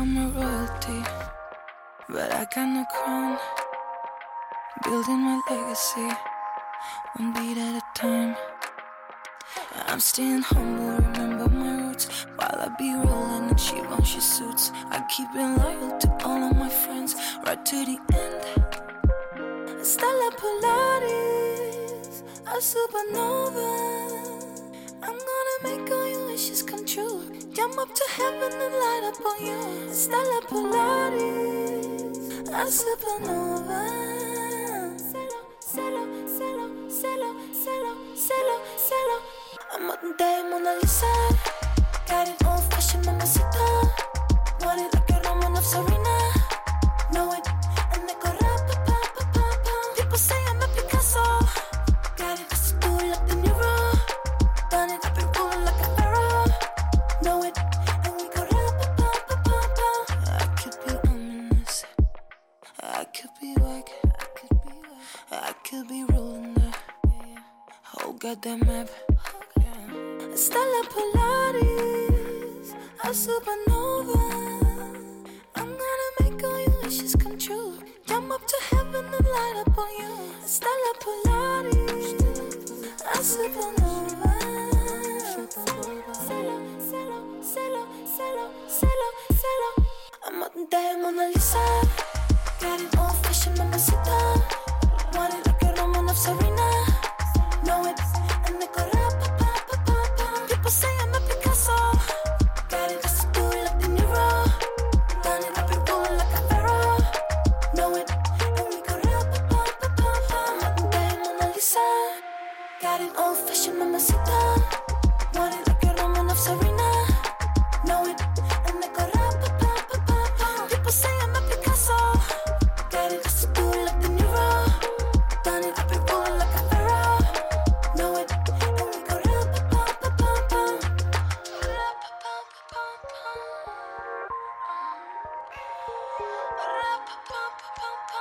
I'm a royalty, but I got no crown. Building my legacy, one beat at a time. I'm staying humble, remember my roots. While I be rolling in Givenchy suits, I keep it loyal to all of my friends, right to the end. Stella Polaris, a supernova. I'm gonna make all your wishes come true. Jump up to heaven and light up on you. Stella Polaris, a supernova. Celo, celo, celo, celo, celo, celo. I'm up and down Mona Lisa. Got it old fashioned mamacita. Want it like a Roman of Serena. Know it, and they go rap, pa, pa, pa, pa. People say I'm a Picasso. Got it, just do it like the Nero. Done it, I've been rolling like a pharaoh. Know it, and we go rap, pa, pa, pa, pa. I could be ominous. I could be whack. I could be rolling the whole goddamn map. Stella Polaris, a supernova. I'm gonna make all your wishes come true. Jump up to heaven and light up on you. Stella Polaris, a supernova. Celo, celo, celo, celo, celo, celo. I'm up and down Mona Lisa. Got it old fashioned mamacita. Want it like a Roman of Serena. Know it, and they go rap, pa, pa, pa, pa. People say I'm a Picasso. Got it, just do it like the Nero. Done it, I've been rolling like a pharaoh. Know it, and we go rap, pa, pa, pa, pa. I'm up and down Mona Lisa. Got it old fashioned mamacita. Want it like a Roman of Serena. Know it, and they go rap, pa, pa, pa, pa. People say I'm a Picasso. Got it, just do it like the Nero. Done it, I've been rolling like a pharaoh. Know it, and we go rap, pa, pa, pa, pa. Rap, pa, pa, pa, pa. Rap, pa, pa, pa, pa.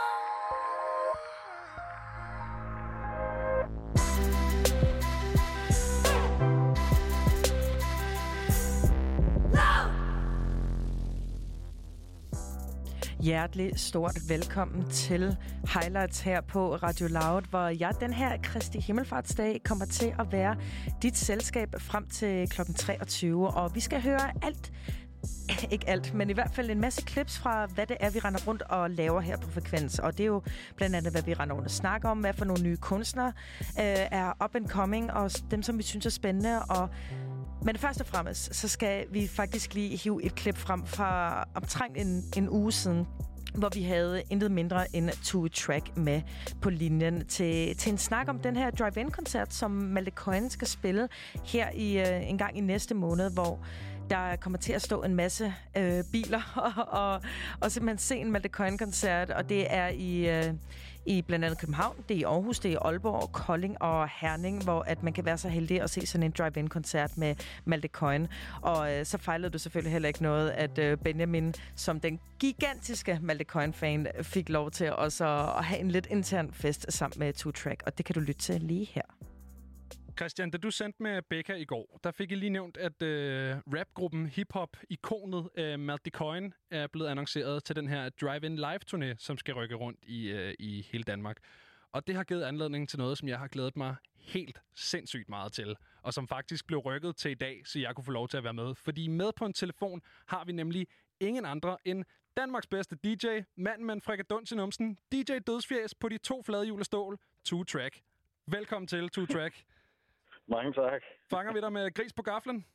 Hjertelig stort velkommen til Highlights her på Radio Loud, hvor jeg den her Kristi Himmelfartsdag kommer til at være dit selskab frem til kl. 23. Og vi skal høre alt, ikke alt, men i hvert fald en masse clips fra, hvad det er, vi render rundt og laver her på Frekvens. Og det er jo blandt andet, hvad vi render rundt og snakker om, hvad for nogle nye kunstnere er up and coming, og dem, som vi synes er spændende. Men først og fremmest, så skal vi faktisk lige hive et klip frem fra omtrent en uge siden, hvor vi havde intet mindre end 2 Track med på linjen til en snak om den her drive-in-koncert, som Malte Coyne skal spille her en gang i næste måned, hvor der kommer til at stå en masse biler og simpelthen se en Malte Coyne-koncert, og det er i blandt andet København, det er i Aarhus, det er i Aalborg, Kolding og Herning, hvor at man kan være så heldig at se sådan en drive-in-koncert med Malte Coyne. Og så fejlede du selvfølgelig heller ikke noget, at Benjamin, som den gigantiske Malte Coyne-fan, fik lov til også at have en lidt intern fest sammen med 2 Track, og det kan du lytte til lige her. Christian, da du sendte med Becca i går, der fik jeg lige nævnt, at rapgruppen hip-hop-ikonet Malte Coyne er blevet annonceret til den her drive-in live-turné, som skal rykke rundt i hele Danmark. Og det har givet anledning til noget, som jeg har glædet mig helt sindssygt meget til, og som faktisk blev rykket til i dag, så jeg kunne få lov til at være med. Fordi med på en telefon har vi nemlig ingen andre end Danmarks bedste DJ, manden med en frikaduns i numsen, DJ Dødsfjæs på de 2 fladhjul af stål, 2 Track. Velkommen til 2 Track. Mange tak. Fanger vi dig med gris på gaflen?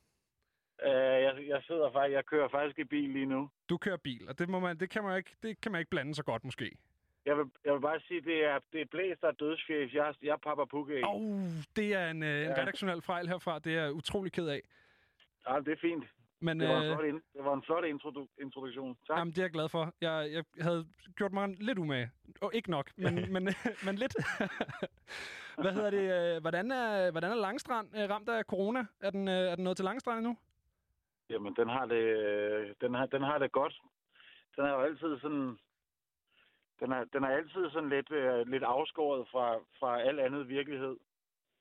Jeg kører faktisk i bil lige nu. Du kører bil, og det kan man ikke blande så godt måske. Jeg vil bare sige, det blæser af dødsfjæs. Jeg papper pukke af. Det er en redaktionel fejl herfra. Det er jeg utrolig ked af. Ja, det er fint. Men, det var en flot introduktion. Tak. Jamen, det er jeg glad for. Jeg havde gjort mig lidt umage. Ikke nok, men lidt. Hvad hedder det? Hvordan er Langstrand ramt af corona? Er den nået til Langstrand endnu? Jamen, den har det godt. Den er jo altid sådan... Den er altid sådan lidt afskåret fra al andet virkelighed.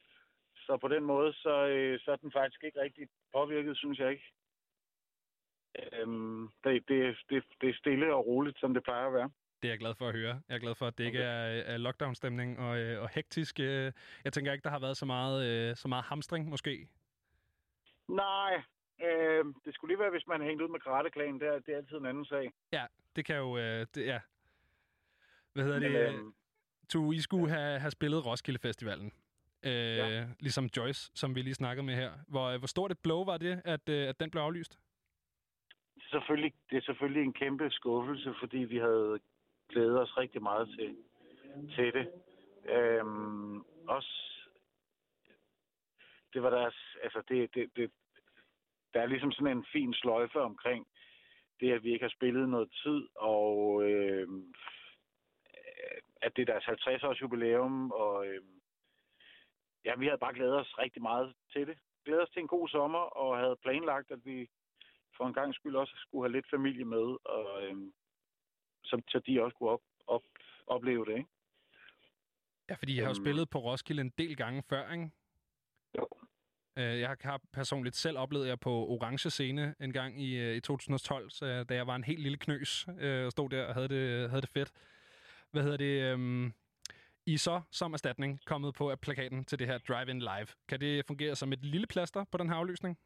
Så på den måde, så er den faktisk ikke rigtig påvirket, synes jeg ikke. Det er stille og roligt, som det plejer at være. Det er jeg glad for at høre. Jeg er glad for, at det ikke er lockdown-stemning og hektisk. Jeg tænker ikke, der har været så meget hamstring, måske. Nej, det skulle lige være, hvis man hængte ud med Karate-klanen. Det er altid en anden sag. Ja, det kan jo... ja. Hvad hedder det? I skulle have spillet Roskilde Festivalen. Ligesom Joyce, som vi lige snakkede med her. Hvor stort et blow var det, at den blev aflyst? Det er selvfølgelig en kæmpe skuffelse, fordi vi havde glædet os rigtig meget til det. Også det var deres, altså der er ligesom sådan en fin sløjfe omkring det, at vi ikke har spillet noget tid, og at det er deres 50-års jubilæum, og vi havde bare glædet os rigtig meget til det. Glædet os til en god sommer, og havde planlagt, at vi for en gang skyld også skulle have lidt familie med, og så de også kunne opleve det, ikke? Ja, fordi jeg har jo spillet på Roskilde en del gange før, ikke? Jo. Jeg har personligt selv oplevet jer på Orange Scene en gang i 2012, så, da jeg var en helt lille knøs og stod der og havde det fedt. Hvad hedder det? I er så som erstatning kommet på plakaten til det her Drive-In Live. Kan det fungere som et lille plaster på den her aflysning?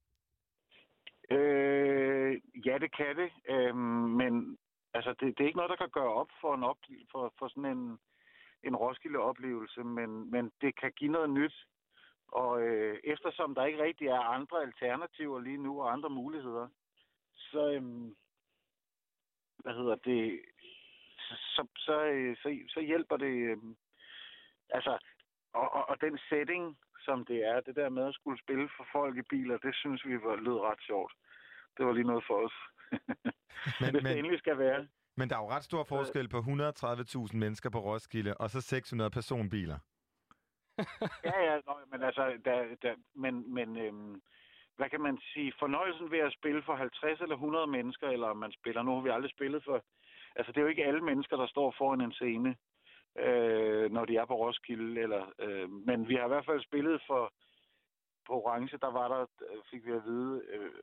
Ja, det kan det. Men altså, det er ikke noget, der kan gøre op for sådan en Roskilde-oplevelse, men det kan give noget nyt. Og eftersom der ikke rigtig er andre alternativer lige nu og andre muligheder, så så hjælper det. Altså, og den setting, som det er, det der med at skulle spille for folk i biler, det synes vi lød ret sjovt. Det var lige noget for os. Hvis det endelig skal være. Men der er jo ret stor forskel på 130.000 mennesker på Roskilde, og så 600 personbiler. Ja, men altså, hvad kan man sige? Fornøjelsen ved at spille for 50 eller 100 mennesker, eller man spiller, nu har vi aldrig spillet for... Altså, det er jo ikke alle mennesker, der står foran en scene, når de er på Roskilde, men vi har i hvert fald spillet på Orange, der var der, fik vi at vide,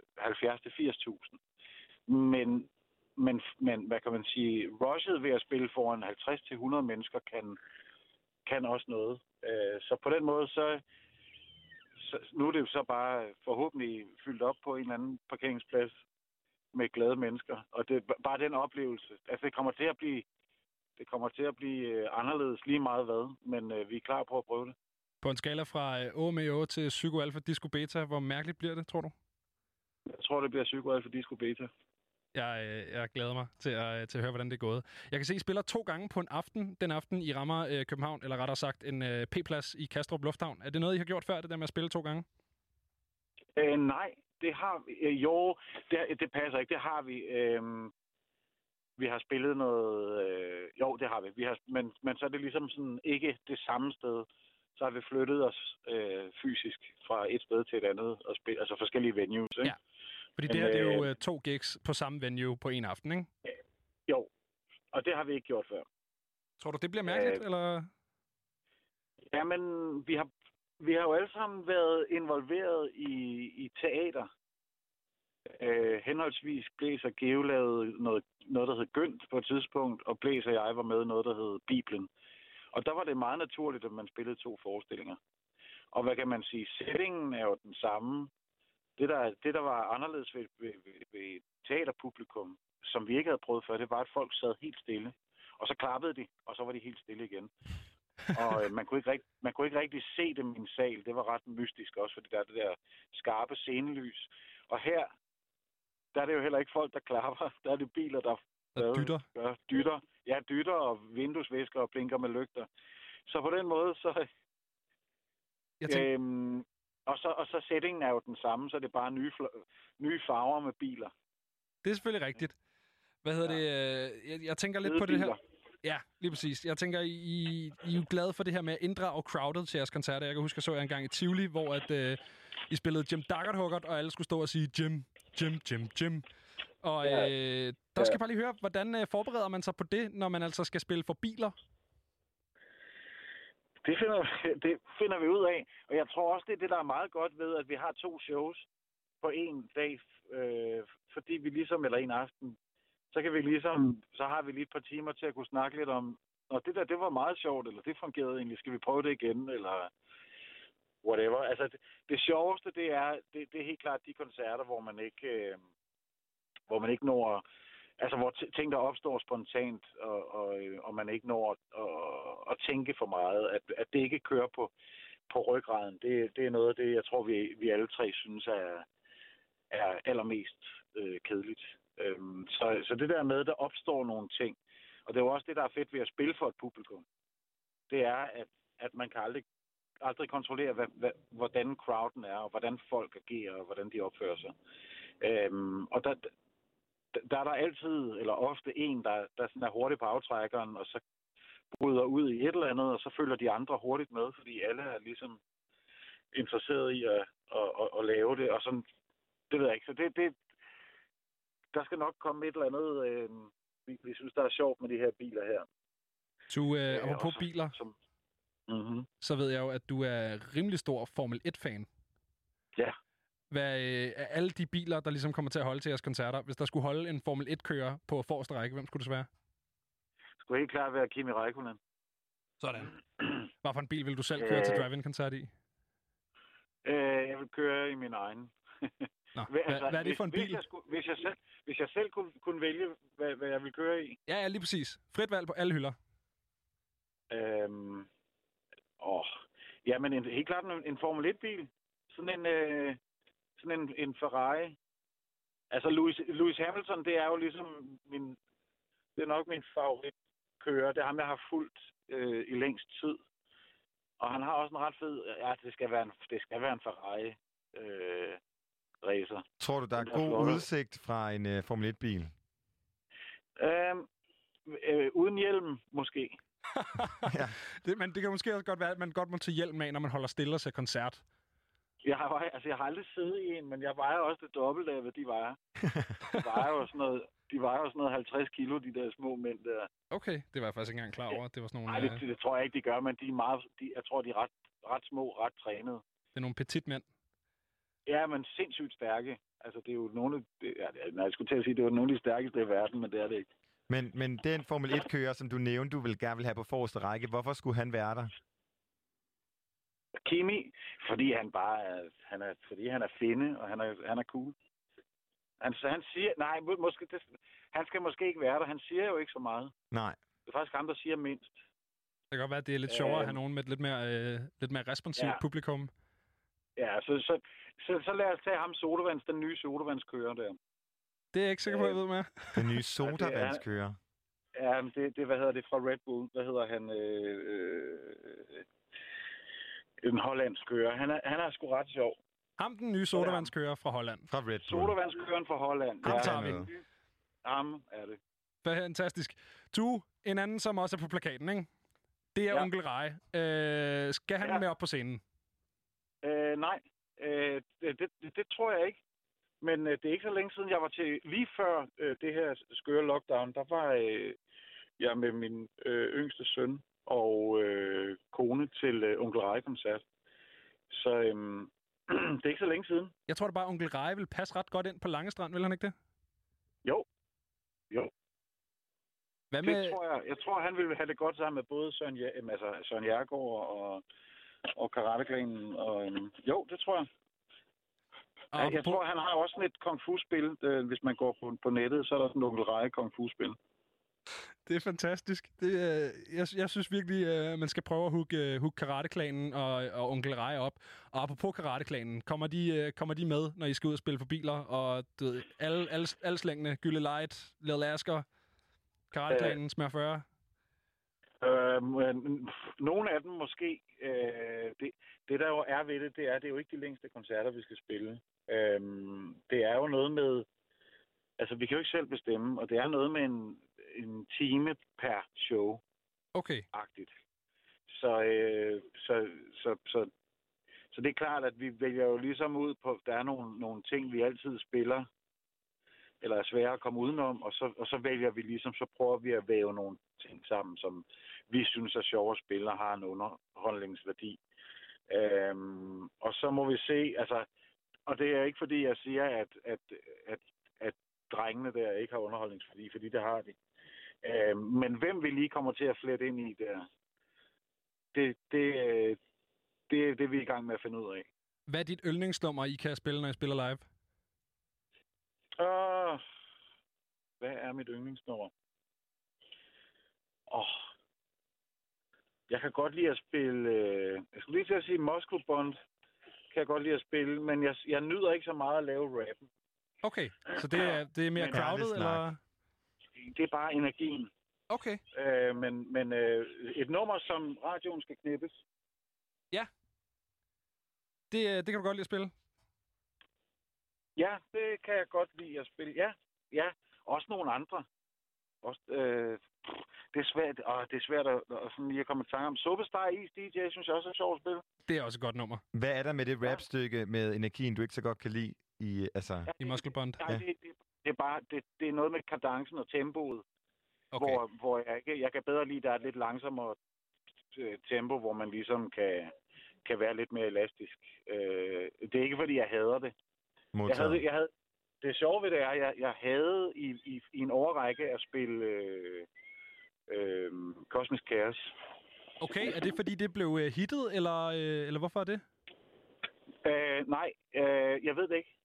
70-80.000. Men hvad kan man sige? Rushet ved at spille foran 50-100 mennesker kan også noget. Så på den måde, så nu er det jo så bare forhåbentlig fyldt op på en eller anden parkeringsplads med glade mennesker. Og det er bare den oplevelse. Altså, det kommer til at blive anderledes lige meget hvad, men vi er klar på at prøve det. På en skala fra OMEO til Psycho Alpha Disco Beta, hvor mærkeligt bliver det, tror du? Jeg tror, det bliver Psycho Alpha Disco Beta. Jeg glæder mig til at høre, hvordan det er gået. Jeg kan se, I spiller 2 gange på en aften. Den aften, I rammer København, eller rettere sagt en P-plads i Kastrup Lufthavn. Er det noget, I har gjort før, det der med at spille 2 gange? Nej, det har vi. Jo, det passer ikke. Det har vi. Vi har spillet noget... Jo, det har vi. Men så er det ligesom sådan ikke det samme sted. Så har vi flyttet os fysisk fra et sted til et andet, og altså forskellige venues, ikke? Ja. Fordi det her, det er jo 2 gigs på samme venue på en aften, ikke? Jo, og det har vi ikke gjort før. Tror du, det bliver mærkeligt, eller? Jamen, vi har jo alle sammen været involveret i teater. Henholdsvis Blæs og Geo lavede noget, der hed Gynt på et tidspunkt, og Blæs og jeg var med i noget, der hed Bibelen. Og der var det meget naturligt, at man spillede 2 forestillinger. Og hvad kan man sige? Settingen er jo den samme. Det, der var anderledes ved teaterpublikum, som vi ikke havde prøvet før, det var, at folk sad helt stille. Og så klappede de, og så var de helt stille igen. Og man kunne ikke rigtig se dem i en sal. Det var ret mystisk også, fordi der er det der skarpe scenelys. Og her, der er det jo heller ikke folk, der klapper. Der er det biler, der dytter. Ja, dytter og vinduesvæsker og blinker med lygter. Så på den måde, så... Og så settingen er jo den samme, så det er bare nye farver med biler. Det er selvfølgelig rigtigt. Hvad hedder det? Jeg tænker lidt på det her. Ja, lige præcis. Jeg tænker, I er jo glade for det her med at inddrage crowded til jeres koncerter. Jeg kan huske, jeg så jer engang i Tivoli, hvor at, I spillede Jim Duggardt, og alle skulle stå og sige Jim. Og der skal jeg bare lige høre, hvordan forbereder man sig på det, når man altså skal spille for biler? Det finder vi ud af. Og jeg tror også, det er det, der er meget godt ved, at vi har 2 shows på en dag, fordi vi ligesom, eller en aften, så kan vi ligesom, så har vi lige et par timer til at kunne snakke lidt om, og det der, det var meget sjovt, eller det fungerede egentlig, skal vi prøve det igen, eller whatever. Altså, det sjoveste, det er helt klart de koncerter, hvor man ikke når, altså hvor ting, der opstår spontant, og man ikke når at tænke for meget, at det ikke kører på ryggraden. Det er noget af det, jeg tror, vi alle tre synes er allermest kedeligt. Så det der med, der opstår nogle ting, og det er jo også det, der er fedt ved at spille for et publikum, det er, at man kan aldrig kontrollere, hvordan crowden er, og hvordan folk agerer, og hvordan de opfører sig. Og der er der altid, eller ofte en, der sådan er hurtig på aftrækkeren, og så bryder ud i et eller andet, og så følger de andre hurtigt med, fordi alle er ligesom interesseret i at lave det, og sådan, det ved jeg ikke. Så der skal nok komme et eller andet, vi synes, der er sjovt med de her biler her. Apropos biler, så ved jeg jo, at du er rimelig stor Formel 1-fan. Ja. Hvad er alle de biler, der ligesom kommer til at holde til jeres koncerter? Hvis der skulle holde en Formel 1-kører på forreste række, hvem skulle det så være? Det skulle helt klart være Kimi Räikkönen. Sådan. Hvad for en bil vil du selv køre til drive-in-koncert i? Jeg vil køre i min egen. Nå, hvad er det for en bil? Hvis jeg selv kunne vælge, hvad jeg vil køre i? Ja, lige præcis. Frit valg på alle hylder. Jamen, helt klart en Formel 1-bil. Sådan en Ferrari. Altså, Lewis Hamilton, det er jo ligesom det er nok min favoritkører. Det er ham, jeg har fulgt i længst tid. Og han har også en ret fed... Ja, det skal være en Ferrari racer. Tror du, der er god udsigt fra en Formel 1-bil? Uden hjelm, måske. Ja. Men det kan måske også godt være, at man godt må tage hjelm af, når man holder stille og ser koncert. Jeg har aldrig siddet i en, men jeg vejer også det dobbelte af, hvad de vejer. De vejer jo sådan noget 50 kilo, de der små mænd der. Okay, det var jeg faktisk ikke engang klar over. Det var sådan nogle... Nej, det tror jeg ikke, de gør, men jeg tror, de er ret små, ret trænede. Det er nogle petit mænd. Ja, men sindssygt stærke. Altså, det er jo nogle... jeg skulle til at sige, det var nogle af de stærkeste i verden, men det er det ikke. Men den Formel 1-kører, som du nævnte, du gerne vil have på forreste række, hvorfor skulle han være der? Kimi, fordi han er finne, og han er cool. Han siger, nej, han skal måske ikke være der. Han siger jo ikke så meget. Nej. Det er faktisk ham, der siger mindst. Det kan godt være, at det er lidt sjovere at have nogen med et lidt mere responsivt publikum. Ja, så lad os tage ham den nye sodavandskører der. Det er jeg ikke sikker på, jeg ved med. Den nye sodavandskører? Ja, det hvad hedder det, fra Red Bull? Hvad hedder han? En hollandsk kører. Han er sgu ret sjov. Ham, den nye sodavandskører fra Holland. Fra Red Bull. Sodavandskøren fra Holland. Ham tager vi. Ham er det. Fantastisk. En anden, som også er på plakaten, ikke? Det er Onkel Rej. Skal han med op på scenen? Nej. Det tror jeg ikke. Men det er ikke så længe siden, jeg var til... Lige før det her skøre lockdown, der var jeg med min yngste søn og kone til Onkel Rej-koncert. Så det er ikke så længe siden. Jeg tror da bare, Onkel Rej vil passe ret godt ind på Langestrand, vil han ikke det? Jo. Hvad med... Det tror jeg. Jeg tror, han ville have det godt sammen med både Søren Jergaard og Karate-klanen. Jo, det tror jeg. Jeg tror, han har også sådan et kung fu-spil. Hvis man går på nettet, så er der sådan et Onkel Rej kung fu-spil. Det er fantastisk. Jeg synes virkelig, man skal prøve at hooke Karate-klanen og Onkel Rej op. Og apropos Karate-klanen, kommer de med, når I skal ud og spille for biler? Og du ved, alle slængene, Gylle Light, Little Asger, Karate-klanen, Smør 40? Nogle af dem måske. Det der jo er ved det, det er jo ikke de længste koncerter, vi skal spille. Det er jo noget med... Altså, vi kan jo ikke selv bestemme, og det er noget med en time per show. Okay. Agtigt. Så det er klart, at vi vælger jo ligesom ud på... Der er nogle ting, vi altid spiller, eller er svære at komme udenom, og så vælger vi ligesom... Så prøver vi at væve nogle ting sammen, som vi synes er sjove at spille og har en underholdningsværdi. Og så må vi se... Altså, Og det er ikke, fordi jeg siger, at drengene der ikke har underholdningsværdi, fordi det har de. Men hvem vi lige kommer til at flette ind i der, det er det, vi er i gang med at finde ud af. Hvad er dit yndlingsnummer, I kan spille, når I spiller live? Hvad er mit yndlingsnummer? Jeg kan godt lide at spille... jeg skulle lige til at sige Moscow Bond. Kan jeg godt lide at spille, men jeg nyder ikke så meget at lave rappen. Okay, så det er mere crowded, eller? Det er bare energien. Okay. Men et nummer, som radioen skal knippes. Ja. Det kan du godt lide at spille? Ja, det kan jeg godt lide at spille. Ja. Også nogle andre. Også, det er svært at sådan lige at komme i tanke om. Superstar Is DJ, synes jeg også er sjovt at spille. Det er også et godt nummer. Hvad er der med det rapstykke med energien, du ikke så godt kan lide i Muscle Bond? Ja. Det er bare det er noget med kadencen og tempoet. Okay. Hvor jeg kan bedre lide, der er et lidt langsommere tempo, hvor man ligesom kan være lidt mere elastisk. Det er ikke, fordi jeg hader det. Jeg havde det sjove ved det er, at jeg havde i en årrække at spille Cosmic Chaos. Okay, er det fordi det blev hittet, eller hvorfor er det? Nej, jeg ved det ikke.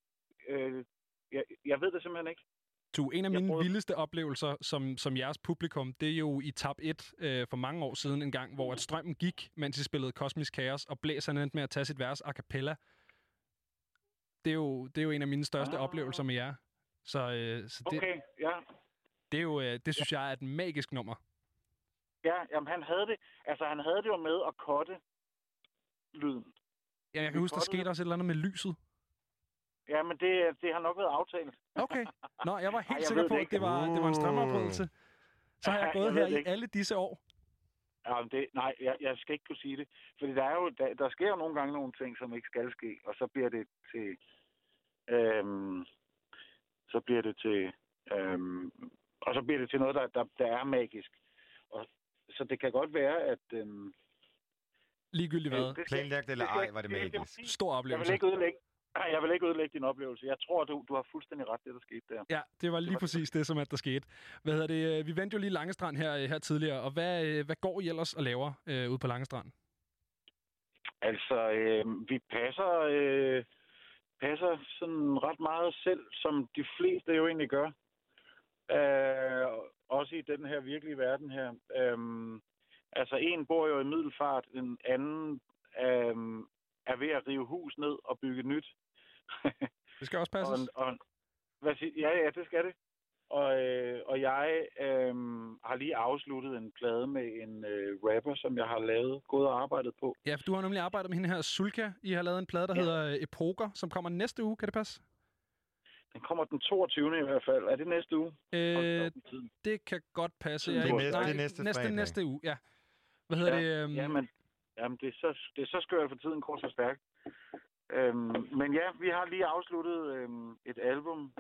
Jeg ved det simpelthen ikke. En af mine vildeste oplevelser som jeres publikum, det er jo i Tab 1 for mange år siden en gang, hvor at strømmen gik, mens I spillede Cosmic Chaos, og blæseren endte med at tage sit vers a cappella. Det er jo en af mine største oplevelser med jer. Så det, okay, ja. Det er jo, det synes jeg er et magisk nummer. Ja, jamen han havde det. Altså han havde det jo med at cutte lyden. Ja, jeg kan huske, der skete også et eller andet med lyset. Ja, men det har nok været aftalt. Okay. Nå, jeg var helt sikker på, at det var en strømafbrydelse. Så har jeg gået her i alle disse år. Ja, nej, jeg skal ikke kunne sige det. Fordi der sker jo nogle gange nogle ting, som ikke skal ske. Og så bliver det til... og så bliver det til noget, der er magisk. Og, så det kan godt være, at... ligegyldigt hvad? Planlagt eller ej, var det magisk. Stor oplevelse. Jeg vil ikke ødelægge din oplevelse. Jeg tror, du har fuldstændig ret, det der skete der. Ja, det var lige præcis det, som at der skete. Vi vendte jo lige Langestrand her tidligere, og hvad går I ellers og laver ude på Langestrand? Altså, vi passer sådan ret meget selv, som de fleste jo egentlig gør. Også i den her virkelige verden her. Altså, en bor jo i Middelfart, en anden er ved at rive hus ned og bygge nyt. Det skal også passes. Ja, det skal det. Og jeg har lige afsluttet en plade med en rapper, som jeg har gået og arbejdet på. Ja, for du har nemlig arbejdet med hende her Sulka. I har lavet en plade, der hedder Epoker, som kommer næste uge. Kan det passe? Den kommer den 22. i hvert fald. Er det næste uge? Det kan godt passe. Det er næste uge, ja. Hvad hedder det? Jamen, det er så skørt for tiden, går så stærkt. Men ja, vi har lige afsluttet et album.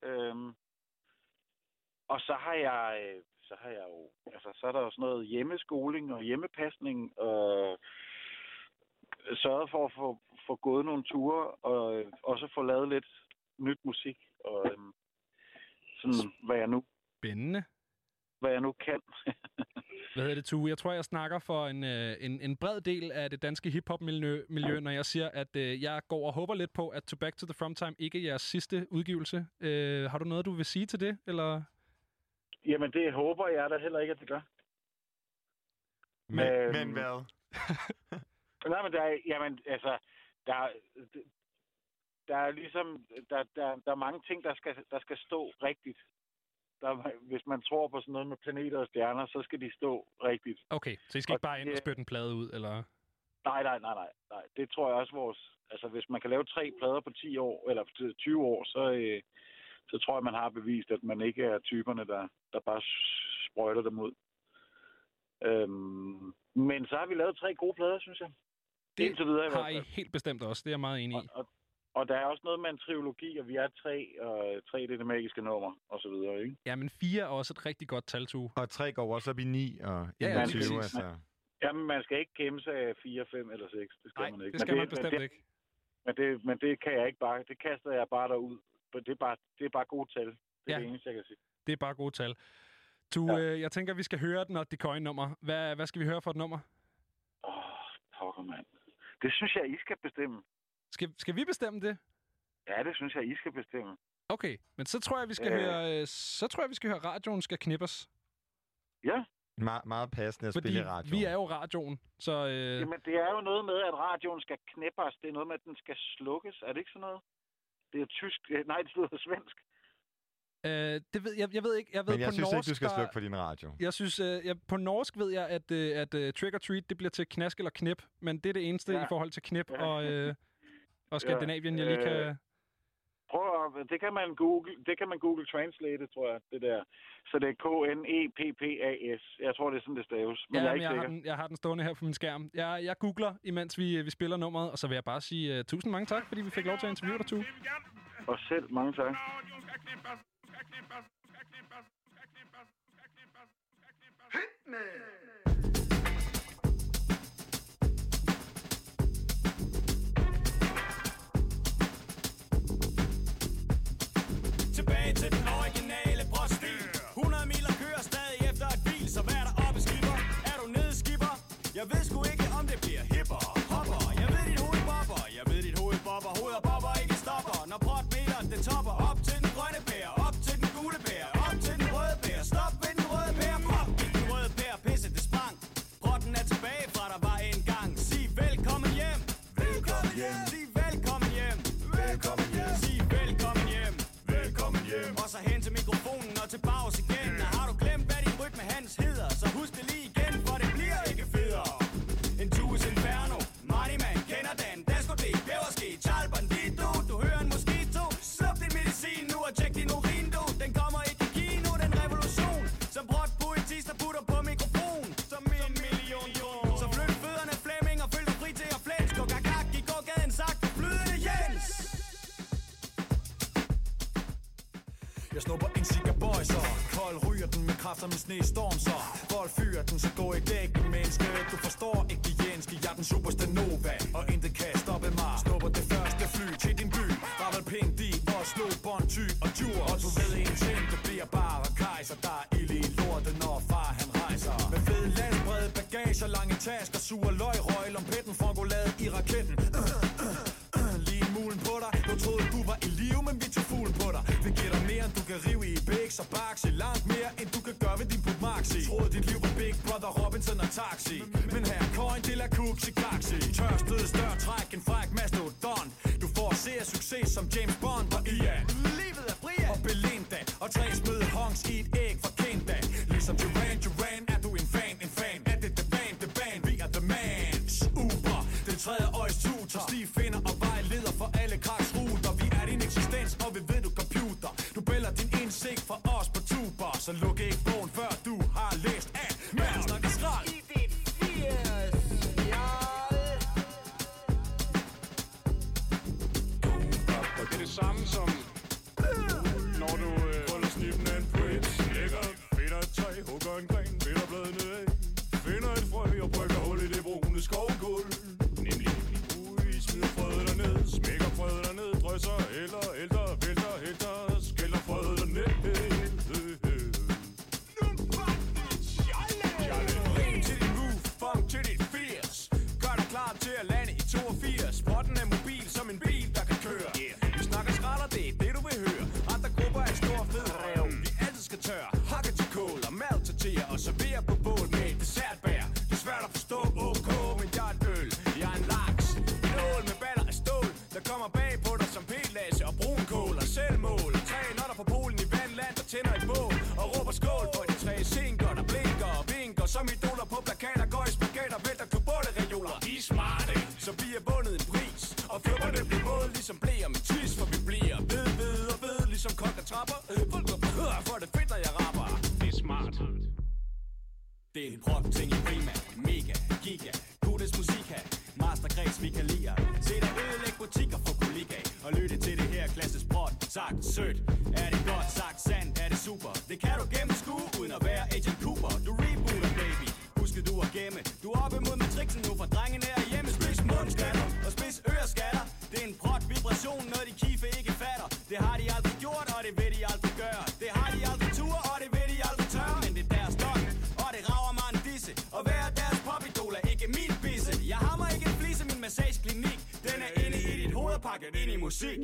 Og så har jeg jo... Altså, så er der jo sådan noget hjemmeskoling og hjemmepasning, og sørget for at få gået nogle ture, og også få lavet lidt nyt musik, og sådan, hvad jeg nu kan. Hvad hedder det, Tue? Jeg tror, jeg snakker for en bred del af det danske hiphop-miljø, når jeg siger, at jeg går og håber lidt på, at To Back to the From Time ikke er jeres sidste udgivelse. Har du noget, du vil sige til det, eller? Jamen, det håber jeg da heller ikke, at det gør. Men hvad? Nej, men der er ligesom... Der er mange ting, der skal stå rigtigt. Hvis man tror på sådan noget med planeter og stjerner, så skal de stå rigtigt. Okay, så I skal ikke bare ind og spytte en plade ud, eller? Nej. Det tror jeg også Altså, hvis man kan lave 3 plader på 10 år, eller 20 år, så tror jeg, man har bevist, at man ikke er typerne, der bare sprøjter dem ud. Men så har vi lavet 3 gode plader, synes jeg. Det har I helt bestemt også. Det er jeg meget enig i. Og der er også noget med en trilogi, og vi er 3, og 3 det er det magiske nummer, og så videre, ikke? Ja, men 4 er også et rigtig godt tal, Tue. Og 3 går også op i 9 og 21, altså. Jamen, man skal ikke gemme sig af 4, 5 eller 6. Det skal man ikke. Det skal man bestemt ikke. Men det kan jeg ikke bare. Det kaster jeg bare derud. Det er bare gode tal. Det er det eneste, jeg kan sige. Det er bare gode tal. Jeg tænker, vi skal høre et Not The Coin-nummer. Hvad skal vi høre for et nummer? Pokker, mand. Det synes jeg, I skal bestemme. Skal vi bestemme det? Ja, det synes jeg, I skal bestemme. Okay, men så tror jeg, vi skal høre... Så tror jeg, vi skal høre Radioen skal knippes. Ja. Meget passende at spille i radioen. Vi er jo radioen, så... Jamen, det er jo noget med, at radioen skal knippes. Det er noget med, at den skal slukkes. Er det ikke sådan noget? Det er tysk. Nej, det lyder svensk. Det ved jeg ved ikke. Men jeg synes ikke, du skal slukke for din radio. Jeg synes, på norsk ved jeg, at trick or treat, det bliver til knask eller knip. Men det er det eneste i forhold til knip og Skandinavien, jeg lige kan... Det kan man Google Translate, tror jeg, det der. Så det er KNEPPAS. Jeg tror, det er sådan, det staves. Men jeg har den stående her på min skærm. Jeg googler, imens vi spiller nummeret, og så vil jeg bare sige tusind mange tak, fordi vi fik lov til at interviewe dig, Tue. Og selv mange tak. Tilbage til den originale brostil. 100 miler kører stadig efter et bil. Så vær der oppe, skipper. Er du nede, skipper? Jeg ved sgu ikke, om det bliver hipper. Hopper. Jeg ved dit hoved bobber. Hoved og bobber ikke stopper. Når brotmeteren det topper. Op til den grønne bær. Op til den gule bær. Op til den røde bær. Stop ved den røde bær. Prop i den røde bær. Pisse det sprang. Brotten er tilbage fra der var en gang. Sig velkommen hjem. Velkommen hjem. Sig velkommen hjem. Velkommen hjem. Sig velkommen hjem. Velkommen hjem. Og så hen til mikrofonen og til bags igen. Og har du glemt, hvad din rytme hans hedder, så husk det lige igen, for det bliver ikke federe. En Tues Inferno, Money Man kender den. Dasko D, Peberski, Charles Bandito. Du hører en mosquito. Sluk din medicin nu og tjek din urin, du. Den kommer ikke i kino, den revolution. Som bråt poetist, der putter på mikrofon. Som en million kroner. Så flyt fødderne Flemming og følg dig fri til at flæs. Gå gagak i gågaden, sagt og flydende Jens. Jeg snupper en cigarboyser. Kold ryger den med kræfter med snestorm så. Vold fyrer den, så gå i dækken, menneske. Du forstår ikke det jenske. Jeg er den superste Nova, og intet kan stoppe mig. Snupper det første fly til din by. Ravel pink di og slå bånd ty og djur. Og du ved en ting, det bliver bare kejser. Der er ild i lorten, når far han rejser. Med fede landsbrede bagager, lange tasker, sure løg, røg, lompetten, frangolade i raketten. Lige mulen på dig. Du troede du var i live, men vi tog fuglen på dig. Vi giver dig mere, end du kan rive i Bix og Baxi. Langt mere, end du kan gøre ved din Puk Maxi. Troede dit liv var Big Brother, Robinson og Taxi. Men her coin til la Cooksy Kaxi. Tørstede større træk, en fræk mastodon. Du får se succes som James Bond og Ian. Livet er Brian og Belinda. Og 3 smøde hongs i et æg fra Kenda. Ligesom Duran er du en fan. Er det the band, vi er the mans. Uber, den tredje øjes tutor. Stig finder og vejleder for alle kraksruter. Vi er din eksistens, og vi ved du computer. Du bælger din indsigt fra os på tuber. Så luk ikke bogen, før du har læst af. Manden snakker skrald. I dit 80, det er det samme som når du holder snippen af en bridge. Lægger, finder et træ, hugger en gren, finder bladene af. Finder et frø og brygger hul i det brune skovgulv. Nemlig smider frøet derned, smækker frøet derned, drysser, ælder, vælter, skælder frøet derned. Ring til din roof, funk til dit 80. Gør dig klar til at lande i 82. Spotten er mobil som en bil, der kan køre. Vi snakker skralder, det er det du vil høre. Andre grupper er stor fed rev. Vi altid skal tørre, hakke til kål og mad til teer og servere på bål med et dessertbær. Det er svært at forstå, ok, men jeg er et øl. Jeg er en laks, en ål med baller af stål. Der kommer bag på dig som p-lasse og brunkål og selvmål. 3 notter på polen i vandland, der tænder et bål og råber skål for de 3 sinker, der blinker og vinker. Som idoler på plakater, går i spagater, vælter klubottereoler. I smarte, så vi har vundet en pris. Og flubberne bliver både ligesom blæer med tis, for vi bliver ved, ligesom kogt af trapper. For det fedt, når jeg rapper. Det er smart. Det er en prop-ting i prima, mega, giga, Gudes musik her, masterkreds vi kan lide. Se dig ødelægge butikker for kollega, og lytte til det her klasses brot. Sagt sødt, er det godt, sagt sandt, er det super. Det kan du gennemskue, uden at være Agent Cooper. Du rebooter, baby, husk du at gemme. Du er op imod matrixen nu, for drengene er hjemme. Spids mundskatter og spids øreskatter. Det er en Fucking ind i musik.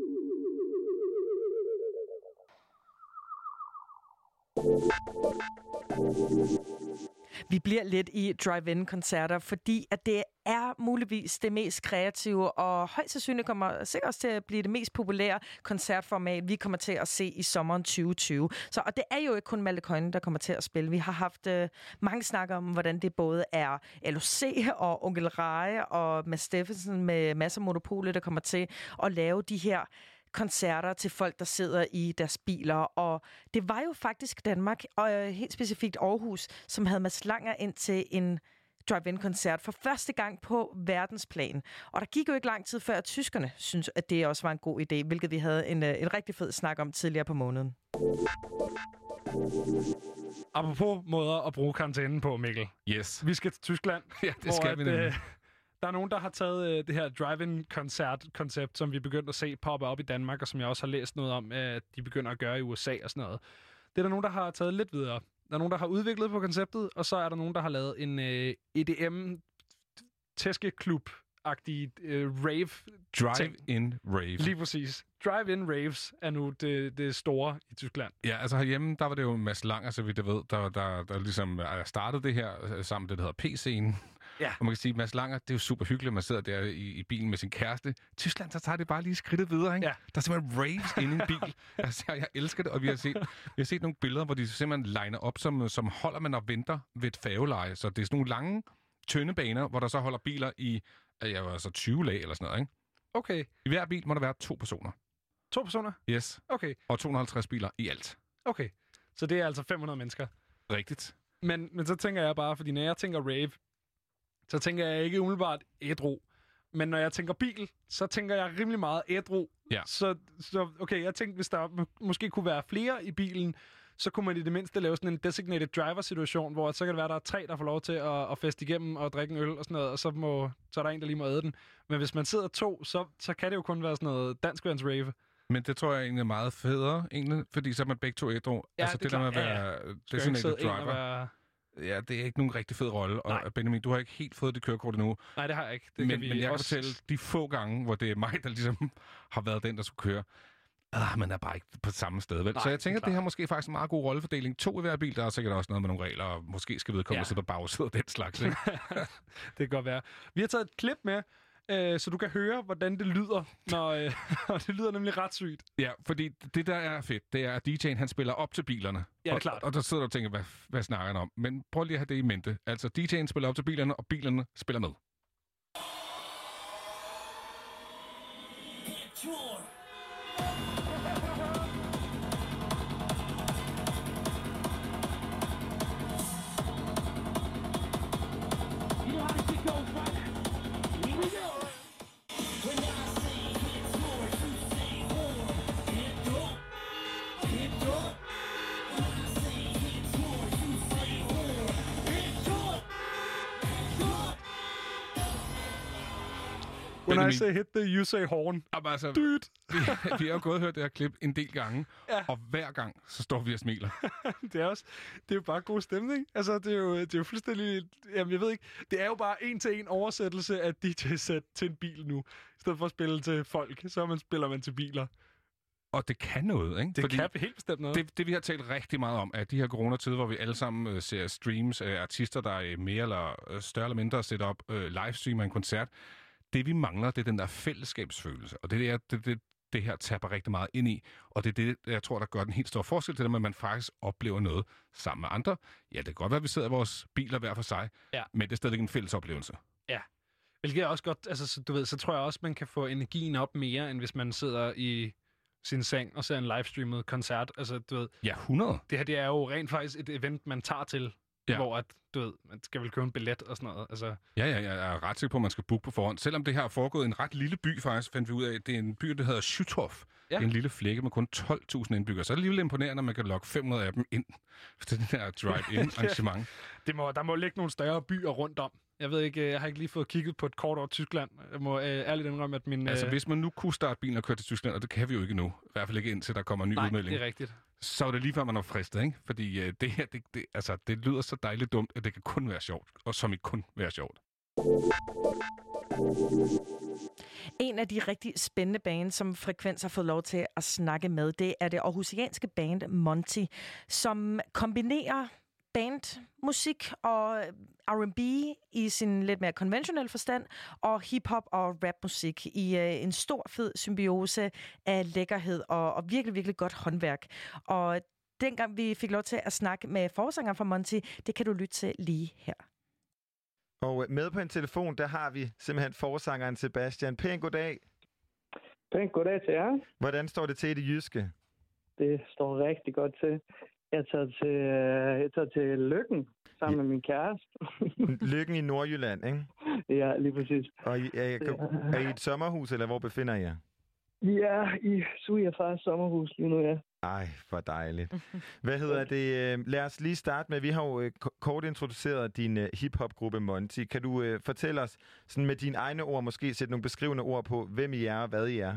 Vi bliver lidt i drive-in-koncerter, fordi at det er muligvis det mest kreative, og højst sandsynligt kommer sikkert også til at blive det mest populære koncertformat, vi kommer til at se i sommeren 2020. Og det er jo ikke kun Malte Coyne, der kommer til at spille. Vi har haft mange snakker om, hvordan det både er LOC og Onkel Reje og Mads Steffensen med masser af Monopolet, der kommer til at lave de her koncerter til folk, der sidder i deres biler. Og det var jo faktisk Danmark, og helt specifikt Aarhus, som havde Mads Langer ind til en drive-in-koncert for første gang på verdensplan. Og der gik jo ikke lang tid før, at tyskerne synes, at det også var en god idé, hvilket vi havde en rigtig fed snak om tidligere på måneden. Apropos måder at bruge karantænen på, Mikkel. Yes. Vi skal til Tyskland. Ja, det skal vi nemlig. Der er nogen, der har taget det her drive-in-koncert-koncept, som vi begyndte at se poppe op i Danmark, og som jeg også har læst noget om, at de begynder at gøre i USA og sådan noget. Det er der nogen, der har taget lidt videre. Der er nogen, der har udviklet på konceptet, og så er der nogen, der har lavet en EDM-tæskeklub-agtig rave. Drive-in rave. Lige præcis. Drive-in raves er nu det store i Tyskland. Ja, altså herhjemme, der var det jo Mads Langer, så vidt jeg ved, der ligesom startede det her sammen med det, der hedder P-scenen. Ja. Og man kan sige, at Mads Langer, det er jo super hyggeligt, at man sidder der i bilen med sin kæreste. Tyskland, så tager det bare lige skridtet videre, ikke? Ja. Der er simpelthen raves inde i en bil. Jeg elsker det, og vi har set nogle billeder, hvor de simpelthen liner op, som holder man og venter ved et færgeleje. Så det er sådan nogle lange, tynde baner, hvor der så holder biler i 20 lag eller sådan noget, ikke? Okay. I hver bil må der være 2 personer. 2 personer? Yes. Okay. Og 250 biler i alt. Okay. Så det er altså 500 mennesker. Rigtigt. Men så tænker jeg bare, fordi når jeg tænker rave, så tænker jeg ikke umiddelbart ædru. Men når jeg tænker bil, så tænker jeg rimelig meget ædru. Ja. Så okay, jeg tænkte, hvis der måske kunne være flere i bilen, så kunne man i det mindste lave sådan en designated driver-situation, hvor så kan det være, at der er 3, der får lov til at feste igennem og drikke en øl og sådan noget, og så er der en, der lige må æde den. Men hvis man sidder 2, så kan det jo kun være sådan noget danskvands rave. Men det tror jeg egentlig er meget federe, egentlig, fordi så er man begge 2 ædru. Ja, altså det der med at være designated driver. Ja, det er ikke nogen rigtig fed rolle. Nej. Og Benjamin, du har ikke helt fået det kørekort endnu. Nej, det har jeg ikke. Men jeg kan fortælle, de få gange, hvor det er mig, der ligesom har været den, der skulle køre, man er bare ikke på samme sted. Vel? Nej, så jeg tænker, at det her måske faktisk en meget god rollefordeling. 2 i hver bil, der er sikkert også noget med nogle regler, og måske skal vedkommende sidde på bagsædet og den slags. Ikke? Det kan godt være. Vi har taget et klip med, så du kan høre, hvordan det lyder, og det lyder nemlig ret sygt. Ja, fordi det der er fedt, det er, at DJ'en han spiller op til bilerne. Ja, det er klart. Og der sidder du og tænker, hvad snakker han om? Men prøv lige at have det i mente. Altså, DJ'en spiller op til bilerne, og bilerne spiller med. When I say hit the, you say horn. Jamen, altså, Dude. vi har jo gået og hørt det her klip en del gange, og hver gang, så står vi og smiler. Det er jo bare god stemning. Altså, det er jo fuldstændig... Jamen, jeg ved ikke. Det er jo bare 1-til-1 oversættelse af DJ-sæt til en bil nu. I stedet for at spille til folk, så spiller man til biler. Og det kan noget, ikke? Det kan helt bestemt noget. Det vi har talt rigtig meget om, er de her coronatider, hvor vi alle sammen ser streams af artister, der er mere eller større eller mindre sæt op, livestreamer en koncert. Det vi mangler, det er den der fællesskabsfølelse. Og det her tapper rigtig meget ind i. Og det er det, jeg tror, der gør den helt store forskel til det, at man faktisk oplever noget sammen med andre. Ja, det kan godt være, at vi sidder i vores biler hver for sig, men det er stadig en fælles oplevelse. Ja. Hvilket er også godt, altså du ved, så tror jeg også, man kan få energien op mere, end hvis man sidder i sin seng og ser en livestreamet koncert. Altså, du ved... Ja, 100. Det her, det er jo rent faktisk et event, man tager til, hvor at, du ved, man skal vel købe en billet og sådan noget. Altså... Ja, jeg er ret sikker på, at man skal booke på forhånd. Selvom det her er foregået i en ret lille by, faktisk, fandt vi ud af, det er en by, der hedder Schüttorf. Ja. Det er en lille flække med kun 12.000 indbyggere. Så er det alligevel imponerende, at man kan lokke 500 af dem ind til den her drive-in-arrangement. Der må ligge nogle større byer rundt om. Jeg ved ikke, jeg har ikke lige fået kigget på et kort over Tyskland. Jeg må ærligt indrømme, at min... Altså, hvis man nu kunne starte bilen og køre til Tyskland, og det kan vi jo ikke nu, i hvert fald ikke indtil der kommer en ny udmelding. Nej, det er rigtigt. Så er det lige før, man er fristet, ikke? Fordi det her, det lyder så dejligt dumt, at det kan kun være sjovt, og som ikke kun være sjovt. En af de rigtig spændende bands, som Frekvens har fået lov til at snakke med, det er det aarhusianske band Monty, som kombinerer bandmusik og R&B i sin lidt mere konventionelle forstand, og hiphop og rapmusik i en stor, fed symbiose af lækkerhed og virkelig, virkelig godt håndværk. Og dengang vi fik lov til at snakke med forsangeren fra Monty, det kan du lytte til lige her. Og med på en telefon, der har vi simpelthen forsangeren Sebastian. Pænt goddag. Pænt goddag til jer. Hvordan står det til i det jyske? Det står rigtig godt til. Jeg tager til Løkken sammen med min kæreste. Løkken i Nordjylland, ikke? Ja, lige præcis. Og er I et sommerhus, eller hvor befinder I jer? Vi er i svigerfars sommerhus lige nu, ja. Ej, hvor dejligt. Hvad hedder det? Lad os lige starte med, vi har jo kort introduceret din hip-hop-gruppe Monty. Kan du fortælle os, sådan med dine egne ord, måske sætte nogle beskrivende ord på, hvem I er og hvad I er?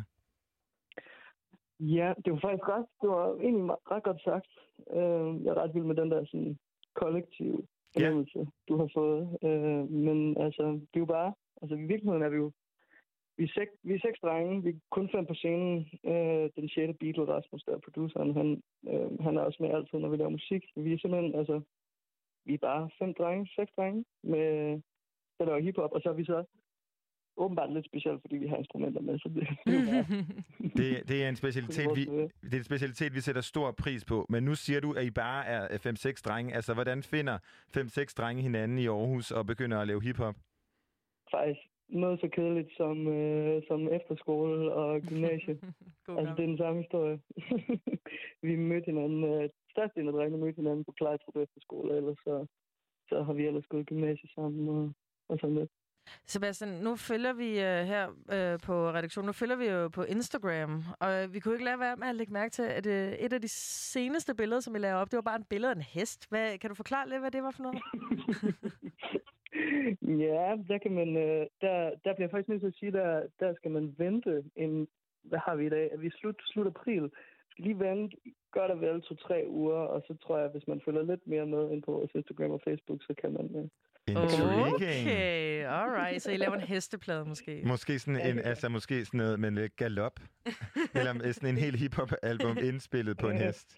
Ja, det var faktisk godt. Det var egentlig ret godt sagt. Jeg er ret vild med den der sådan kollektive fornemmelse, du har fået. Men altså, det er jo bare... Altså, i virkeligheden er vi jo... Vi er 6 drenge. Vi er kun 5 på scenen. Den 6. Beatle, Rasmus, der er produceren, han er også med altid, når vi laver musik. Vi er simpelthen, altså... Vi er bare 6 drenge, der laver hiphop, og så er vi så åbenbart lidt specielt, fordi vi har instrumenter med, så det er en specialitet, vi sætter stor pris på. Men nu siger du, at I bare er 5-6 drenge. Altså, hvordan finder 5-6 drenge hinanden i Aarhus og begynder at lave hiphop? Faktisk noget så kedeligt som efterskole og gymnasie. Altså, det er den samme historie. Vi mødte hinanden, størstedelen af drengene mødte hinanden på Klejtrup efterskole, ellers så har vi ellers gået i gymnasie sammen og sådan lidt. Sebastian, nu følger vi her på redaktionen, nu følger vi jo på Instagram, og vi kunne ikke lade være med at lægge mærke til, at et af de seneste billeder, som vi lavede op, det var bare et billede af en hest. Kan du forklare lidt, hvad det var for noget? Ja, der kan man, der bliver jeg faktisk nødt til at sige, der skal man vente hvad har vi i dag? Vi slut april. Skal lige vente godt og vel 2-3 uger, og så tror jeg, hvis man følger lidt mere med ind på vores Instagram og Facebook, så kan man... Okay, alright. Så I laver en hesteplade måske? Måske sådan noget med lidt galop. Eller sådan en hel hiphop-album indspillet på en hest.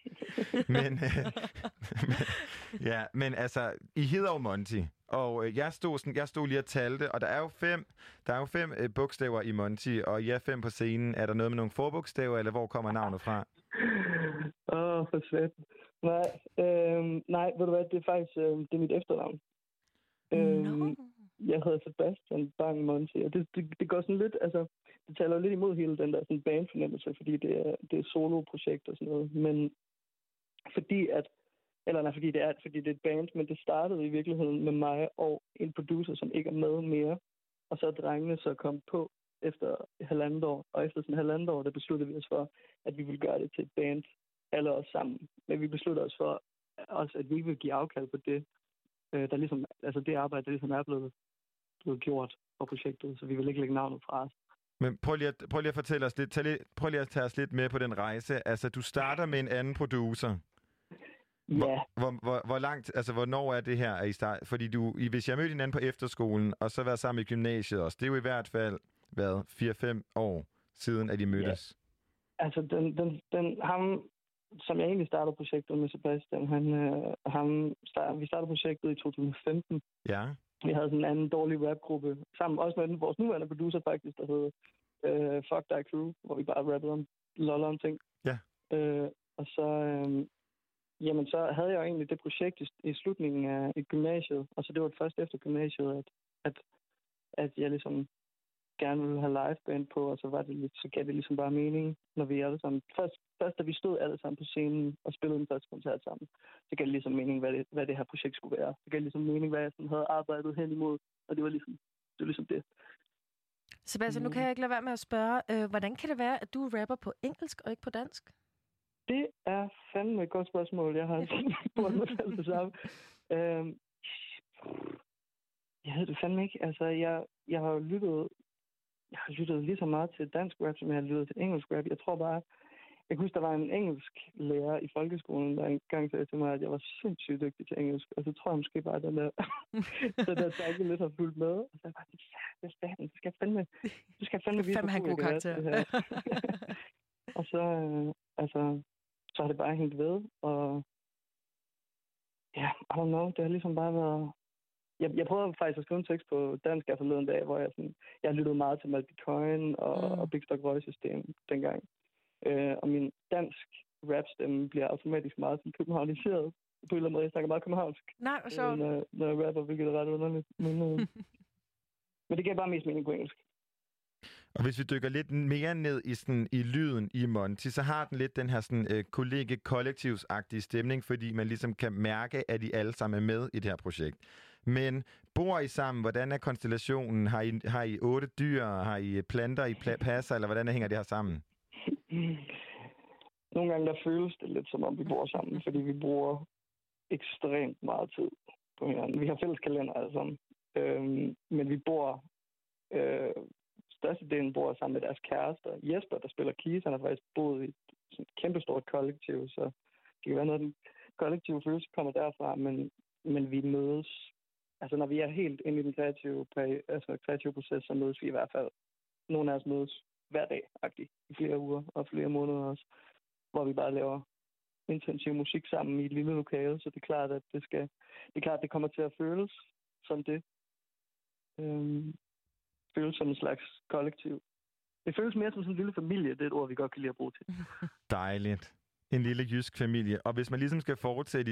Men altså, I hedder jo Monty. Og jeg stod lige og talte, og der er jo 5 bogstaver i Monty, og I er 5 på scenen. Er der noget med nogle forbogstaver, eller hvor kommer navnet fra? For svært. Nej, ved du hvad, det er faktisk det er mit efternavn. Jeg hedder Sebastian Bang Monty, og det går sådan lidt, altså, det taler jo lidt imod hele den der sådan bandfornemmelse, fordi det er solo-projekt og sådan noget, men fordi det er et band, men det startede i virkeligheden med mig og en producer, som ikke er med mere, og så er drengene så kommet på efter 1,5 år, og efter sådan 1,5 år, der besluttede vi os for, at vi ville gøre det til et band, alle os sammen, men vi besluttede os for også, at vi ikke vil give afkald på det, der ligesom, altså det arbejde, der ligesom er blevet gjort på projektet, så vi vil ikke lægge navnet fra os. Men prøv lige at fortælle os lidt, prøv lige at tage os lidt med på den rejse. Altså, du starter med en anden producer. Ja. Hvor langt, altså hvornår er det her, at I starter? Fordi hvis jeg mødte hinanden på efterskolen, og så været sammen i gymnasiet også, det er jo i hvert fald, 4-5 år siden, at I mødtes. Ja. Altså, ham, som jeg egentlig startede projektet med Sebastian, vi startede projektet i 2015. Ja. Vi havde sådan en anden dårlig rapgruppe, sammen også med vores nuværende producer faktisk, der hed Fuck Die Crew, hvor vi bare rappede om lol om ting. Ja. Og så, så havde jeg jo egentlig det projekt i slutningen af gymnasiet, og så det var først efter gymnasiet, at jeg ligesom gerne ville have liveband på, og så gav det ligesom bare mening, når vi alle sammen... Først da vi stod alle sammen på scenen og spillede den første koncert sammen, så gav det ligesom mening, hvad det her projekt skulle være. Så gav det ligesom mening, hvad jeg sådan havde arbejdet hen imod, og det var ligesom det. Sebastian, nu kan jeg ikke lade være med at spørge, hvordan kan det være, at du rapper på engelsk og ikke på dansk? Det er fandme et godt spørgsmål. Jeg har spurgt mig selv det samme. Jeg ved det fandme ikke. Altså, jeg har lyttet lige så meget til dansk rap, som jeg har lyttet til engelsk rap. Jeg tror bare, Jeg kan huske, der var en engelsk lærer i folkeskolen, der engang sagde til mig, at jeg var sindssygt dygtig til engelsk. Og så tror jeg måske bare, at den der tanke lidt har fulgt med. Og så er jeg bare, det er staten, du skal fandme vise, have en god karakter. Og så har det bare hængt ved. Og ja, I don't know, det har ligesom bare været... Jeg prøvede faktisk at skrive en tekst på dansk her forleden dag, hvor jeg lyttede meget til Maltby Coin og Big Stock Voice System dengang. Og min dansk rapstemme bliver automatisk meget som københavniseret. På en eller anden måde, jeg snakker meget københavnsk. Nej, hvor sjovt. Når jeg rapper, hvilket er ret underligt. Men det gav bare mest mening på engelsk. Og hvis vi dykker lidt mere ned i lyden i Monty, så har den lidt den her sådan, kollektivsagtige stemning, fordi man ligesom kan mærke, at I alle sammen er med i det her projekt. Men bor I sammen? Hvordan er konstellationen? Har I 8 dyr? Har I planter? I passer? Eller hvordan hænger det her sammen? Nogle gange der føles det lidt som om vi bor sammen, fordi vi bruger ekstremt meget tid på hinanden. Vi har fælles kalender alle sammen, men vi bor størstedelen bor sammen med deres kærester. Jesper, der spiller keys, han har faktisk boet i et kæmpestort kollektiv, så det kan være noget, den kollektive følelse kommer derfra, men vi mødes. Altså når vi er helt inde i den kreative proces, så mødes vi i hvert fald. Nogle af os mødes hver dag-agtigt i flere uger og flere måneder også, hvor vi bare laver intensiv musik sammen i et lille lokale, så det er klart, at det kommer til at føles som det. Føles som en slags kollektiv. Det føles mere som sådan en lille familie, det er et ord, vi godt kan lide at bruge til. Dejligt. En lille jysk familie. Og hvis man ligesom skal fortsætte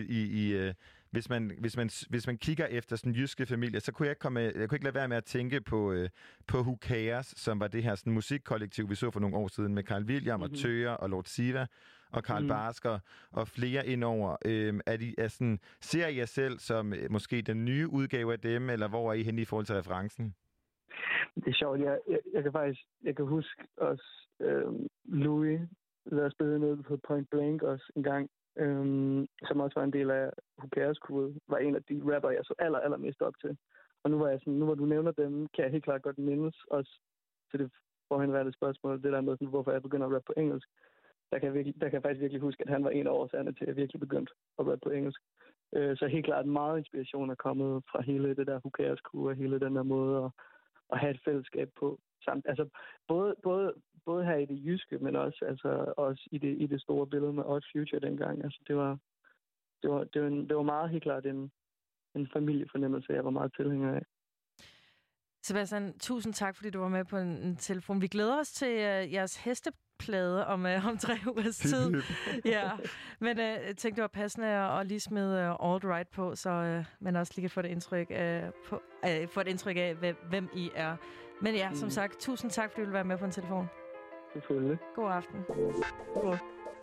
hvis man kigger efter sådan en jyske familie, så kunne jeg ikke lade være med at tænke på Who Cares, som var det her sådan musikkollektiv, vi så for nogle år siden med Carl William og Tøger og Lord Siva og Karl Barsker og flere indover. Ser I jer selv som måske den nye udgave af dem, eller hvor er I henne i forhold til referencen? Det er sjovt. Jeg kan huske også Louis, der spillede noget på Point Blank også en gang, som også var en del af Who Cares Crew, var en af de rapper, jeg så allermest op til. Og nu var jeg sådan, nu hvor du nævner dem, kan jeg helt klart godt mindes også til det forhenværende spørgsmål, det der med sådan, hvorfor jeg begynder at rappe på engelsk. Der kan jeg faktisk virkelig huske, at han var en af årsagerne til, at jeg virkelig begyndte at rappe på engelsk. Så helt klart meget inspiration er kommet fra hele det der Who Cares Crew og hele den der måde at have et fællesskab på. Samt, altså både her i det jyske, men også i det store billede med Odd Future dengang. Altså det var meget helt klart en familiefornemmelse, jeg var meget tilhænger af. Sebastian, tusind tak, fordi du var med på en telefon. Vi glæder os til jeres hesteplade om 3 ugers tid. Ja, men jeg tænkte, det var passende at lige smide All Right på, så man også lige kan få et indtryk af, hvem I er. Men ja, som sagt, tusind tak, fordi du ville være med på en telefon. Selvfølgelig. God aften. God.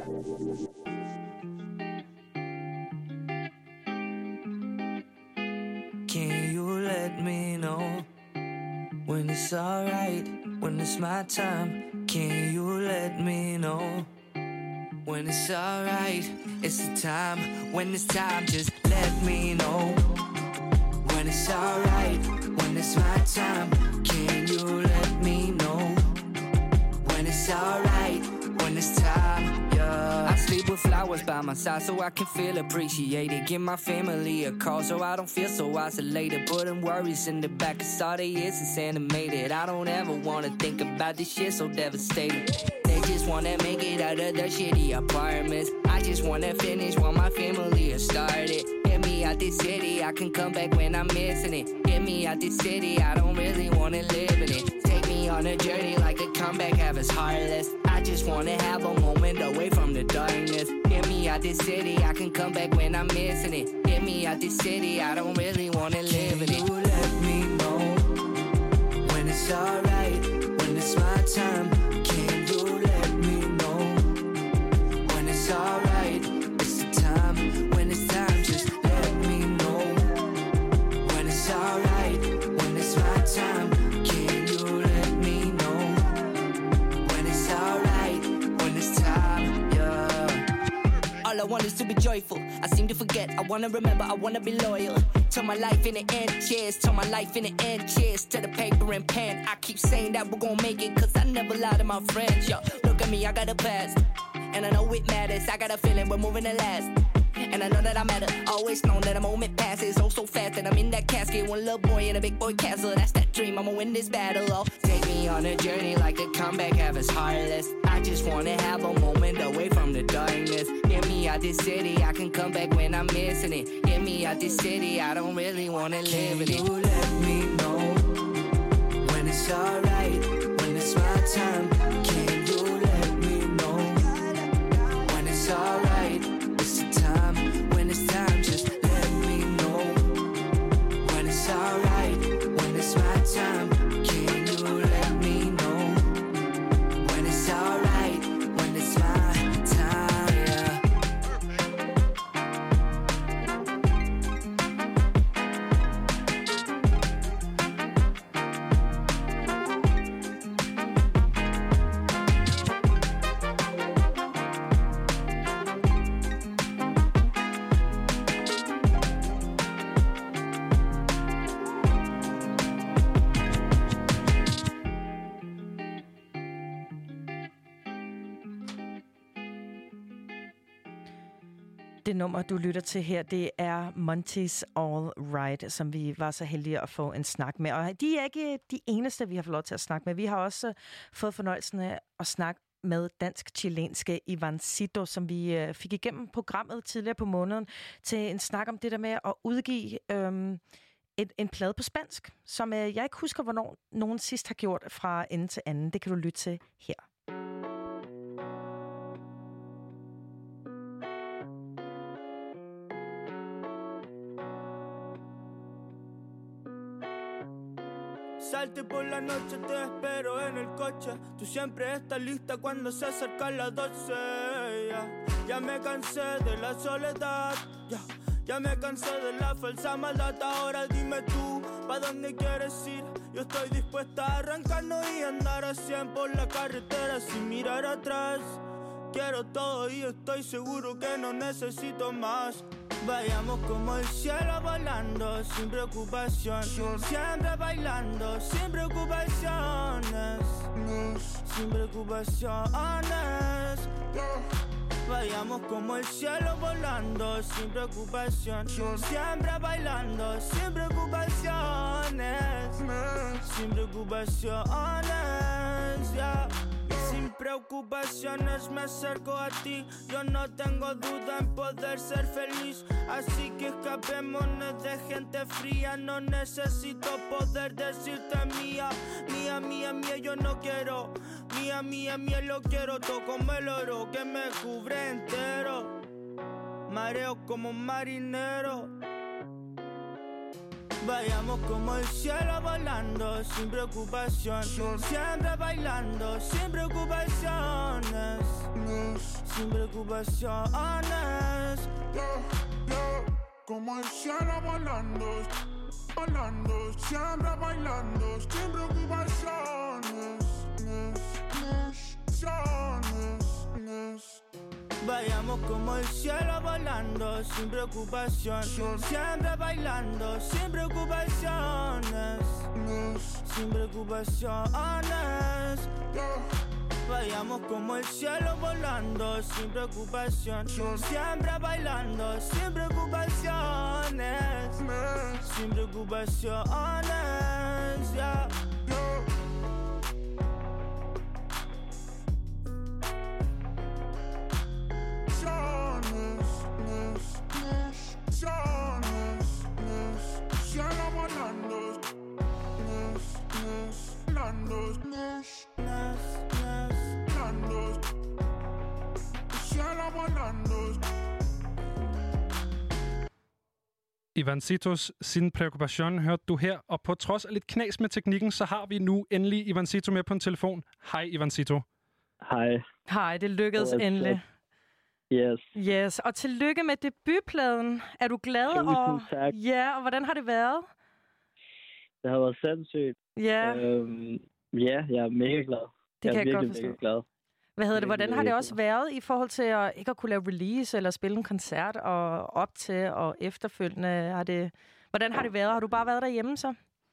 Can you let me know when it's alright, when it's my time? Can you let me know when it's alright? It's the time, when it's time, just let me know when it's alright, when it's my time. Can you let me know when it's alright, when it's time? Yeah, I sleep with flowers by my side so I can feel appreciated. Give my family a call so I don't feel so isolated. Putting worries in the back, cause all they is animated. I don't ever wanna think about this shit so devastating. They just wanna make it out of their shitty apartments. I just wanna finish while my family has started. Get me out this city, I can come back when I'm missing it. Get me out this city, I don't really wanna live in it. Take me on a journey like a comeback, have us heartless. I just wanna have a moment away from the darkness. Get me out this city, I can come back when I'm missing it. Get me out this city, I don't really wanna live in it. Can you let me know when it's alright, when it's my time? Can you let me know when it's alright? It's the time, when it's time, just let me know when it's alright, when it's my time. Can you let me know when it's alright, when it's time? Yeah. All I want is to be joyful. I seem to forget, I wanna remember, I wanna be loyal. Turn my life in the end, cheers. Turn my life in the end, cheers. To the paper and pen. I keep saying that we're gonna make it, cause I never lie to my friends. Yo, look at me, I got a past. and I know it matters. I got a feeling we're moving to last. And I know that I matter. Always known that a moment passes so fast that I'm in that casket. One little boy in a big boy castle. That's that dream. I'ma win this battle. Oh, take me on a journey like a comeback have us heartless. I just wanna have a moment away from the darkness. Get me out this city. I can come back when I'm missing it. Get me out this city. I don't really wanna live in it. You let me know when it's alright, when it's my time. Can you let me know when it's alright? It's the time, when it's time, just let me know when it's alright, when it's my time. Can you let me know when it's alright, when it's my time, yeah. Det nummer, du lytter til her, det er Monty's All Right, som vi var så heldige at få en snak med. Og de er ikke de eneste, vi har fået lov til at snakke med. Vi har også fået fornøjelsen af at snakke med dansk-chilenske Ivancito, som vi fik igennem programmet tidligere på måneden, til en snak om det der med at udgive en plade på spansk, som jeg ikke husker, hvornår nogen sidst har gjort fra ende til anden. Det kan du lytte til her. Salte por la noche, te espero en el coche. Tú siempre estás lista cuando se acercan las 12. Ya me cansé de la soledad. Ya me cansé de la falsa maldad. Ahora dime tú, ¿pa' dónde quieres ir? Yo estoy dispuesta a arrancarnos y andar a 100 por la carretera sin mirar atrás. Quiero todo y estoy seguro que no necesito más. Vayamos como el cielo volando, sin preocupación. Siempre bailando, sin preocupaciones. Sin preocupaciones. Vayamos como el cielo volando, sin preocupación. Siempre bailando, sin preocupaciones. Sin preocupaciones, yeah. Sin preocupaciones me acerco a ti. Yo no tengo duda en poder ser feliz. Así que escapémonos de gente fría. No necesito poder decirte mía. Mía, mía, mía, yo no quiero. Mía, mía, mía, lo quiero todo como el oro que me cubre entero. Mareo como un marinero. Vayamos como el cielo volando, sin preocupación. Siempre bailando, sin preocupaciones. Sin preocupaciones. Como el cielo volando, volando. Siempre bailando, sin preocupaciones. Vayamos como el cielo volando, sin preocupación. Siempre bailando, sin preocupaciones. Sin preocupaciones. Vayamos como el cielo volando, sin preocupación. Siempre bailando, sin preocupaciones. Sin preocupaciones, yeah. Cielo volando, cielo volando. Ivancitos Sin Preoccupation hørte du her, og på trods af lidt knas med teknikken, så har vi nu endelig Ivancito med på en telefon. Hej Ivancito. Hej. Hej, det lykkedes endelig. Yes. Og tillykke med debutpladen. Er du glad? Tusind tak. Ja, og hvordan har det været? Det har været sindssygt. Ja. Ja, jeg er mega glad. Det kan jeg godt virkelig forstå. glad. Hvad hedder det? Hvordan har det også været i forhold til at ikke at kunne lave release eller spille en koncert og op til og efterfølgende? Hvordan har det været? Har du bare været derhjemme så?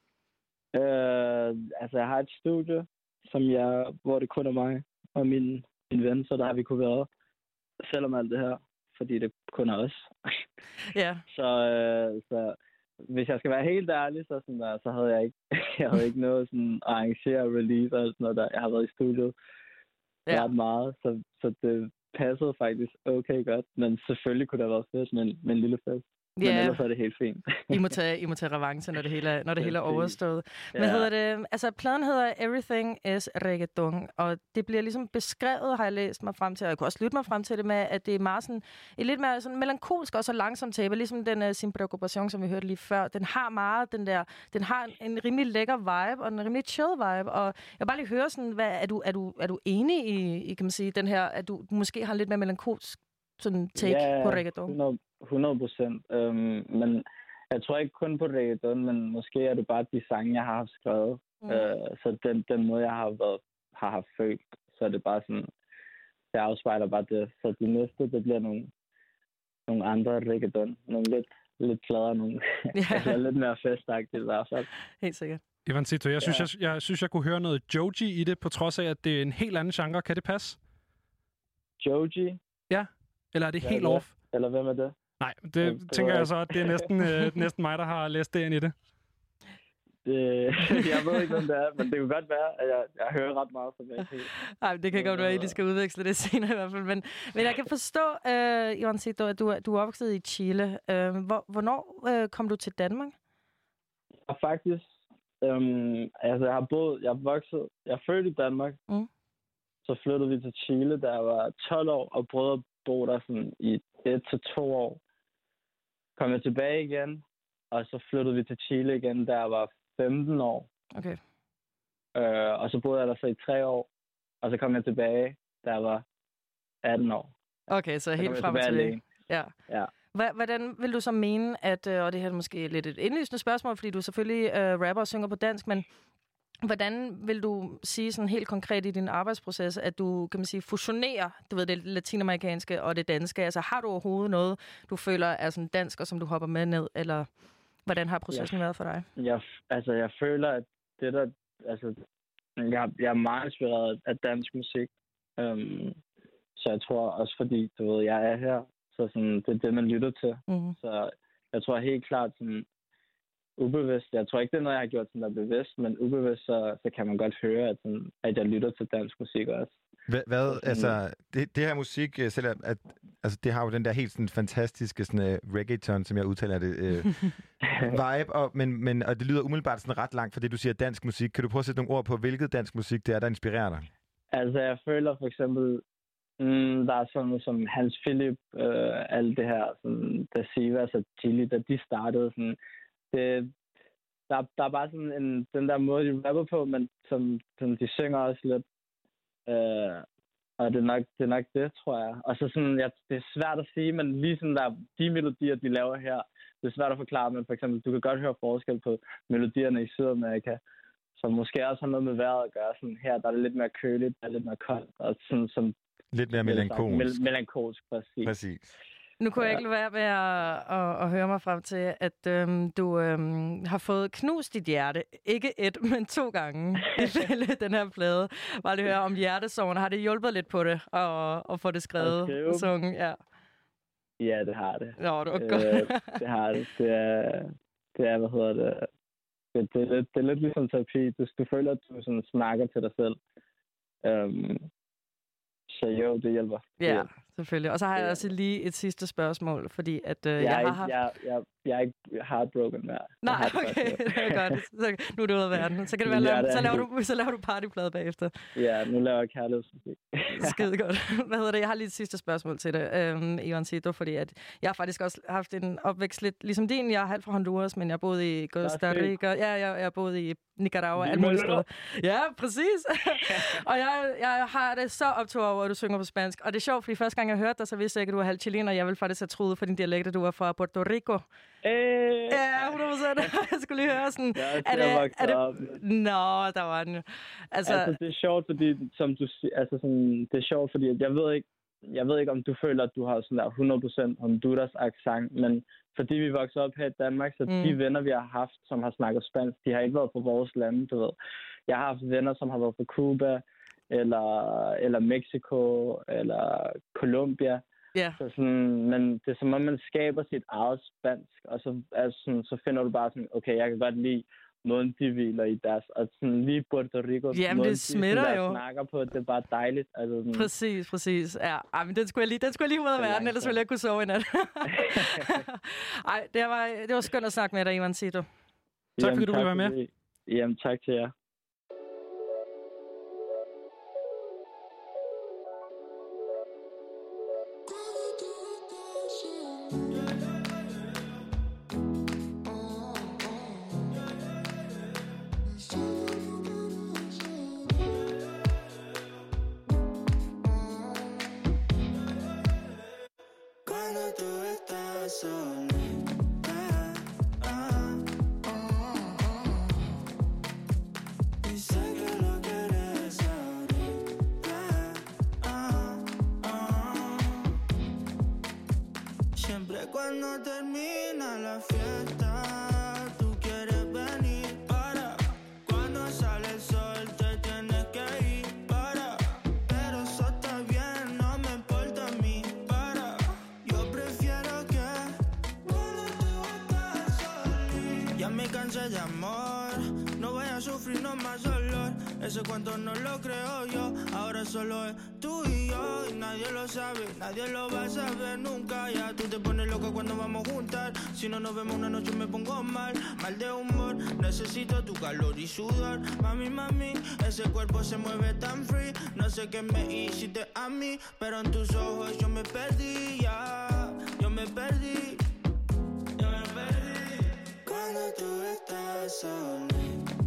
Altså, jeg har et studie, hvor det kun er mig og min ven, så der har vi kunne være. selvom alt det her, fordi det kun er os. Ja. Så hvis jeg skal være helt ærlig, så havde jeg havde ikke noget sådan at arrangere release og sådan noget der. Jeg har været i studiet ret meget, så det passede faktisk okay godt. Men selvfølgelig kunne det have været fedt med en lille fest. Men ellers er det helt fint. I må tage revanche, når det hele er overstået. Men hedder det, altså pladen hedder Everything is Reggaeton, og det bliver ligesom beskrevet, har jeg læst mig frem til, og jeg kunne også lytte mig frem til det med, at det er meget sådan, et lidt mere sådan melankolsk og så langsomt tape, ligesom den Sin Preoccupation, som vi hørte lige før. Den har meget den har en rimelig lækker vibe, og en rimelig chill vibe, og jeg vil bare lige høre sådan, er du enig i, kan man sige, den her, at du måske har lidt mere melankolsk sådan take på reggaeton? 100%. Men jeg tror ikke kun på reggaeton, men måske er det bare de sange, jeg har haft skrevet. Så den måde, jeg har haft følt, så er det bare sådan, det afspejler bare det. Så de næste, det bliver nogle andre reggaeton. Nogle lidt fladere, nogle lidt mere festagtigt i hvert fald. Helt sikkert. Ivancito, jeg synes, jeg kunne høre noget Joji i det, på trods af, at det er en helt anden genre. Kan det passe? Joji? Ja. Eller er det helt off? Eller hvem er det? Nej, det tænker jeg så, at det er næsten mig, der har læst det ind i det. Jeg ved ikke, hvem det er, men det kunne godt være, at jeg hører ret meget fra det. Nej, det kan godt være, at I skal udveksle det senere i hvert fald. Men jeg kan forstå, Ivancito, at du er opvokset i Chile. Hvornår kom du til Danmark? Jeg faktisk, jeg er født i Danmark. Så flyttede vi til Chile, da jeg var 12 år, og prøvede at bo der sådan i 1 til 2 år. Kom jeg tilbage igen, og så flyttede vi til Chile igen, da jeg var 15 år. Okay. Og så boede jeg der så i 3 år, og så kom jeg tilbage, da jeg var 18 år. Okay, så helt frem til ja. Hvordan vil du så mene, at, og det her er måske lidt et indlysende spørgsmål, fordi du selvfølgelig rapper og synger på dansk, men hvordan vil du sige sådan helt konkret i din arbejdsproces, at du, kan man sige, fusionerer, du ved, det latinamerikanske og det danske? Altså har du overhovedet noget, du føler er sådan dansk, og som du hopper med ned, eller hvordan har processen været for dig? Jeg føler, at det der, jeg er meget inspireret af dansk musik, så jeg tror også, fordi, du ved, jeg er her, så sådan, det er det, man lytter til. Så jeg tror helt klart, sådan, ubevidst. Jeg tror ikke, det er noget, jeg har gjort sådan der bevidst, men ubevidst, så kan man godt høre, at jeg lytter til dansk musik også. Det her musik, selv det har jo den der helt sådan fantastiske sådan, reggaeton, som jeg udtaler det, vibe, og det lyder umiddelbart sådan ret langt fra det, du siger dansk musik. Kan du prøve at sætte nogle ord på, hvilket dansk musik det er, der inspirerer dig? Altså, jeg føler for eksempel, der er sådan noget som Hans Philip, alt det her, sådan, Da Sivas og Chili, da de startede sådan, der er bare sådan den der måde, de rapper på, men som de synger også lidt. Og det er nok det, tror jeg. Og så sådan, det er svært at sige, men lige sådan der, de melodier, de laver her, det er svært at forklare, men for eksempel, du kan godt høre forskel på melodierne i Sydamerika, som måske også har noget med vejret at gøre. Sådan her, der er det lidt mere køligt, der er lidt mere koldt, og sådan som... Lidt mere melankolsk. Melankolsk, præcis. Nu kunne jeg ikke lade være med at høre mig frem til, at du har fået knust dit hjerte. Ikke 1, men 2 gange i den her plade. Bare lige høre om hjertesorgen. Har det hjulpet lidt på det at få det skrevet og sunget? Ja, det har det. Nå, det var godt. Det har det. Det er, hvad hedder det? Det er lidt ligesom terapi. Du føler, at du sådan snakker til dig selv. Så jo, det hjælper. Ja, selvfølgelig. Og så har jeg også lige et sidste spørsmål, fordi at jeg har haft... Jeg er ikke heartbroken mere. Nej, okay, det er godt. Så, nu er det ud af verden. Så kan det være, så laver du partyplade bagefter. Ja, nu laver jeg kærlighedsmusik. Skide godt. Hvad hedder det? Jeg har lige et sidste spørgsmål til dig, Ivancito, fordi at jeg har faktisk også haft en opvækst lidt ligesom din. Jeg er halvt fra Honduras, men jeg boede i Costa Rica. Ja, jeg boede i Nicaragua, alle mulige steder. Ja, præcis. Og jeg har det så optur over, at du synger på spansk. Og det er sjovt, fordi første gang jeg hørte dig, så vidste jeg ikke, at du var halvt chilener. Jeg ville faktisk have troet for din dialekt, at du var fra Puerto Rico. Ja, 100%. Jeg skulle lige høre sådan... Er det... Nå, der var den. Altså, det er sjovt, fordi, som du siger, altså sådan, det er sjovt, fordi jeg ved ikke, om du føler, at du har sådan der 100% Honduras accent, men fordi vi voksede op her i Danmark, så de venner, vi har haft, som har snakket spansk, de har ikke været fra vores lande, du ved. Jeg har haft venner, som har været fra Cuba, eller Mexico, eller Colombia. Ja. Så sådan, men det er som om, man skaber sit eget spansk, og så finder du bare sådan, okay, jeg kan godt lide måden, de hviler i deres, og sådan lige Puerto Rico, jamen, måden, det smitter de jo. snakker på, det er bare dejligt. Altså sådan, Præcis. Ja, men den skulle jeg lige ud af verden, ellers ville jeg kunne sove i nat. Ej, det var skønt at snakke med dig, Ivancito. Tak fordi du ville være med. Jamen, tak til jer. Cuando termina la fiesta, tú quieres venir para. Cuando sale el sol, te tienes que ir para. Pero eso está bien, no me importa a mí para. Yo prefiero que cuando tú estás solita. Ya me cansé de amor, no voy a sufrir no más dolor. Ese cuento no lo creo yo, ahora solo es tú y yo. Y nadie lo sabe, nadie lo va a saber nunca. Ya tú te pones loca cuando vamos a juntar. Si no nos vemos una noche me pongo mal de humor. Necesito tu calor y sudor. Mami, mami, ese cuerpo se mueve tan free. No sé qué me hiciste a mí, pero en tus ojos yo me perdí, ya. Yo me perdí. Cuando tú estás solita.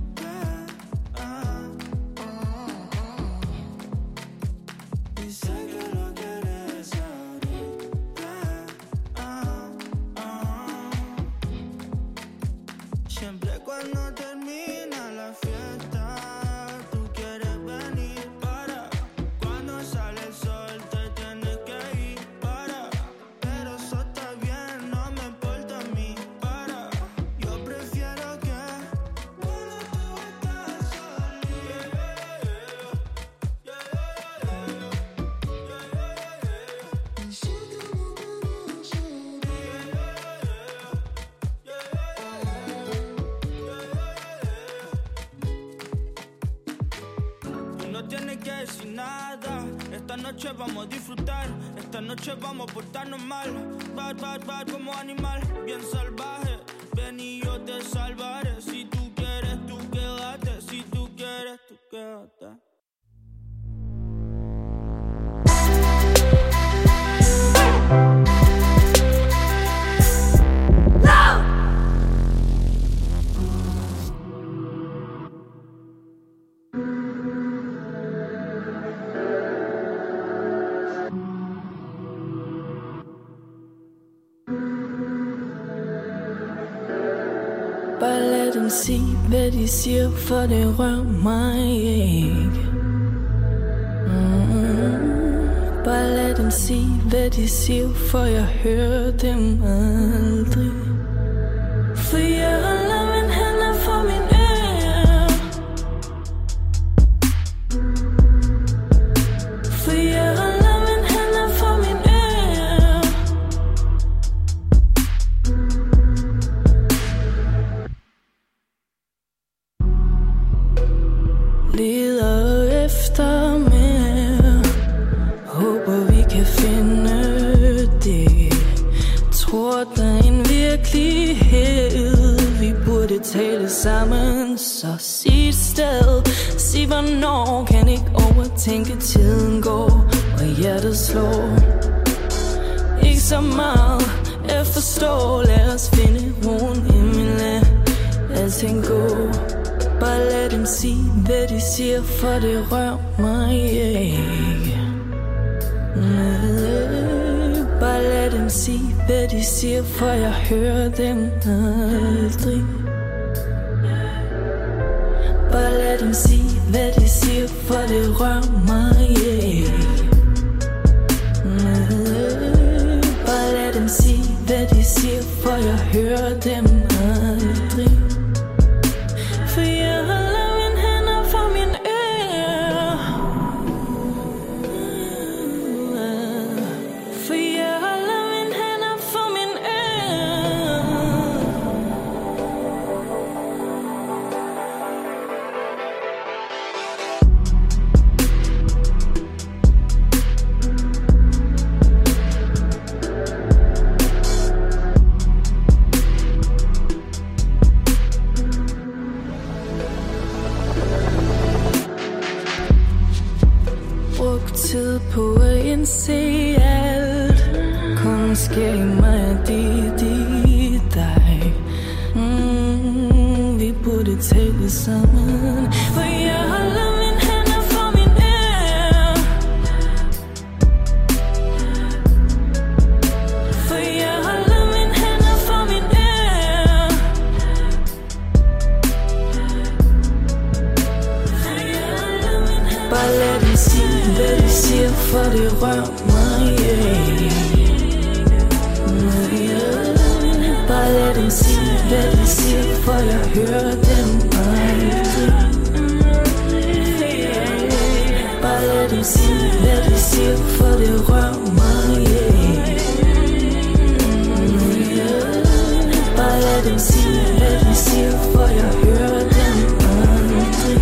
Cuando termina la fiesta, tú quieres venir para. Cuando sale el sol, te tienes que ir para. Pero eso está bien, no me importa a mí para. Yo prefiero que cuando tú estás solita. Tienes que decir nada. Esta noche vamos a disfrutar. Esta noche vamos a portarnos mal. Bad como animal, bien salvaje. Ven y yo te salvaré. Si tú quieres, tú quédate. Si tú quieres, tú quédate. Bare lad dem sige, hvad de siger, for det rører mig ikke. Bare lad dem sige, hvad de siger, for jeg hører dem aldrig. For jeg holder mine hænder for min øre. For jeg holder mine hænder for min øre. Leder efter mere. Håber vi kan finde det. Tror der er en virkelighed. Vi burde tale sammen. Så sig et sted. Sig hvornår. Kan ikke overtænke tiden går. Og hjertet slår. Ikke så meget at forstå. Lad os finde roen i min land. Alting går. Bare lad dem sige, hvad de siger, for det rører mig ikke. Bare lad dem sige, hvad de siger, for jeg hører dem aldrig. Bare lad dem sige, hvad de siger, for det rører mig ikke. Bare lad dem sige, hvad de siger, for jeg hører dem aldrig. For jeg holder mine hænder for min øre. tid på at indse alt kun sker i mig og dig. Vi burde tale sammen, for jeg holder mine hænder for min ære. For jeg holder mine hænder for min ære. Bare lad dem sige, hvad de siger, for det rører mig, Bare lad dem sige, hvad de siger, for jeg hører dem aldrig. Bare lad dem sige, hvad de siger, for det rører mig, Bare lad dem sige, hvad de siger, for jeg hører dem aldrig.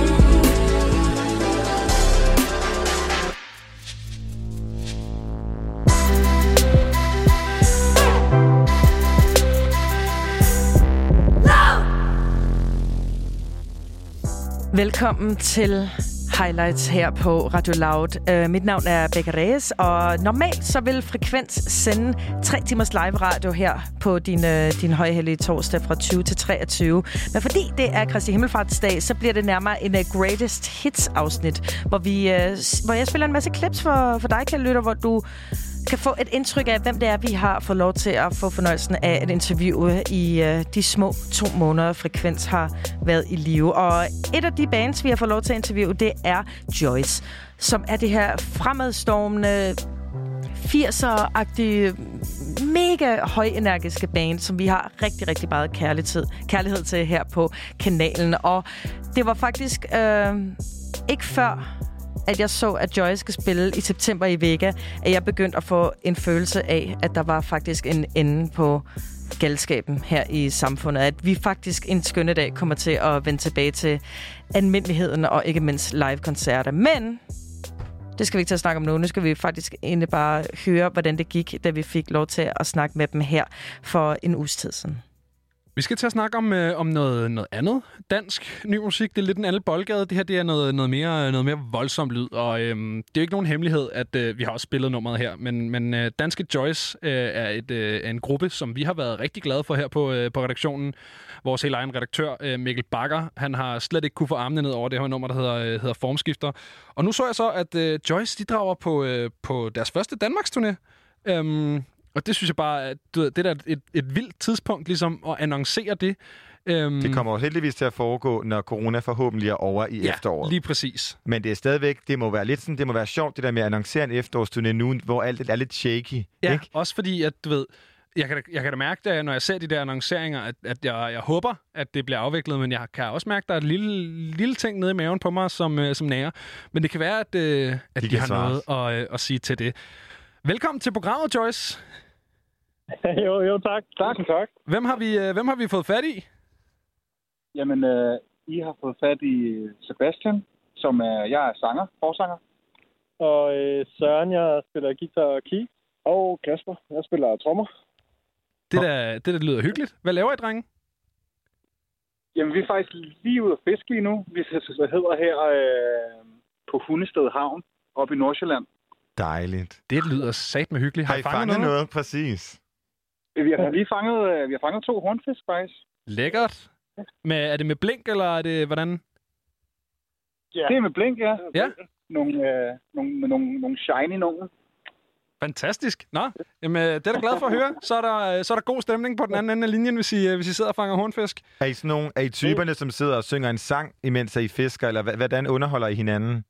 Velkommen til Highlights her på Radio Loud. Mit navn er Becca Reyes, og normalt så vil Frekvens sende 3 timers live radio her på din højhellige torsdag fra 20 til 23. Men fordi det er Kristi Himmelfartsdag, så bliver det nærmere en Greatest Hits afsnit, hvor jeg spiller en masse clips for dig, kære lytter, hvor du kan få et indtryk af, hvem det er, vi har fået lov til at få fornøjelsen af at interviewe i de små 2 måneder, Frekvens har været i live. Og et af de bands, vi har fået lov til at interviewe, det er Joyce, som er det her fremadstormende 80'er-agtige, mega højenergiske band, som vi har rigtig, rigtig meget kærlighed til her på kanalen. Og det var faktisk ikke før, at jeg så, at Joyce skal spille i september i Vega, at jeg begyndte at få en følelse af, at der var faktisk en ende på galskaben her i samfundet. At vi faktisk en skønne dag kommer til at vende tilbage til almindeligheden og ikke mindst live-koncerter. Men det skal vi ikke til at snakke om nu. Nu skal vi faktisk egentlig bare høre, hvordan det gik, da vi fik lov til at snakke med dem her for en uges tid siden. Vi skal til at snakke om noget andet dansk ny musik. Det er lidt en anden boldgade. Det her det er noget mere voldsomt lyd, og det er jo ikke nogen hemmelighed, at vi har også spillet nummeret her. Men Danske Joyce er en gruppe, som vi har været rigtig glade for her på redaktionen. Vores helt egen redaktør, Mikkel Bakker, han har slet ikke kunne få armene ned over det her nummer, der hedder Formskifter. Og nu så jeg så, at Joyce, de drager på deres første Danmarksturné. Og det synes jeg bare, at det er et vildt tidspunkt ligesom at annoncere det. Det kommer jo heldigvis til at foregå, når corona forhåbentlig er over i efteråret. Ja, lige præcis. Men det er stadigvæk, det må være lidt sådan, det må være sjovt, det der med at annoncere en efterårsturné nu, hvor alt er lidt shaky. Ja, ikke? Også fordi, at du ved, jeg kan da mærke, at når jeg ser de der annonceringer, at jeg håber, at det bliver afviklet, men jeg kan også mærke, at der er et lille ting nede i maven på mig, som nærer. Men det kan være, at de har noget at sige til det. Velkommen til programmet, Joyce. Jo, tak. Tak. Hvem har vi fået fat i? Jamen, I har fået fat i Sebastian, som jeg er forsanger. Og Søren, jeg spiller guitar og key. Og Kasper, jeg spiller trommer. Det lyder hyggeligt. Hvad laver I, drenge? Jamen, vi er faktisk lige ude at fiske lige nu. Vi hedder her på Hundested Havn, oppe i Nordsjælland. Dejligt. Det lyder satme hyggeligt. Har I fanget noget? Præcis. Vi har lige fanget 2 hornfisk, faktisk. Lækkert. Er det med blink, eller er det hvordan? Ja. Det er med blink, ja. Ja. Nogle shiny nogen. Fantastisk. Nå, jamen, det er da glad for at høre. Så er der god stemning på den anden ende af linjen, hvis I sidder og fanger hornfisk. Er I typerne, som sidder og synger en sang, imens I fisker, eller hvordan underholder I hinanden?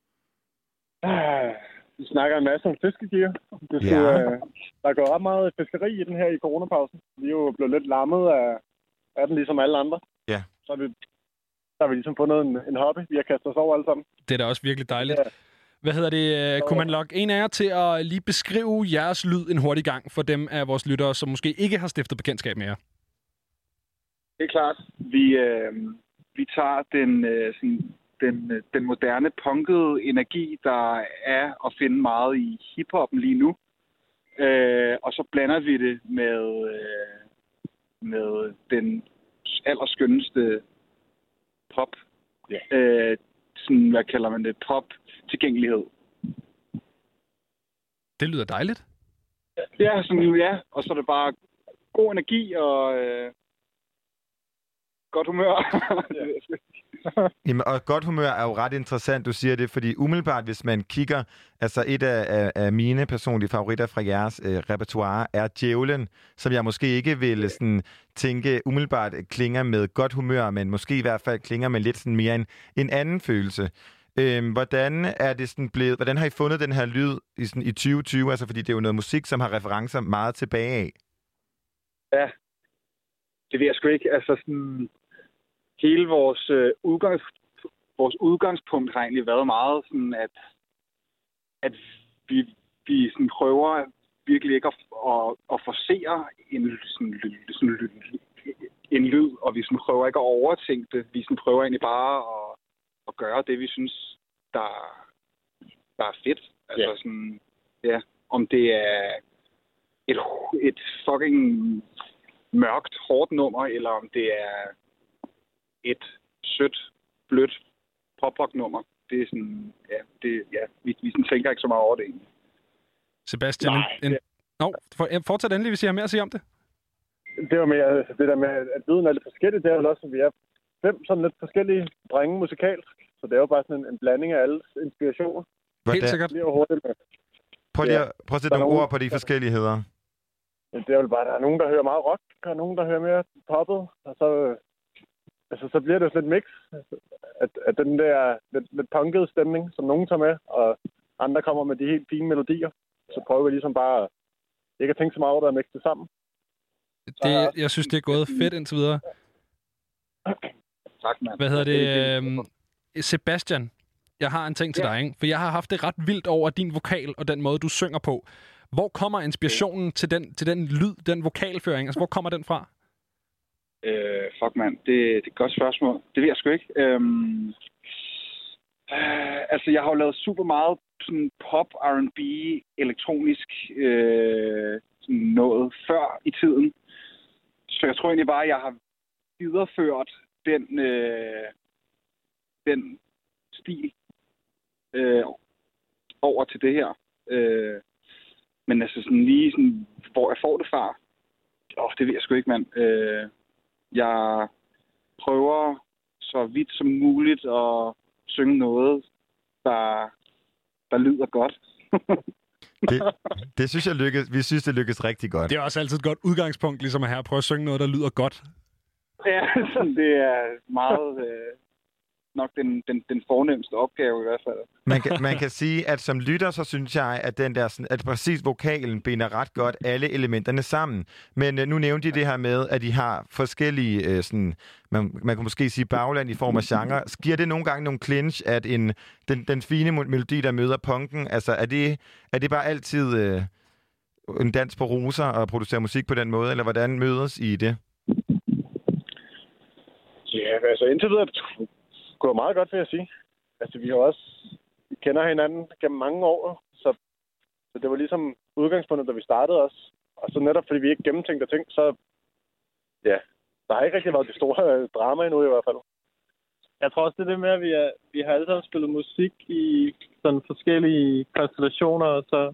Vi snakker en masse om fiskegear. Der går ret meget fiskeri i den her i coronapausen. Vi er jo blevet lidt lammet af den, ligesom alle andre. Ja. Så har vi ligesom fundet en hobby. Vi har kastet os over alle sammen. Det er da også virkelig dejligt. Ja. Hvad hedder det? Kunne man logge en af jer til at lige beskrive jeres lyd en hurtig gang for dem af vores lyttere, som måske ikke har stiftet bekendtskab med jer? Det er klart. Vi tager den moderne punkede energi, der er at finde meget i hiphoppen lige nu. Og så blander vi det med den allerskønneste pop. Yeah. Hvad kalder man det? Pop-tilgængelighed. Det lyder dejligt. Ja, og så er det bare god energi og godt humør. Jamen, og godt humør er jo ret interessant, du siger det, fordi umiddelbart, hvis man kigger, altså et af mine personlige favoritter fra jeres repertoire er Djævlen, som jeg måske ikke ville sådan tænke umiddelbart klinger med godt humør, men måske i hvert fald klinger med lidt sådan mere en anden følelse. Hvordan er det sådan blevet, hvordan har I fundet den her lyd i 2020, altså fordi det er jo noget musik, som har referencer meget tilbage af? Ja, det ved jeg sgu ikke. Altså sådan, hele vores udgangspunkt har egentlig været meget sådan, at vi sådan prøver virkelig ikke at forsere en lyd, og vi sådan prøver ikke at overtænke det. Vi sådan prøver egentlig bare at gøre det, vi synes, der er fedt. Altså sådan, ja, om det er et fucking mørkt, hårdt nummer, eller om det er et sødt, blødt pop-rock-nummer. Det er sådan, vi sådan tænker ikke så meget over det egentlig. Sebastian, fortsæt endelig, hvis I har mere at sige om det. Det var mere det der med, at lyden er lidt forskellig. Det er jo også, at vi er 5 sådan lidt forskellige drenge musikalsk. Så det er jo bare sådan en blanding af alles inspirationer. Helt sikkert. Prøv at sætte nogle ord på de forskelligheder. Det er jo bare, der er nogen, der hører meget rock, og nogen, der hører mere poppet, og så bliver det jo lidt mix af den der lidt punkede stemning, som nogen tager med, og andre kommer med de helt fine melodier. Så prøver vi ligesom bare ikke at tænke så meget over det og mixe det sammen. Jeg synes, det er gået fedt indtil videre. Tak, mand. Hvad hedder det? Sebastian, jeg har en ting til dig, ikke? For jeg har haft det ret vildt over din vokal og den måde, du synger på. Hvor kommer inspirationen til den lyd, den vokalføring? Altså, hvor kommer den fra? Fuck, mand. Det er et godt spørgsmål. Det ved jeg sgu ikke. Altså, jeg har jo lavet super meget sådan pop, R&B, elektronisk sådan noget før i tiden. Så jeg tror egentlig bare, at jeg har videreført den stil over til det her. Men altså sådan lige sådan, hvor jeg får det fra, det ved jeg sgu ikke, mand. Jeg prøver så vidt som muligt at synge noget, der lyder godt. Det synes jeg lykkedes. Vi synes, det lykkedes rigtig godt. Det er også altid et godt udgangspunkt, ligesom at prøve at synge noget, der lyder godt. Ja, det er meget nok den fornemmeste opgave i hvert fald. Man kan sige, at som lytter, så synes jeg, at den der, at præcis vokalen binder ret godt alle elementerne sammen. Men nu nævnte I det her med, at de har forskellige, sådan, man kan måske sige bagland i form af genre. Giver det nogle gange nogle clinch, at den fine melodi, der møder punken, altså er det bare altid en dans på roser at producere musik på den måde, eller hvordan mødes I det? Ja, altså indtil videre går meget godt, vil jeg sige. Altså, vi kender hinanden gennem mange år, så det var ligesom udgangspunktet, da vi startede også. Og så netop, fordi vi ikke gennemtænkte ting, så ja, der har ikke rigtig været det store drama endnu i hvert fald. Jeg tror også, det er det med, at vi har alle sammen spillet musik i sådan forskellige konstellationer,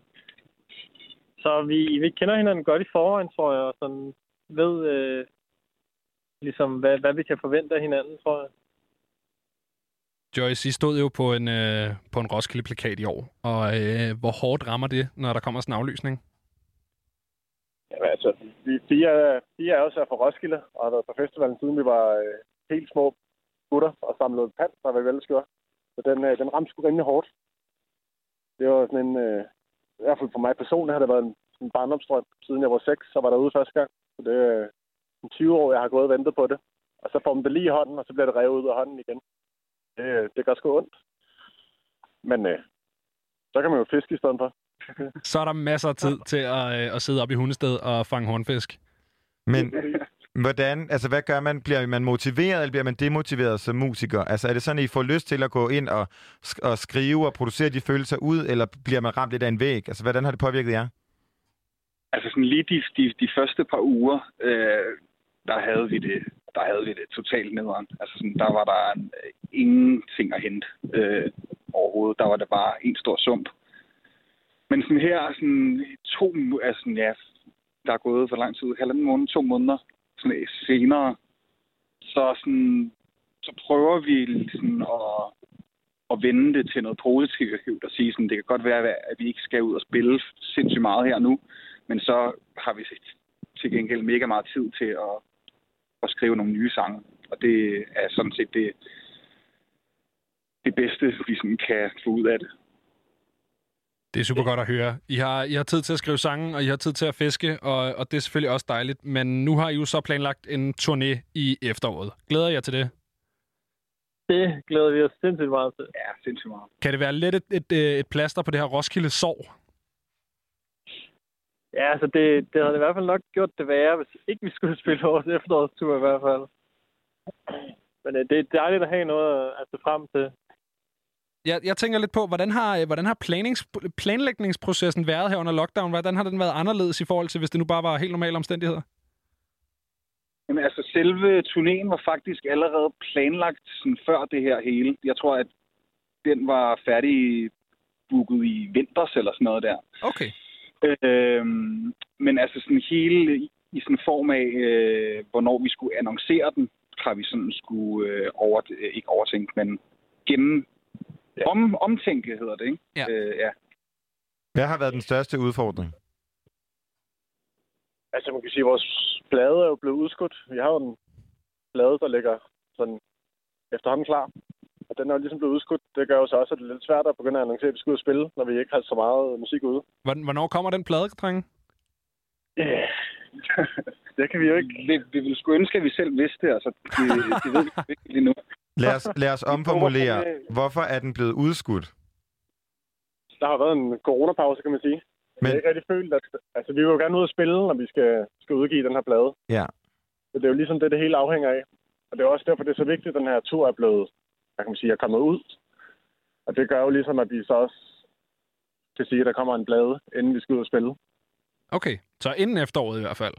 så vi kender hinanden godt i forvejen, tror jeg, og sådan ved ligesom, hvad vi kan forvente af hinanden, tror jeg. Joyce, I stod jo på en Roskilde-plakat i år, og hvor hårdt rammer det, når der kommer sådan en aflysning? Jamen altså, vi er også her fra Roskilde, og har været på festivalen, siden vi var helt små gutter, og samlede pand, der var vi veldig skøre. Så den ramte sgu rimelig hårdt. Det var sådan en, i hvert fald for mig personligt, har det været en barndomsdrøm. Siden jeg var 6, så var der ude første gang. Så det er 20 år, jeg har gået og ventet på det. Og så får man det lige i hånden, og så bliver det revet ud af hånden igen. Det gør sgu ondt. Men så kan man jo fiske i stedet for. Så er der masser af tid til at sidde op i Hundested og fange hornfisk. Men hvordan, altså hvad gør man? Bliver man motiveret, eller bliver man demotiveret som musiker? Altså er det sådan, at I får lyst til at gå ind og skrive og producere de følelser ud, eller bliver man ramt lidt af en væg? Altså hvordan har det påvirket jer? Altså sådan lige de første par uger, der havde vi det totalt nederen. Altså sådan, der var der ingenting at hente overhovedet. Der var det bare en stor sump. Men sådan her, sådan 2, altså ja, der er gået for lang tid, 1,5 måned, 2 måneder sådan senere, så prøver vi sådan at vende det til noget positivt og sige sådan, det kan godt være, at vi ikke skal ud og spille sindssygt meget her nu, men så har vi til gengæld mega meget tid til at skrive nogle nye sange, og det er sådan set det bedste, vi sådan kan få ud af det. Det er super godt at høre. I har tid til at skrive sange, og I har tid til at fiske, og det er selvfølgelig også dejligt. Men nu har I jo så planlagt en turné i efteråret. Glæder jeg til det? Det glæder vi os sindssygt meget til. Ja, sindssygt meget. Kan det være lidt et plaster på det her Roskilde-sår? Ja, altså det havde i hvert fald nok gjort det værre, hvis ikke vi skulle spille vores efterårstur i hvert fald. Men det er dejligt at have noget at se frem til. Jeg tænker lidt på, hvordan har planlægningsprocessen været her under lockdown? Hvordan har den været anderledes i forhold til, hvis det nu bare var helt normale omstændigheder? Jamen altså, selve turnéen var faktisk allerede planlagt sådan, før det her hele. Jeg tror, at den var færdig booket i vinters eller sådan noget der. Okay. Men altså sådan hele i sådan form af, hvornår vi skulle annoncere den, har vi sådan skulle ikke overtænke, men omtænke hedder det, ikke? Ja. Ja. Hvad har været den største udfordring? Altså, man kan sige, at vores plade er jo blevet udskudt. Vi har jo en plade, der ligger sådan efterhånden klar. Og den er jo ligesom blevet udskudt. Det gør jo så også, at det er lidt svært at begynde at annoncere, at vi skal ud og spille, når vi ikke har så meget musik ude. Hvornår kommer den plade, drenge? Yeah. Det kan vi jo ikke. Vi ville sgu ønske, at vi selv vidste det. Altså, det ved vi ikke lige nu. Lad os omformulere. Hvorfor er den blevet udskudt? Der har været en coronapause, kan man sige. Men jeg har ikke rigtig følt, at... Altså, vi vil jo gerne ud og spille, når vi skal udgive den her plade. Ja. Så det er jo ligesom det hele afhænger af. Og det er også derfor, det er så vigtigt, at den her tur er blevet, hvad kan man sige, er kommet ud. Og det gør jo ligesom, at vi så også kan sige, at der kommer en plade, inden vi skal ud og spille. Okay, så inden efteråret i hvert fald.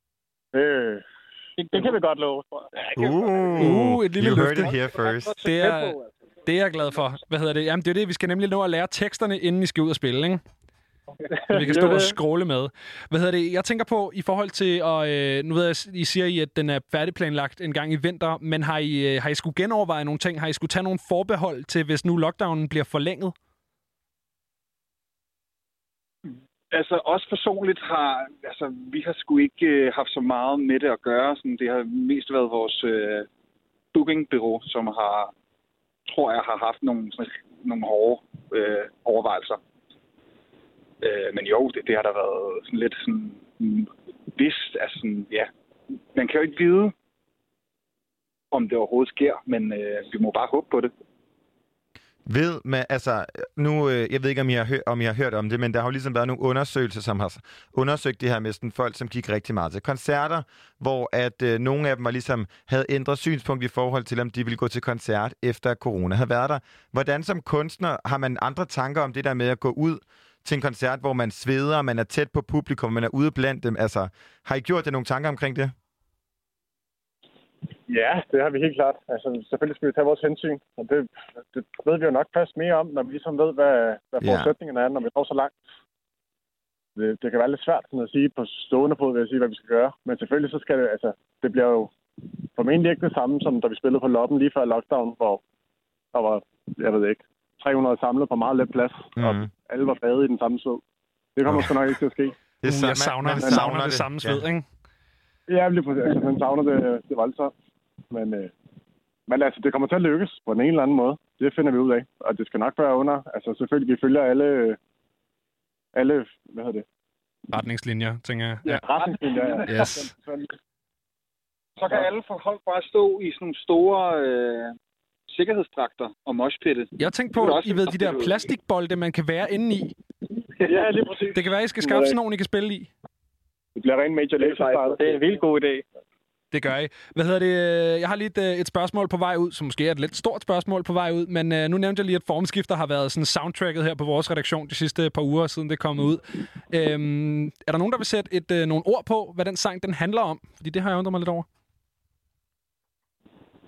Det kan vi godt love. Et lille you løfte. heard it here first. Det er jeg glad for. Hvad hedder det? Jamen, det er det. Vi skal nemlig nå at lære teksterne, inden I skal ud og spille, ikke? Så vi kan stå og scrolle med. Hvad hedder det? Jeg tænker på, i forhold til, nu ved jeg, I siger, at den er færdigplanlagt en gang i vinter, men har I skulle genoverveje nogle ting? Har I skulle tage nogle forbehold til, hvis nu lockdownen bliver forlænget? Altså, os personligt vi har sgu ikke haft så meget med det at gøre. Sådan, det har mest været vores bookingbureau, som tror jeg, har haft nogle hårde overvejelser. Men jo, det har der været sådan lidt sådan vist. Altså, sådan, ja. Man kan jo ikke vide, om det overhovedet sker, men vi må bare håbe på det. Jeg ved ikke, om I har hørt om det, men der har jo ligesom været nogle undersøgelser, som har undersøgt det her med sådan folk, som gik rigtig meget til koncerter, hvor at nogle af dem havde ændret synspunkt i forhold til, om de ville gå til koncert efter corona havde været der. Hvordan som kunstner har man andre tanker om det der med at gå ud til en koncert, hvor man sveder, man er tæt på publikum, man er ude blandt dem? Altså, har I gjort jer nogle tanker omkring det? Ja, det har vi helt klart. Altså, selvfølgelig skal vi tage vores hensyn, og det ved vi jo nok først mere om, når vi ligesom ved, hvad forudsætningerne er, når vi når så langt. Det kan være lidt svært sådan at sige på stående fod, ved at sige, hvad vi skal gøre. Men selvfølgelig så skal det bliver jo formentlig ikke det samme, som da vi spillede på Loppen lige før lockdown, hvor der var, jeg ved ikke, 300 samlet på meget let plads, og alle var badet i den samme sved. Det kommer sgu nok ikke til at ske. Jeg savner det samme sved, ikke? Ja, lige præcis. Altså, man savner det voldsomt. Men altså, det kommer til at lykkes på den ene eller anden måde. Det finder vi ud af. Og det skal nok være under. Altså, selvfølgelig, vi følger alle hvad hedder det? Retningslinjer, tænker jeg. Ja, retningslinjer, ja. Yes. Så kan alle folk bare stå i sådan nogle store sikkerhedsdragter og moshpitte. Jeg tænkte på, I ved, de der plastikbolde, man kan være inde i. Ja, lige præcis. Det kan være, I skal skaffe sådan nogle, I kan spille i. Det bliver rent Major Lazer. Det er en vildt god idé. Det gør I. Hvad hedder det? Jeg har lige et spørgsmål på vej ud, som måske er et lidt stort spørgsmål på vej ud, men nu nævnte jeg lige, at Formskifter har været sådan soundtracket her på vores redaktion de sidste par uger, siden det er kommet ud. Er der nogen, der vil sætte nogle ord på, hvad den sang den handler om? Fordi det har jeg undret mig lidt over.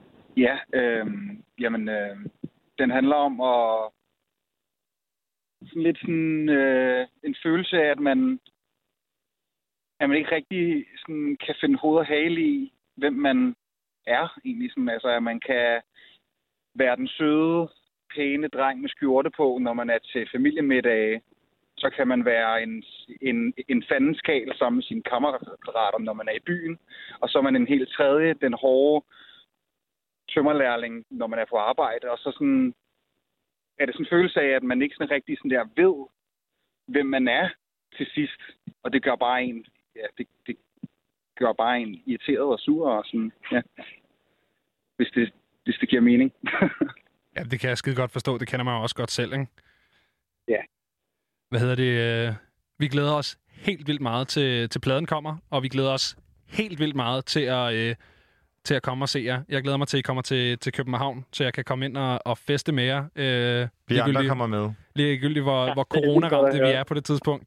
Ja, den handler om at sådan lidt sådan, en følelse af, at man ikke rigtig sådan, kan finde hoved og hale i, hvem man er egentlig. Sådan, altså, at man kan være den søde, pæne dreng med skjorte på, når man er til familiemiddag. Så kan man være en fandenskal sammen med sine kammerater, når man er i byen. Og så er man en helt tredje, den hårde tømmerlærling, når man er på arbejde. Og så sådan, er det sådan en følelse af, at man ikke sådan rigtig sådan der ved, hvem man er til sidst. Og det gør bare en, det gør bare en irriteret og sur og sådan, ja. Hvis det giver mening. Ja, det kan jeg skide godt forstå. Det kender man jo også godt selv, ikke? Ja. Hvad hedder det? Vi glæder os helt vildt meget til pladen kommer, og vi glæder os helt vildt meget til at komme og se jer. Jeg glæder mig til, at I kommer til København, så jeg kan komme ind og feste med jer. Vi andre kommer med. Ligegyldigt, hvor corona-ramte vi er på det tidspunkt.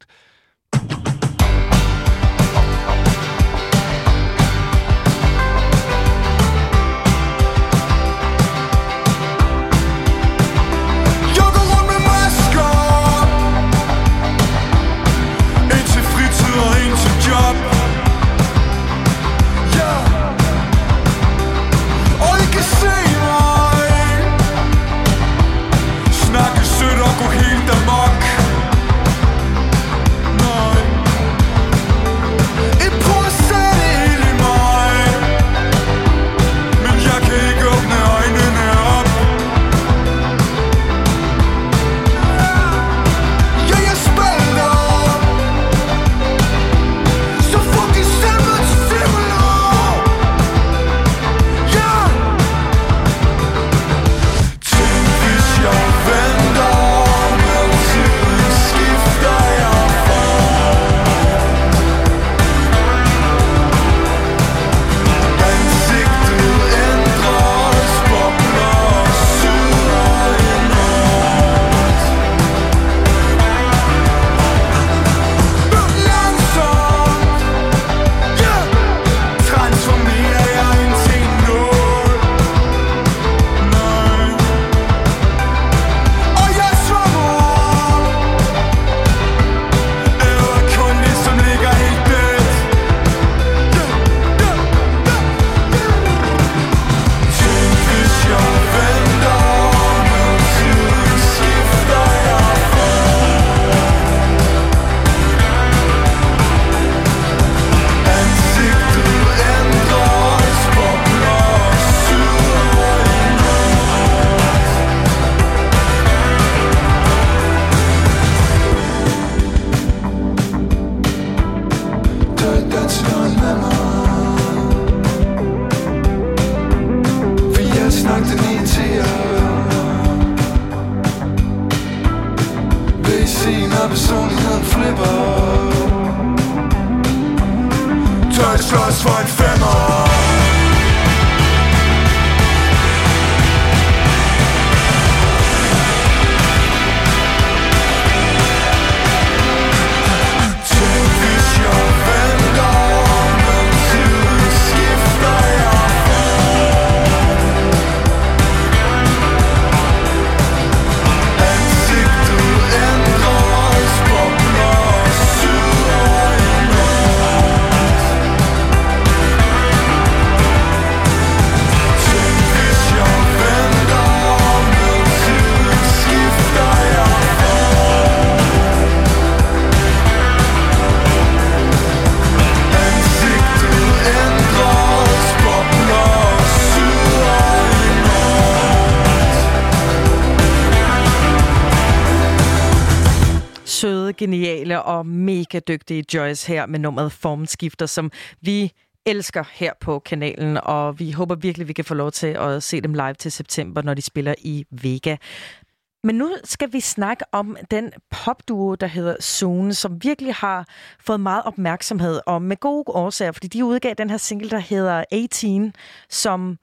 Geniale og mega dygtige Joyce her med nummeret Formskifter, som vi elsker her på kanalen, og vi håber virkelig, vi kan få lov til at se dem live til september, når de spiller i Vega. Men nu skal vi snakke om den popduo, der hedder Zone, som virkelig har fået meget opmærksomhed, og med gode årsager, fordi de udgav den her single, der hedder 18, som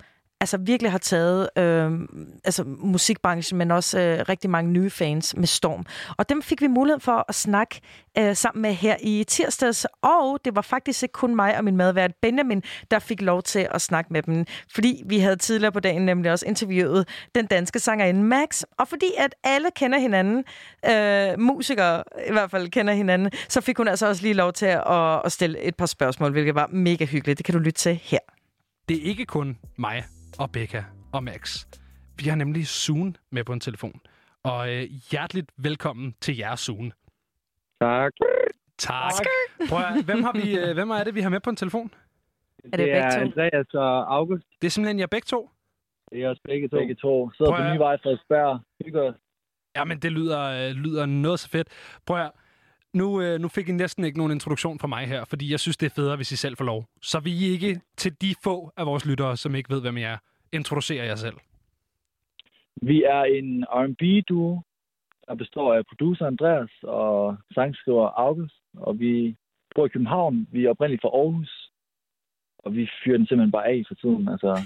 altså virkelig har taget musikbranchen, men også rigtig mange nye fans med storm. Og dem fik vi mulighed for at snakke sammen med her i tirsdags, og det var faktisk ikke kun mig og min medvært Benjamin, der fik lov til at snakke med dem, fordi vi havde tidligere på dagen nemlig også interviewet den danske sangerinde Max, og fordi at alle kender hinanden, musikere i hvert fald kender hinanden, så fik hun altså også lige lov til at stille et par spørgsmål, hvilket var mega hyggeligt. Det kan du lytte til her. Det er ikke kun mig og Becca og Max. Vi har nemlig Sune med på en telefon. Og hjerteligt velkommen til jer, Sune. Tak. Tak. Prøv at, hvem er det, vi har med på en telefon? Er det begge to? Andreas og August. Det er simpelthen jer begge to? Det er også begge to. Sidder på nye vej Frederiksberg. Hygger. Jamen, det lyder noget så fedt. Prøv at, nu fik I næsten ikke nogen introduktion fra mig her, fordi jeg synes, det er federe, hvis I selv får lov. Så vil I ikke til de få af vores lyttere, som ikke ved, hvem I er, introducere jer selv. Vi er en R&B-duo, der består af producer Andreas og sangskriver August. Og vi bor i København. Vi er oprindeligt fra Aarhus. Og vi fyrer den simpelthen bare af for tiden. Altså.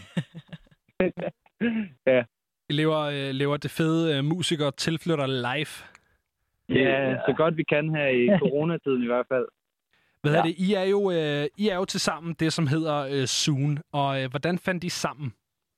Ja. I lever det fede musikere tilflytter live. Ja, så godt vi kan her i coronatiden i hvert fald. Hvad er det? I er jo til sammen det, som hedder Sune. Og hvordan fandt I sammen?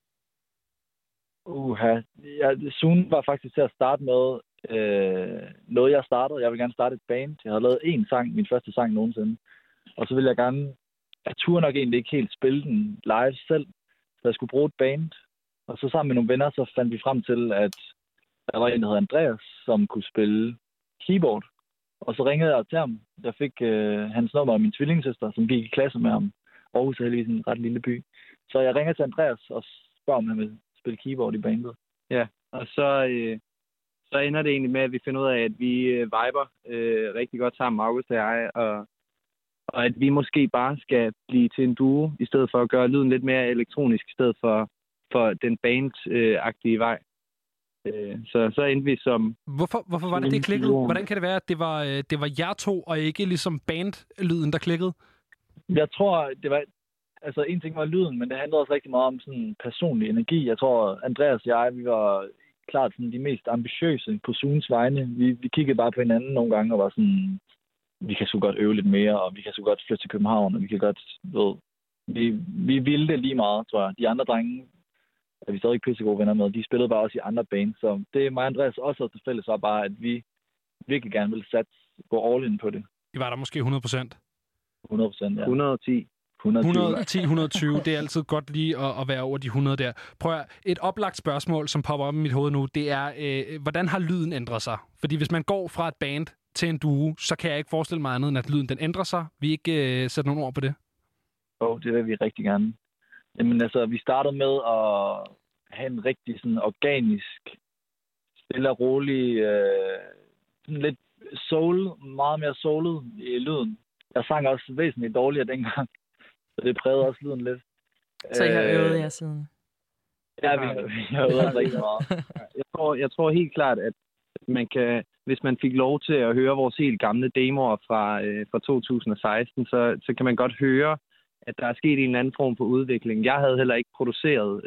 Sune var faktisk til at starte med noget, jeg startede. Jeg ville gerne starte et band. Jeg havde lavet én sang, min første sang nogensinde. Og så ville jeg gerne... Jeg turde nok egentlig ikke helt spille den live selv, så jeg skulle bruge et band. Og så sammen med nogle venner, så fandt vi frem til, at der var en, der hed Andreas, som kunne spille keyboard. Og så ringede jeg til ham. Jeg fik hans nummer af min tvillingesøster, som gik i klasse med ham. Aarhus er heldigvis en ret lille by. Så jeg ringer til Andreas og spørger, om han vil spille keyboard i bandet. Ja, og så ender det egentlig med, at vi finder ud af, at vi viber rigtig godt sammen, August og jeg, og at vi måske bare skal blive til en duo, i stedet for at gøre lyden lidt mere elektronisk, i stedet for den band-agtige vej. Så endte vi som... Hvorfor var det klikkede? Hvordan kan det være, at det var jer to, og ikke ligesom bandlyden, der klikkede? Jeg tror, det var... Altså, en ting var lyden, men det handlede også rigtig meget om sådan personlig energi. Jeg tror, Andreas og jeg, vi var klart sådan de mest ambitiøse på Sunes vegne. Vi kiggede bare på hinanden nogle gange og var sådan... Vi kan sgu godt øve lidt mere, og vi kan sgu godt flytte til København, og vi kan godt, vi ville det lige meget, tror jeg. De andre drenge er vi stadig ikke pissegode venner med. De spillede bare også i andre bands, så det mig og Andreas også til fælles var bare, at vi virkelig gerne ville gå all in på det. I var der måske 100%? 100%, ja. 110. 110, det er altid godt lige at være over de 100 der. Prøv at, et oplagt spørgsmål, som popper op i mit hoved nu, det er, hvordan har lyden ændret sig? Fordi hvis man går fra et band til en duo, så kan jeg ikke forestille mig andet, end at lyden den ændrer sig. Vi ikke sætte nogle ord på det? Det vil vi rigtig gerne. Jamen altså, vi startede med at have en rigtig sådan organisk, stille og rolig, sådan lidt soul, meget mere soulet i lyden. Jeg sang også væsentligt dårligere dengang, så det prægede også lyden lidt. Så I har øvet jer siden? Ja, vi har øvet os rigtig meget. Jeg tror helt klart, at man kan, hvis man fik lov til at høre vores helt gamle demoer fra 2016, så kan man godt høre, at der er sket en eller anden form for udvikling. Jeg havde heller ikke produceret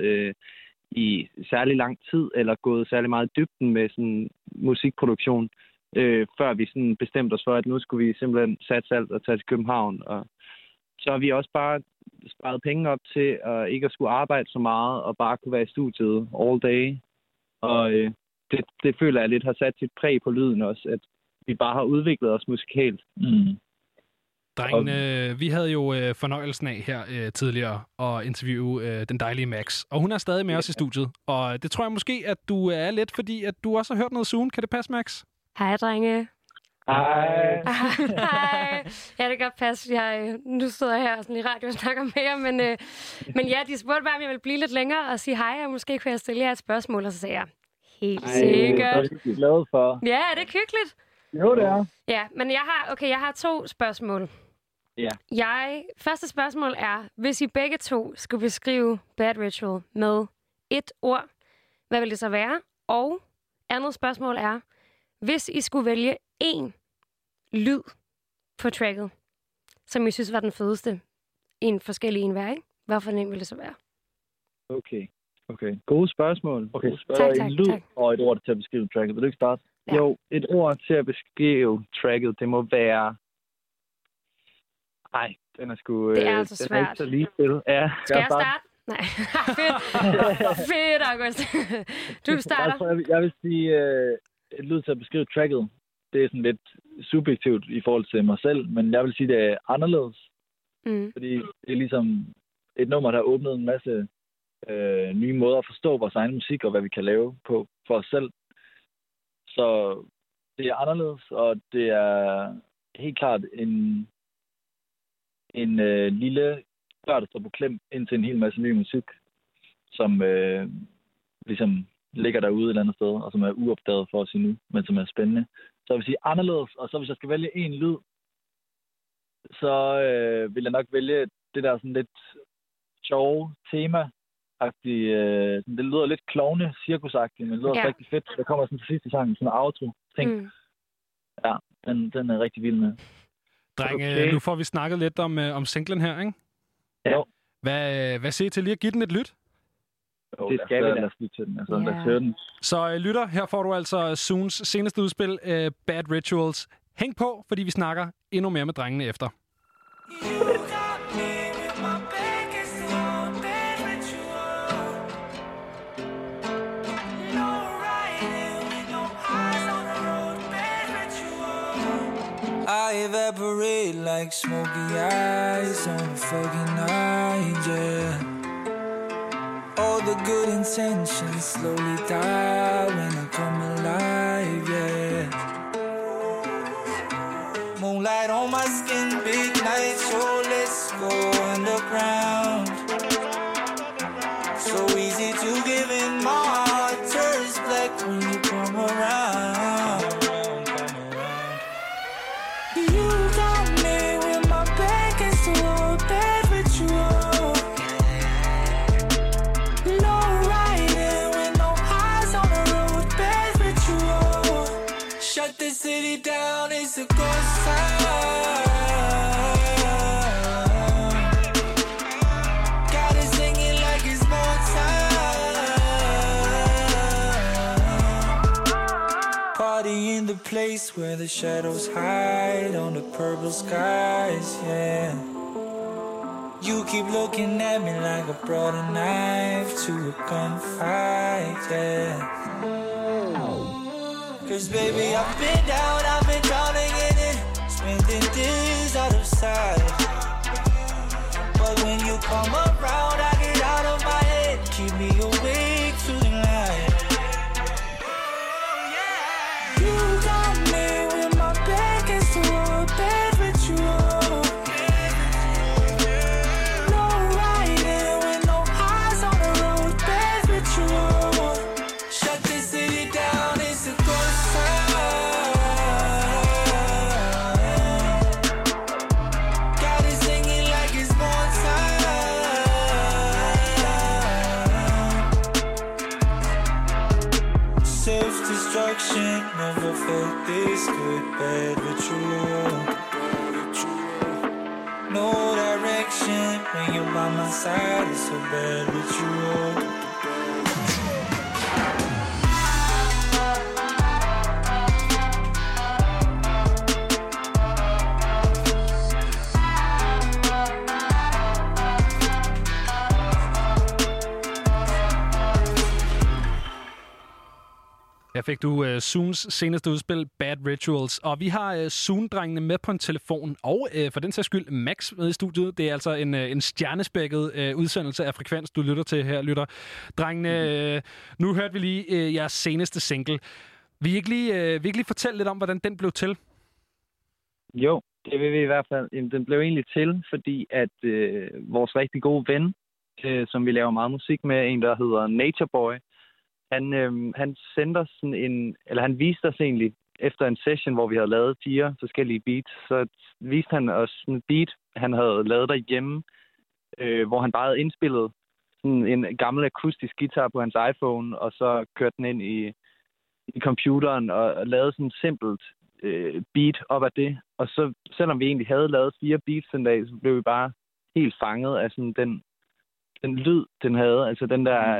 i særlig lang tid, eller gået særlig meget i dybden med sådan musikproduktion, før vi sådan bestemte os for, at nu skulle vi simpelthen satse alt og tage til København. Og så har vi også bare sparet penge op til ikke at skulle arbejde så meget, og bare kunne være i studiet all day. Og det føler jeg lidt har sat sit præg på lyden også, at vi bare har udviklet os musikalt. Mm. Drengene, vi havde jo fornøjelsen af her tidligere at interviewe den dejlige Max, og hun er stadig med os i studiet. Og det tror jeg måske, at du er lidt, fordi at du også har hørt noget Sune. Kan det passe, Max? Hej, drenge. Hej. Hej. Ja, det kan godt passe. Nu sidder jeg her sådan i radio og snakker med jer, men ja, de spurgte bare, om jeg ville blive lidt længere og sige hej, og måske kunne jeg stille jer et spørgsmål, og så sagde jeg, helt sikkert. Det er jeg glad for. Ja, er det hyggeligt? Jo, det er. Ja, men jeg har 2 spørgsmål. Ja. Første spørgsmål er, hvis I begge to skulle beskrive Bad Ritual med 1 ord, hvad vil det så være? Og andet spørgsmål er, hvis I skulle vælge 1 lyd på tracket, som I synes var den fedeste, en forskellig en hver, ikke? Hvorfor den vil det så være? Okay. Okay, gode spørgsmål. Okay, Tak, en lyd og et ord til at beskrive tracket. Vil du ikke starte? Ja. Jo, et ord til at beskrive tracket, det må være... Nej, den er sgu... Det er altså svært. Den er ikke så lige til. Ja, skal jeg starte? Nej, fedt, August. Du starter. Jeg vil sige, et lyd til at beskrive tracket, det er sådan lidt subjektivt i forhold til mig selv, men jeg vil sige, det er anderledes. Fordi det er ligesom et nummer, der har åbnet en masse nye måder at forstå vores egen musik og hvad vi kan lave på for os selv. Så det er anderledes, og det er helt klart en lille dør, der står på klem ind til en hel masse ny musik, som ligesom ligger derude et eller andet sted, og som er uopdaget for os endnu, men som er spændende. Så jeg vil sige anderledes, og så hvis jeg skal vælge en lyd, så vil jeg nok vælge det der sådan lidt sjove tema-agtige. Det lyder lidt klovne, cirkusagtigt, men det lyder rigtig fedt. Der kommer sådan til sidste sang, sådan en outro-ting. Ja, den er rigtig vild med. Drenge, nu får vi snakket lidt om singlen her, ikke? Ja. Hvad siger I til lige at give den et lyt? Det skal vi lade os lytte til den. Altså, lad os høre den. Så lytter, her får du altså Zoons seneste udspil, Bad Rituals. Hæng på, fordi vi snakker endnu mere med drengene efter. I evaporate like smoky eyes on a foggy night, yeah. All the good intentions slowly die when I come alive, yeah. Moonlight on my skin, big night, so let's go underground. So easy to give in, my heart turns black when you come around. You got me with my back against the wall, bad ritual. Low riding with no highs on the road, bad ritual. Shut the city down, it's a ghost town. Got it singing like it's more time. Party in the place where the shadows hide on the purple skies, yeah. You keep looking at me like I brought a knife to a gunfight, yeah. Cause baby, I've been down, I've been drowning in it, spending days out of sight. But when you come around, I get out of my head, keep me awake through the night. You got me with my back against the wall, bad ritual. No riding with no highs on the road, bad ritual. Shut this city down, it's a ghost town. Got it singing like it's more time. Self-destruction, never felt this good, bad ritual. No direction when you're by my side, it's a bad ritual. Her fik du Zoons seneste udspil, Bad Rituals. Og vi har Zoon-drengene med på en telefon, og for den sags skyld Max med i studiet. Det er altså en stjernespækket udsendelse af Frekvens, du lytter til her, lytter. Drengene, nu hørte vi lige jeres seneste single. Vil I ikke lige fortælle lidt om, hvordan den blev til? Jo, det vil vi i hvert fald. Den blev egentlig til, fordi at vores rigtig gode ven, som vi laver meget musik med, en der hedder Nature Boy, han sendte os han viste os egentlig efter en session, hvor vi havde lavet 4 forskellige beats, så viste han os en beat, han havde lavet derhjemme, hvor han bare havde indspillet sådan en gammel akustisk guitar på hans iPhone, og så kørte den ind i computeren og lavede sådan et simpelt beat op af det. Og så, selvom vi egentlig havde lavet 4 beats den dag, så blev vi bare helt fanget af sådan den lyd, den havde. Altså den der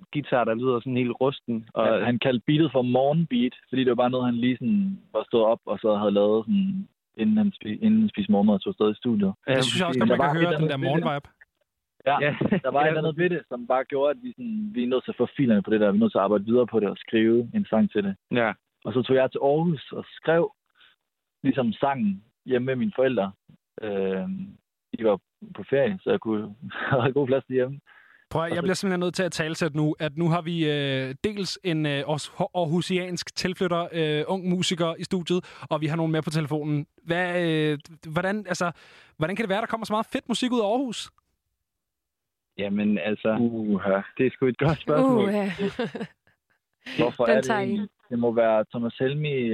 guitar, der lyder sådan helt rusten. Og han kaldte beatet for morgenbeat, fordi det var bare noget, han lige sådan var stået op, og så havde lavet sådan, inden han spiste morgenmad og tog afsted i studiet. Det synes jeg også, når man kan høre den der morgenvibe. Ja, der var et eller andet ved det, som bare gjorde, at vi er nødt til at få filerne på det der. Vi er nødt til at arbejde videre på det og skrive en sang til det. Ja. Og så tog jeg til Aarhus og skrev ligesom sangen hjemme med mine forældre. De var på ferie, så jeg kunne have god plads hjemme. Prøv at, jeg bliver simpelthen nødt til at talsætte nu, at nu har vi dels en aarhusiansk tilflytter, ung musiker i studiet, og vi har nogen med på telefonen. Hvordan kan det være, der kommer så meget fedt musik ud af Aarhus? Jamen altså, det er sgu et godt spørgsmål. Hvorfor er det egentlig? Det må være Thomas Helmig,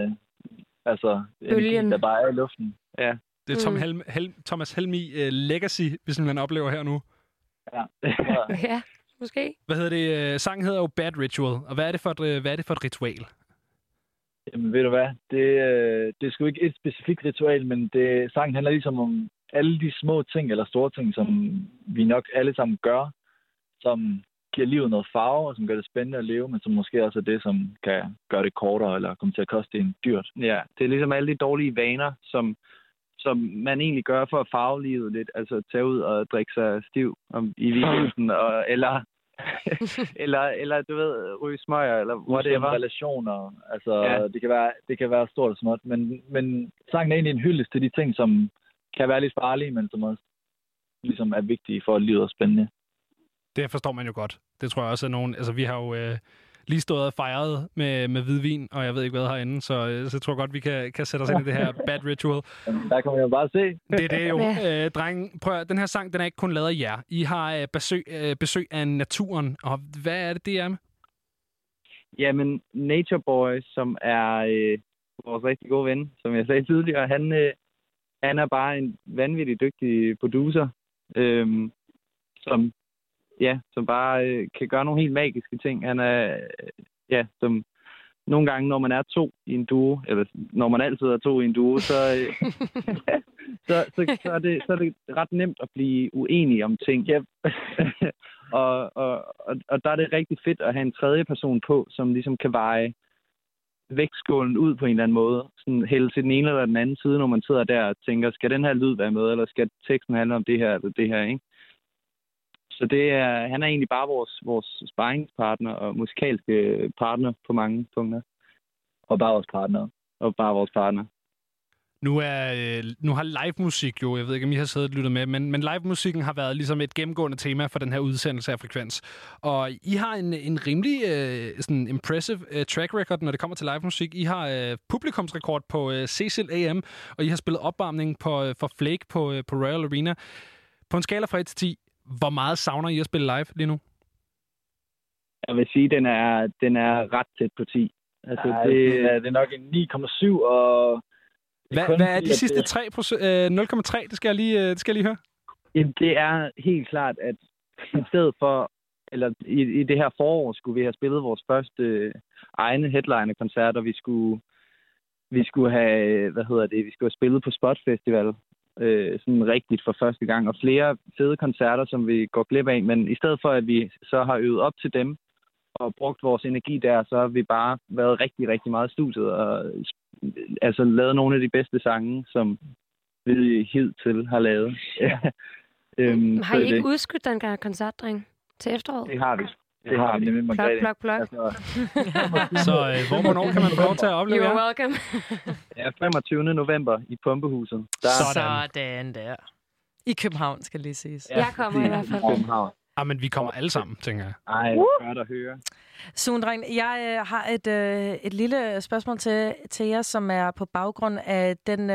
Bølgen. Der bare er i luften. Ja. Det er Thomas Helmig legacy, hvis man oplever her nu. Ja. Ja, måske. Hvad hedder det? Sangen hedder jo Bad Ritual, og hvad er det for et ritual? Jamen ved du hvad? Det er sgu ikke et specifikt ritual, men sangen handler ligesom om alle de små ting eller store ting, som vi nok alle sammen gør, som giver livet noget farve, og som gør det spændende at leve, men som måske også er det, som kan gøre det kortere, eller komme til at koste en dyrt. Ja, det er ligesom alle de dårlige vaner, som man egentlig gør for at farve livet lidt. Altså tage ud og drikke sig stiv i weekenden, eller du ved, ryge smøger, eller whatever. Relationer, altså ja. det kan være stort og småt, men sangen er egentlig en hyldest til de ting, som kan være lidt farlige, men som også ligesom er vigtige for at livet er spændende. Det forstår man jo godt. Det tror jeg også er nogen... Altså, vi har jo lige stået og fejret med hvidvin, og jeg ved ikke hvad herinde, så jeg tror godt, vi kan sætte os ind i det her Bad Ritual. Der kan man jo bare se. Det er det jo. Drenge, prøv at, den her sang, den er ikke kun lavet af jer. I har besøg af naturen, og hvad er det er med? Jamen, Nature Boy, som er vores rigtig gode ven, som jeg sagde tidligere, han er bare en vanvittig dygtig producer, som bare kan gøre nogle helt magiske ting. Han er, som nogle gange, når man er to i en duo, eller når man altid er to i en duo, så er det ret nemt at blive uenig om ting. Ja. og der er det rigtig fedt at have en tredje person på, som ligesom kan veje vægtskålen ud på en eller anden måde. Sådan hælde til den ene eller den anden side, når man sidder der og tænker, skal den her lyd være med, eller skal teksten handle om det her eller det her, ikke? Så han er egentlig bare vores sparringspartner og musikalske partner på mange punkter. Og bare vores partner. Nu har live musik jo, jeg ved ikke, om I har siddet og lyttet med, men live musikken har været ligesom et gennemgående tema for den her udsendelse af Frekvens. Og I har en rimelig sådan impressive track record, når det kommer til live musik. I har publikumsrekord på Cecil AM, og I har spillet opvarmning for Flake på Royal Arena. På en skala fra 1 til 10, hvor meget savner I at spille live lige nu? Jeg vil sige, den er ret tæt på 10. Altså, det er nok en 9,7, og... Hvad er de sidste 0,3? Det skal jeg lige høre. Jamen, det er helt klart, at i stedet for, eller i det her forår, skulle vi have spillet vores første egne headliner-koncerter. Vi skulle have, vi skulle have spillet på Spot Festival, sådan rigtigt for første gang, og flere fede koncerter, som vi går glip af. Men i stedet for, at vi så har øvet op til dem, og brugt vores energi der, så har vi bare været rigtig, rigtig meget i studiet, og altså lavet nogle af de bedste sange, som vi hidtil har lavet. Har I ikke udskudt den her koncert, dreng, til efteråret? Det har vi. Det har vi nemlig. Plok. Så hvornår kan man få lov til at opleve You're welcome. 25. november i Pumpehuset. Sådan der. I København, skal lige siges. Jeg kommer i hvert fald. Men vi kommer alle sammen, tænker jeg. Ej, godt at høre. Sundring, jeg har et lille spørgsmål til jer, som er på baggrund af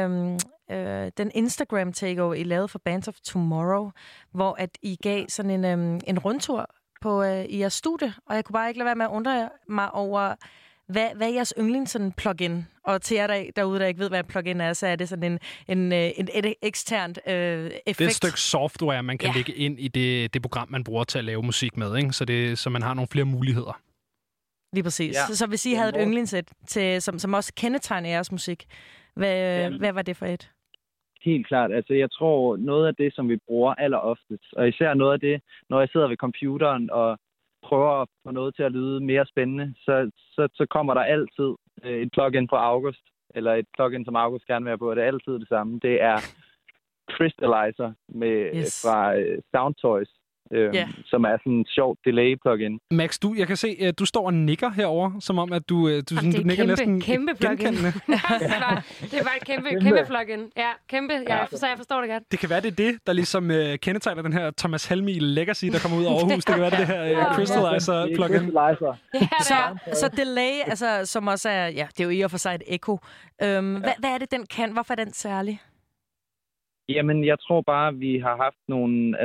den Instagram-takeover, I lavede for Bands of Tomorrow, hvor at I gav sådan en rundtur i jeres studie, og jeg kunne bare ikke lade være med at undre mig over, hvad er jeres yndlings sådan plugin? Og til jer derude, der ikke ved, hvad en plugin er, så er det sådan en eksternt effekt. Det er et stykke software, man kan lægge ind i det program, man bruger til at lave musik med, ikke? Så man har nogle flere muligheder. Lige præcis. Ja. Så hvis I havde et yndlingssæt, som også kendetegner jeres musik, hvad var det for et? Helt klart. Altså, jeg tror, noget af det, som vi bruger alleroftest, og især noget af det, når jeg sidder ved computeren og prøver at få noget til at lyde mere spændende, så kommer der altid et plugin fra August, eller et plugin, som August gerne vil have på, og det er altid det samme. Det er Crystallizer fra Soundtoys, som er sådan en sjov delay-plugin. Max, jeg kan se, at du står og nikker herover, som om, at du nikker næsten kæmpe plugin. Det var et kæmpe plugin. Ja, kæmpe. Så jeg forstår det godt. Det kan være, det der ligesom kendetegner den her Thomas Helmig Legacy, der kommer ud af Aarhus. Det kan være, det her Crystallizer-plugin. Så delay, altså, som også er, det er jo i og for sig et echo. Hvad er det, den kan? Hvorfor er den særlig? Jamen, jeg tror bare, vi har haft nogle,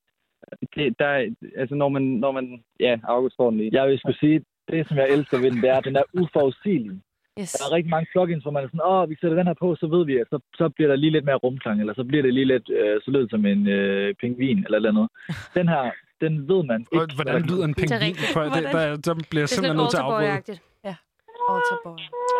når man August får den lige. Jeg vil skulle sige, det som jeg elsker ved den, det er, at den er uforudsigelig. Yes. Der er rigtig mange plugins, hvor man er sådan, vi sætter den her på, så ved vi, at så bliver der lige lidt mere rumklang, eller så bliver det lige lidt så lyder som en pingvin, eller noget. Den her, den ved man ikke. Hvordan lyder en pingvin? Der bliver simpelthen nødt til at afbryde. Ja, Alterboy.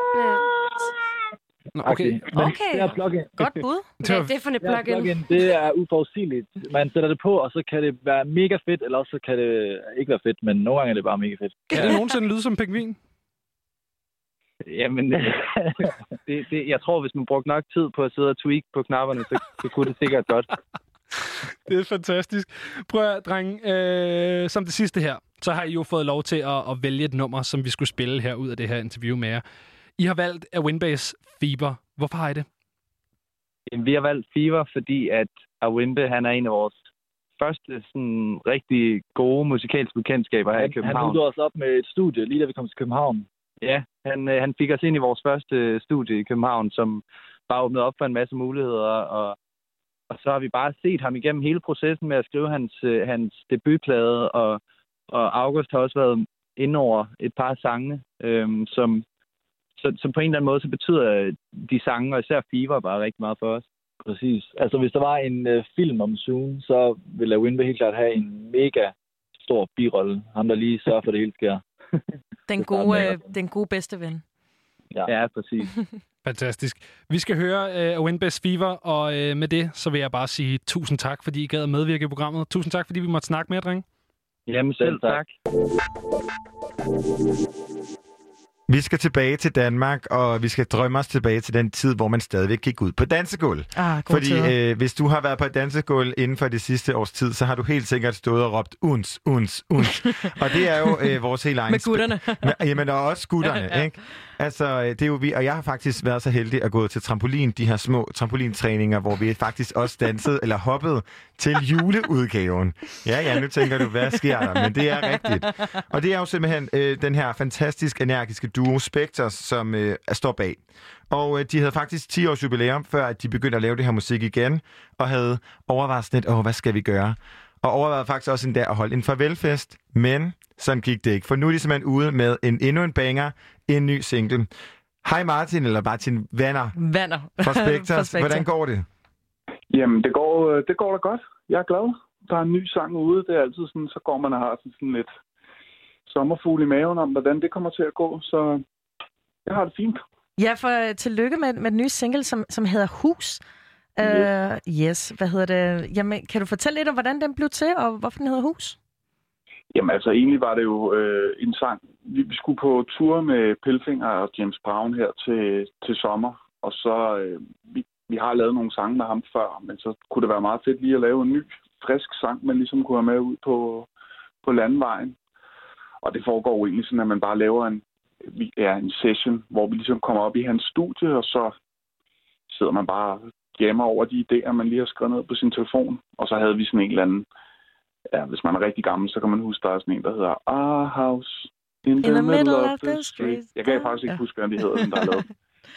Okay. Godt bud. Hvad er det for et plugin? Det er uforudsigeligt. Man sætter det på, og så kan det være mega fedt, eller også så kan det ikke være fedt, men nogle gange er det bare mega fedt. Kan det nogensinde lyde som pingvin? Jamen, jeg tror, hvis man brugte nok tid på at sidde og tweak på knapperne, så kunne det sikkert godt. Det er fantastisk. Prøv at, drenge, som det sidste her, så har I jo fået lov til at vælge et nummer, som vi skulle spille her ud af det her interview med jer. I har valgt Awinbes Fever. Hvorfor har I det? Vi har valgt Fever, fordi at Awinbe, han er en af vores første sådan rigtig gode musikalske bekendtskaber her i København. Han hovedede os op med et studie, lige da vi kom til København. Ja, han fik os ind i vores første studie i København, som bare åbnede op for en masse muligheder, og så har vi bare set ham igennem hele processen med at skrive hans debutplade, og August har også været inde over et par sange, Så på en eller anden måde, så betyder de sange, og især Fever, bare rigtig meget for os. Præcis. Altså, hvis der var en film om Zoom, så ville Awinbe helt klart have en mega stor birolle. Ham, der lige sørger for, det hele sker. Den gode bedste ven. Ja, præcis. Fantastisk. Vi skal høre Awinbes Fever, og med det, så vil jeg bare sige tusind tak, fordi I gad at medvirke i programmet. Tusind tak, fordi vi måtte snakke med jer, drenge. Jamen selv tak. Vi skal tilbage til Danmark, og vi skal drømme os tilbage til den tid, hvor man stadigvæk gik ud på dansegulv. Fordi hvis du har været på et dansegulv inden for det sidste års tid, så har du helt sikkert stået og råbt uns. Og det er jo vores helt egen... Med gutterne. Jamen, og også gutterne, ikke? Altså, det er jo vi, og jeg har faktisk været så heldig at gå til trampolin, de her små trampolintræninger, hvor vi faktisk også dansede eller hoppede til juleudgaven. Ja, nu tænker du, hvad sker der? Men det er rigtigt. Og det er jo simpelthen den her fantastisk energiske duo Spectres, som står bag. Og de havde faktisk 10 års jubilæum, før at de begyndte at lave det her musik igen, og havde overvejet sådan lidt, hvad skal vi gøre? Og overvejede faktisk også endda at holde en farvelfest, men sådan gik det ikke. For nu er de simpelthen ude med endnu en banger, en ny single. Hej Martin, eller Martin Vanner fra Spectres. Hvordan går det? Jamen, det går da godt. Jeg er glad. Der er en ny sang ude. Det er altid sådan, så går man og har sådan lidt sommerfugl i maven om, hvordan det kommer til at gå. Så jeg har det fint. Ja, for tillykke med den nye single, som hedder Hus. Yes, hvad hedder det? Jamen, kan du fortælle lidt om, hvordan den blev til, og hvorfor den hedder Hus? Jamen altså, egentlig var det jo en sang. Vi skulle på tur med Pilfinger og James Brown her til sommer, og så vi har lavet nogle sange med ham før, men så kunne det være meget fedt lige at lave en ny, frisk sang, man ligesom kunne have med ud på landvejen. Og det foregår jo egentlig sådan, at man bare laver en session, hvor vi ligesom kommer op i hans studie, og så sidder man bare gemmer over de idéer, man lige har skrevet ned på sin telefon. Og så havde vi sådan en eller anden, hvis man er rigtig gammel, så kan man huske, der er sådan en, der hedder Our House in the Middle of the Street. Jeg kan faktisk ikke huske, hvad de hedder, den der er lavet.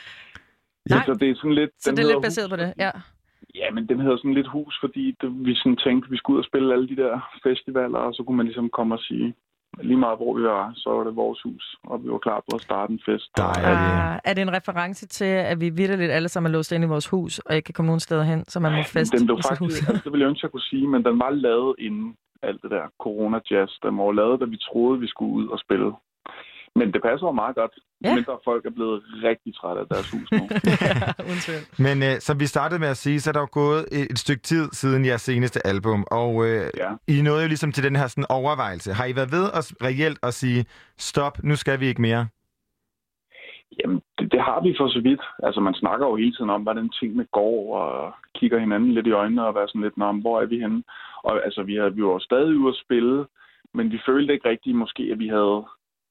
Så det er sådan lidt... Så det er lidt baseret på det, ja. Ja, men den hedder sådan lidt Hus, fordi vi sådan tænkte, vi skulle ud og spille alle de der festivaler, og så kunne man ligesom komme og sige, lige meget hvor vi var, så var det vores hus, og vi var klar på at starte en fest. Er det en reference til, at vi vitterligt alle sammen er låst inde i vores hus, og ikke kan komme nogen steder hen, så man må feste? Den blev faktisk, det ville jeg ønske, jeg kunne sige, men den var lavet inden alt det der corona-jazz. Den var lavet, da vi troede, vi skulle ud og spille. Men det passer jo meget godt, mindre folk er blevet rigtig trætte af deres hus nu. Men som vi startede med at sige, så er der jo gået et stykke tid siden jeres seneste album, og I nåede jo ligesom til den her sådan overvejelse. Har I været ved at reelt at sige, stop, nu skal vi ikke mere? Jamen, det har vi for så vidt. Altså, man snakker jo hele tiden om, hvordan tingene går, og kigger hinanden lidt i øjnene, og være sådan lidt, hvor er vi henne? Og altså, vi var jo stadig ude at spille, men vi følte ikke rigtigt måske, at vi havde...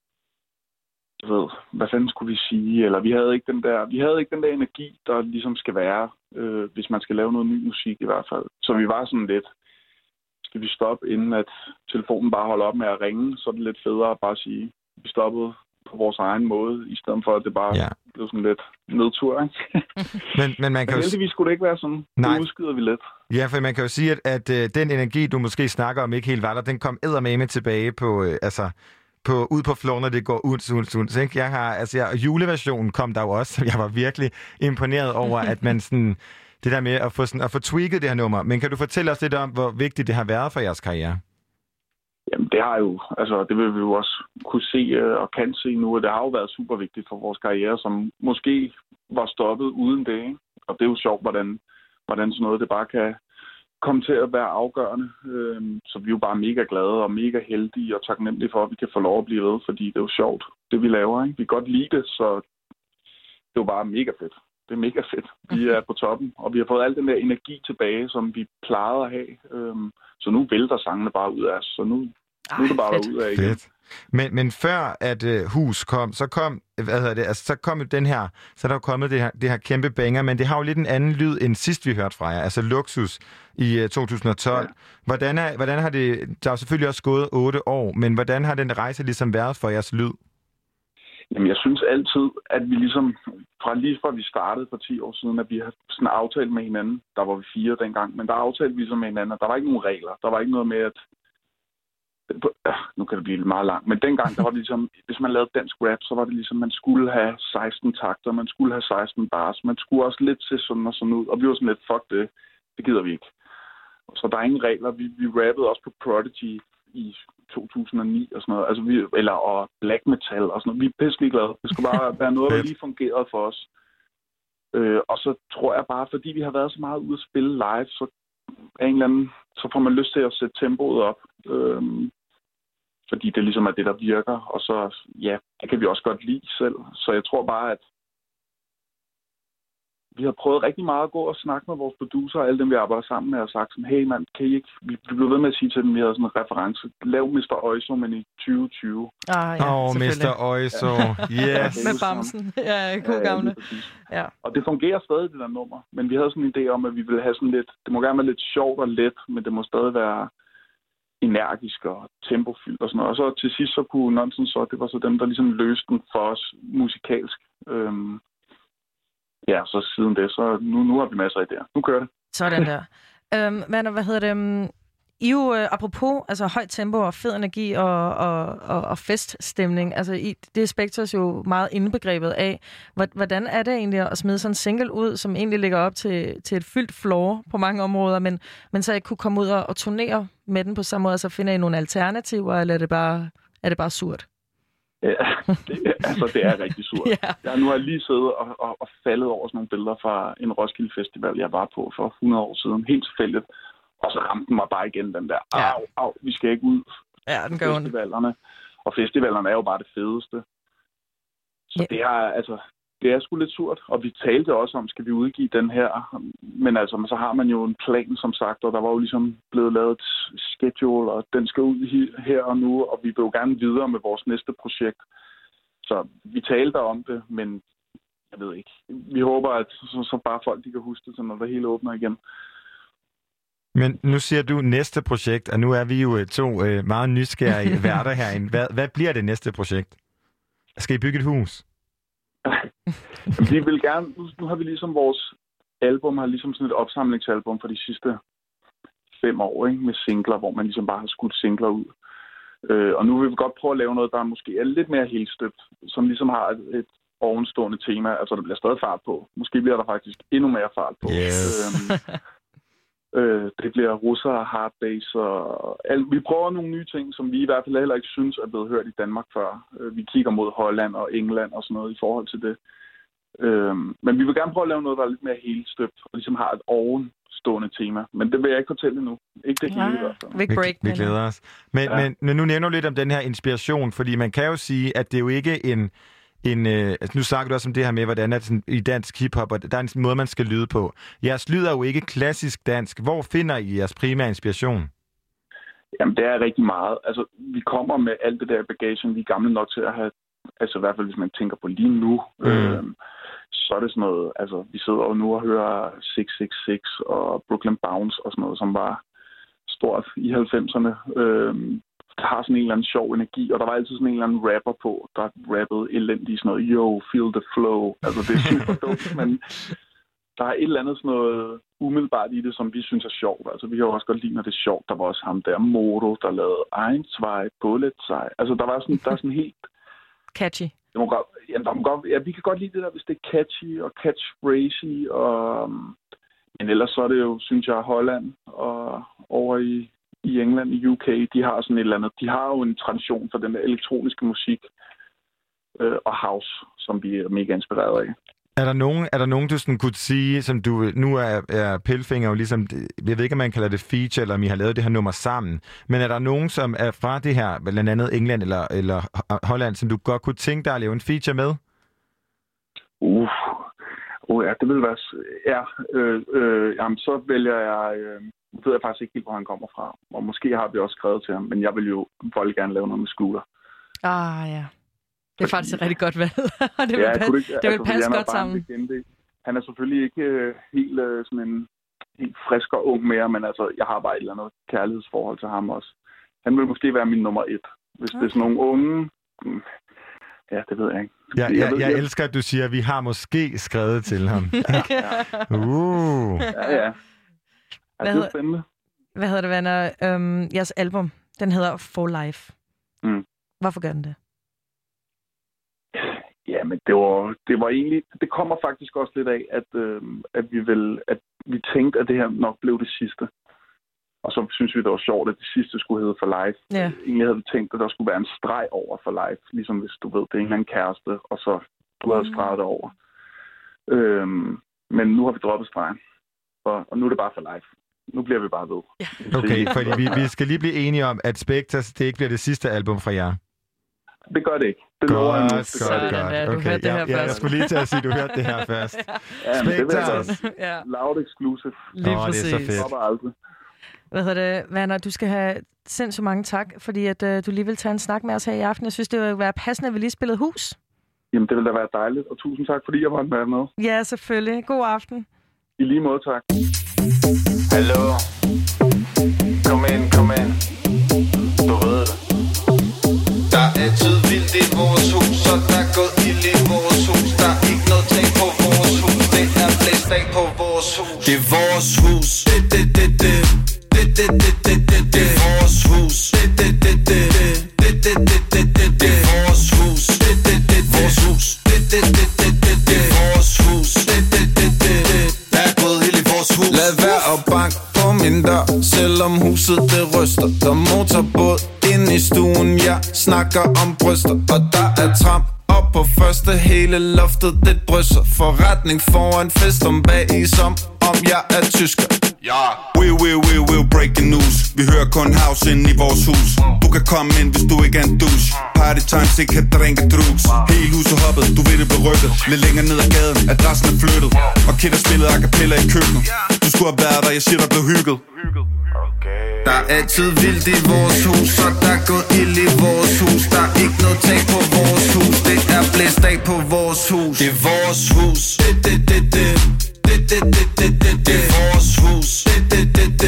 hvad fanden skulle vi sige? Eller vi havde ikke den der energi, der ligesom skal være, hvis man skal lave noget ny musik i hvert fald. Så vi var sådan lidt, skal vi stoppe, inden at telefonen bare holder op med at ringe, så er det lidt federe at bare sige, vi stoppede på vores egen måde, i stedet for at det bare blev sådan lidt nedtur, ikke? Men man kan jo... heldigvis skulle det ikke være sådan. Det udskyder vi lidt. Ja, for man kan jo sige, at den energi, du måske snakker om, ikke helt var der, den kom eddermame tilbage på, ud på floor, når det går uns, ikke? Juleversionen kom der jo også, så jeg var virkelig imponeret over, at man sådan... Det der med at få tweaked det her nummer. Men kan du fortælle os lidt om, hvor vigtigt det har været for jeres karriere? Jamen, det har jo, altså det vil vi jo også kunne se og kan se nu, og det har jo været super vigtigt for vores karriere, som måske var stoppet uden det, ikke? Og det er jo sjovt, hvordan sådan noget, det bare kan komme til at være afgørende. Så vi er jo bare mega glade og mega heldige og taknemmelige for, at vi kan få lov at blive ved, fordi det er jo sjovt, det vi laver, ikke? Vi kan godt lide det, så det er jo bare mega fedt. Det er mega fedt. Vi er på toppen, og vi har fået al den der energi tilbage, som vi plejede at have. Så nu vælter sangene bare ud af os, så nu er det bare ud af igen. Fedt. Men før at Hus kom, så kom, så kom den her, så er der jo kommet det her kæmpe banger, men det har jo lidt en anden lyd end sidst vi hørte fra jer, altså Luksus i 2012. Ja. Hvordan har det, der er selvfølgelig også gået 8 år, men hvordan har den rejse ligesom været for jeres lyd? Jamen, jeg synes altid, at vi ligesom, lige fra vi startede for 10 år siden, at vi har sådan aftalt med hinanden, der var vi 4 dengang, men der aftalte vi så med hinanden, og der var ikke nogen regler. Der var ikke noget med, at nu kan det blive meget langt, men dengang, der var det ligesom, hvis man lavede dansk rap, så var det ligesom, man skulle have 16 takter, man skulle have 16 bars, man skulle også lidt se sådan og sådan ud, og vi var sådan lidt, fuck det gider vi ikke. Så der er ingen regler. Vi rappede også på Prodigy i 2009 og sådan noget, altså og black metal og sådan noget. Vi er pisselig glade. Det skulle bare være noget, der lige fungerede for os. Og så tror jeg bare, fordi vi har været så meget ude at spille live, så får man lyst til at sætte tempoet op. Fordi det ligesom er det, der virker. Og så, ja, det kan vi også godt lide selv. Så jeg tror bare, at vi har prøvet rigtig meget at gå og snakke med vores producer og alle dem, vi arbejder sammen med, og sagt sådan, hey mand, kan I ikke... Vi blev ved med at sige til dem, vi havde sådan en reference. Lav Mr. Oizo, men i 2020. Mr. Oizo. Yes. Med bamsen. Ja, god gamle. Ja. Og det fungerer stadig, det der nummer. Men vi havde sådan en idé om, at vi ville have sådan lidt... Det må gerne være lidt sjovt og let, men det må stadig være energisk og tempofyldt og sådan noget. Og så til sidst, så kunne Nonsense så, det var så dem, der ligesom løste den for os musikalsk. Ja, så siden det, så nu har vi masser af idéer. Nu kører det. Sådan der. Hvad hedder det? I jo, apropos altså højt tempo og fed energi og feststemning, altså det er Spectres jo meget indbegrebet af. Hvordan er det egentlig at smide sådan en single ud, som egentlig ligger op til et fyldt floor på mange områder, men så ikke kunne komme ud og turnere med den på samme måde, så finder I nogle alternativer, eller er det bare surt? Ja, det er rigtig surt. Nu har jeg lige siddet og faldet over sådan nogle billeder fra en Roskilde Festival, jeg var på for 100 år siden. Helt tilfældigt. Og så ramte den mig bare igen den der, vi skal ikke ud. Ja, den gør festivalerne. Og festivalerne er jo bare det fedeste. Så det er sgu lidt surt. Og vi talte også om, skal vi udgive den her? Men altså, så har man jo en plan, som sagt, og der var jo ligesom blevet lavet et schedule, og den skal ud her og nu, og vi vil jo gerne videre med vores næste projekt. Så vi talte om det, men jeg ved ikke. Vi håber, at så bare folk de kan huske det, så når det hele åbner igen. Men nu siger du næste projekt, og nu er vi jo 2 meget nysgerrige værter herinde. Hvad bliver det næste projekt? Skal I bygge et hus? Vi vil gerne... Nu har vi ligesom vores album, har ligesom sådan et opsamlingsalbum for de sidste 5 år, ikke? Med singler, hvor man ligesom bare har skudt singler ud. Og nu vil vi godt prøve at lave noget, der måske er lidt mere helstøbt, som ligesom har et ovenstående tema. Altså, der bliver stadig fart på. Måske bliver der faktisk endnu mere fart på. Yes. Det bliver russere, hardbass og alt. Vi prøver nogle nye ting, som vi i hvert fald heller ikke synes er blevet hørt i Danmark før. Vi kigger mod Holland og England og sådan noget i forhold til det. Men vi vil gerne prøve at lave noget, der er lidt mere helstøbt og ligesom har et ovenstående tema. Men det vil jeg ikke fortælle nu. Ikke det hele i hvert fald. Vi glæder os. Men nu nævner du lidt om den her inspiration, fordi man kan jo sige, at det er jo ikke altså nu snakker du også om det her med, hvordan er det i dansk hiphop, og der er en måde, man skal lyde på. Jeres lyd er jo ikke klassisk dansk. Hvor finder I jeres primære inspiration? Jamen, det er rigtig meget. Altså, vi kommer med alt det der bagage, vi er gamle nok til at have, altså i hvert fald, hvis man tænker på lige nu, så er det sådan noget, altså, vi sidder jo nu og hører 666 og Brooklyn Bounce og sådan noget, som var stort i 90'erne. Der har sådan en eller anden sjov energi, og der var altid sådan en eller anden rapper på, der rappede elendigt sådan noget, yo, feel the flow. Altså, det er super dumt, men der er et eller andet sådan noget umiddelbart i det, som vi synes er sjovt. Altså, vi har jo også godt lide, når det er sjovt. Der var også ham der, Modo, der lavede Einsvej, Bulletsej. Altså, der er sådan helt... Catchy. Vi kan godt lide det der, hvis det er catchy og catchphrasy. Men ellers så er det jo, synes jeg, Holland og over i England, i UK, de har sådan et eller andet. De har jo en tradition for den der elektroniske musik og house, som vi er mega inspireret af. Er der nogen, du sådan kunne sige, som du... Nu er Pelfinger jo ligesom... Jeg ved ikke, om man kalder det feature, eller om I har lavet det her nummer sammen. Men er der nogen, som er fra det her, blandt andet England eller Holland, som du godt kunne tænke dig at lave en feature med? Ja, det vil være... Ja, jamen, så vælger jeg... Nu ved jeg faktisk ikke helt, hvor han kommer fra. Og måske har vi også skrevet til ham, men jeg vil jo voldelig gerne lave noget med Scooter. Ja. Det er faktisk et rigtig godt valg. Det vil passe godt sammen. Han er selvfølgelig ikke helt sådan en helt frisk og ung mere, men altså, jeg har bare et eller andet kærlighedsforhold til ham også. Han vil måske være min nummer 1. Hvis det er sådan nogle unge... Ja, det ved jeg ikke. Jeg elsker, at du siger, at vi har måske skrevet til ham. Ja. Det er spændende. Hvad hedder det, venner? Jeres album, den hedder For Life. Hvorfor gør den det? Ja, men det var egentlig... Det kommer faktisk også lidt af, at vi tænkte, at det her nok blev det sidste. Og så synes vi, det var sjovt, at det sidste skulle hedde For Life. Ja. Egentlig havde vi tænkt, at der skulle være en streg over For Life. Ligesom hvis du ved, det er en eller anden kæreste, og så du havde streget det over. Men nu har vi droppet stregen. Og nu er det bare For Life. Nu bliver vi bare ved. Ja. Okay, fordi vi skal lige blive enige om, at Spectres, det ikke bliver det sidste album fra jer. Det gør det ikke. Det lover jeg nu. Godt. Okay. Du hørte det her først. Jeg skulle lige til at sige, at du hørte det her først. Spectres. Loud exclusive. Lige præcis. Det er så fedt. Hvad hedder det, Werner? Du skal have sindssygt mange tak, fordi at, du lige vil tage en snak med os her i aften. Jeg synes, det ville være passende, at vi lige spillede hus. Jamen, det ville da være dejligt, og tusind tak, fordi jeg var med. Ja, selvfølgelig. God aften. I lige måde, tak. Hallo. Kom ind. Du ved det. Der er vildt i vores hus, så der er gået ild i vores hus. Der er ikke noget tag på vores hus. Det er blæst af på vores hus. Det er vores hus. Det er vores hus. Det er vores hus. Vores hus. Det er vores hus. Der er gået ild i vores hus. Lad være at banke på min dør, selvom huset det ryster. Der er motorbåd inde i stuen, jeg snakker om bryster. Og der er tramp op på første, hele loftet det drysser. Forretning foran fest om bag i, som om jeg er tysker. Ja. We breaking news. Vi hører kun house inde i vores hus. Du kan komme ind, hvis du ikke er en douche. Party times, ikke kan drinke drugs. Hele huset hoppet, du ved det blev rykket. Lidt længere ned ad gaden, adressen er flyttet. Og kidder spillede a cappella i køkkenet. Du skulle have været der, jeg siger der blev hygget. Der er altid vildt i vores hus, så der er gået ild i vores hus. Der er ikke noget tag på vores hus. Det er blæst af på vores hus. Det er vores hus. Det er vores hus. Det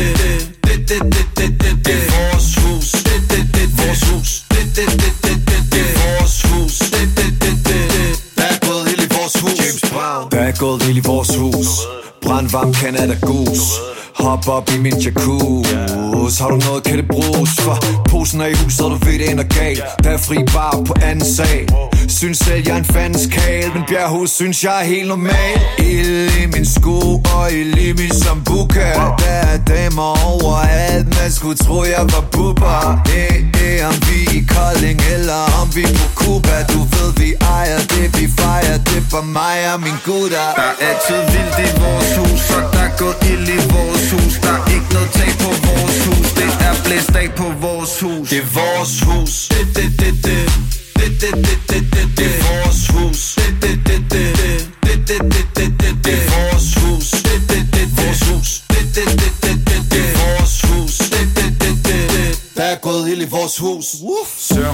er vores hus. Vores hus. Det er vores hus. Der er gået ild i vores hus. Der er gået ild i vores hus. Brandvarm Canada Goose. Hop op i min jacuzzi. Har du noget, kan det bruges? For posen er i huset, og du ved, det ender galt. Der er fri bar på anden sal. Synes selv, jeg er en fandens kæl. Men Bjerghus synes, jeg er helt normal. Ild i min sko og ild i min sambuca. Der er damer overalt. Man skulle tro, jeg var bubber. Om vi i Kolding eller om vi på Cuba. Du ved, vi ejer det, vi fejrer det for mig og min gutter. Der er altid vildt i vores hus, og der går ild i vores hus. Der er ikke noget tag på vores hus. Det er blæst af på vores hus. Det er vores hus. Det er vores hus. Det er vores hus. Vores hus. Det er vores hus. Der er gået ild i vores hus. Søvn.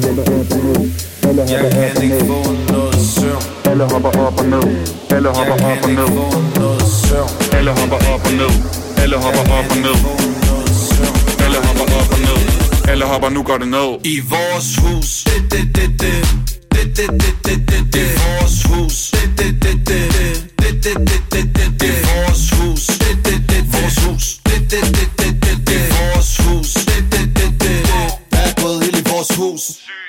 Jeg kan ikke få noget søvn. Alle hopper op og ned. Alle hopper op og ned. Alle hopper op og ned. Alle hopper op og ned. Alle hopper op og ned. Alle hopper, nu går det ned. I vores hus. Det er vores hus. Det er vores hus. Vores hus. Det er vores hus. Der er gået ild i vores hus.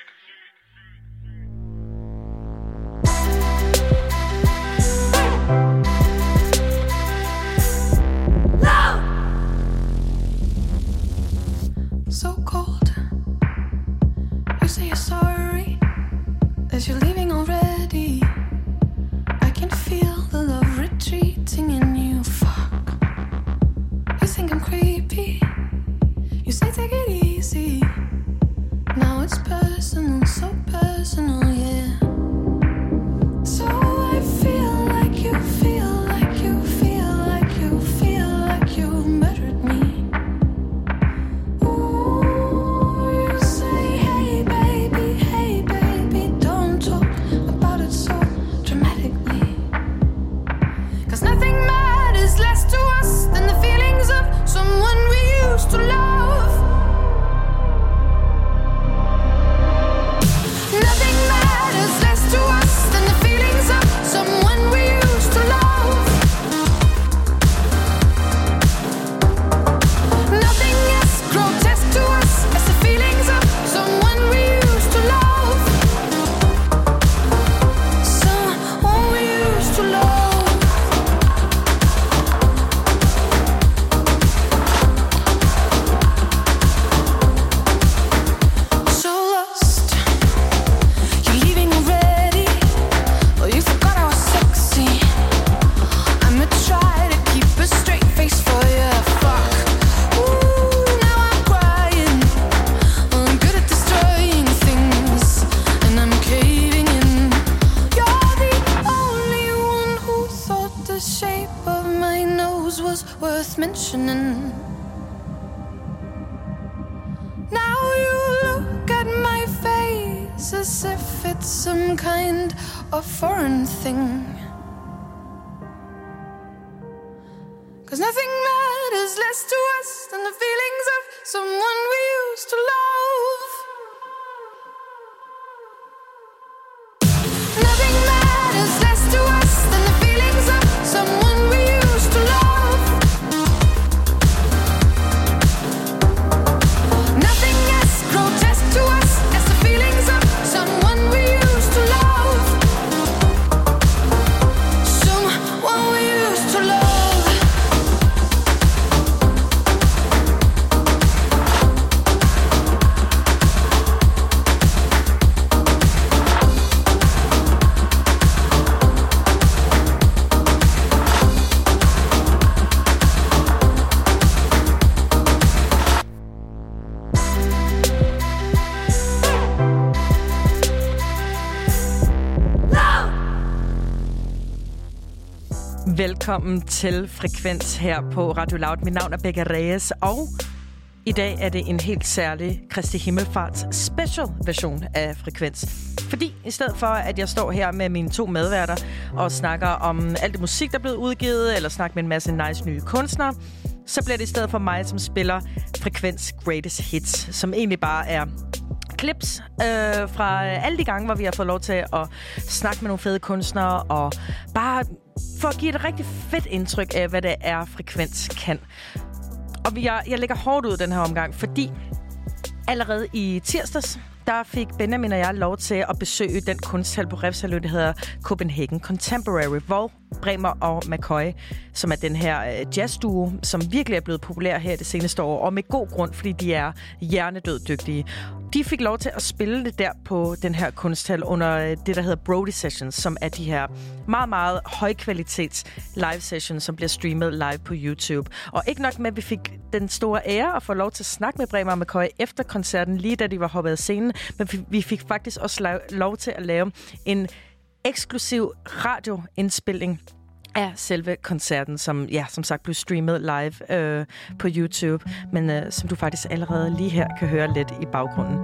So cold. You say you're sorry that you're leaving already. I can feel the love retreating in you. Fuck. You think I'm creepy. You say take it easy. Now it's personal, so personal, yeah. So I feel like you feel like you feel like you feel like you murdered me. To love. Nothing matters less to us than the feelings of someone we used to love. Nothing is grotesque to us as the feelings of someone we used to love. Someone we used to love. Mentioning. Now you look at my face as if it's some kind of foreign thing. 'Cause nothing matters less to us than the feelings of someone we used to love. Nothing matters less to us than the feelings of someone we used to love. Velkommen til Frekvens her på Radio Loud. Mit navn er Becca Reyes, og i dag er det en helt særlig Kristi Himmelfarts special version af Frekvens. Fordi i stedet for, at jeg står her med mine 2 medværter og snakker om alt det musik, der er blevet udgivet, eller snakker med en masse nice nye kunstnere, så bliver det i stedet for mig, som spiller Frekvens Greatest Hits, som egentlig bare er clips fra alle de gange, hvor vi har fået lov til at snakke med nogle fede kunstnere og bare for at give et rigtig fedt indtryk af, hvad det er, Frekvens kan. Og jeg lægger hårdt ud den her omgang, fordi allerede i tirsdags, der fik Benjamin og jeg lov til at besøge den kunsthal på Refshaleøen, der hedder Copenhagen Contemporary, hvor Bremer og McCoy, som er den her jazzduo, som virkelig er blevet populær her det seneste år, og med god grund, fordi de er hjernedød dygtige. De fik lov til at spille det der på den her kunsthal under det, der hedder Brody Sessions, som er de her meget, meget højkvalitets live sessions, som bliver streamet live på YouTube. Og ikke nok med, at vi fik den store ære at få lov til at snakke med Bremer og McCoy efter koncerten, lige da de var hoppet af scenen, men vi fik faktisk også lov til at lave en eksklusiv radioindspilning af selve koncerten, som sagt blev streamet live på YouTube, men som du faktisk allerede lige her kan høre lidt i baggrunden.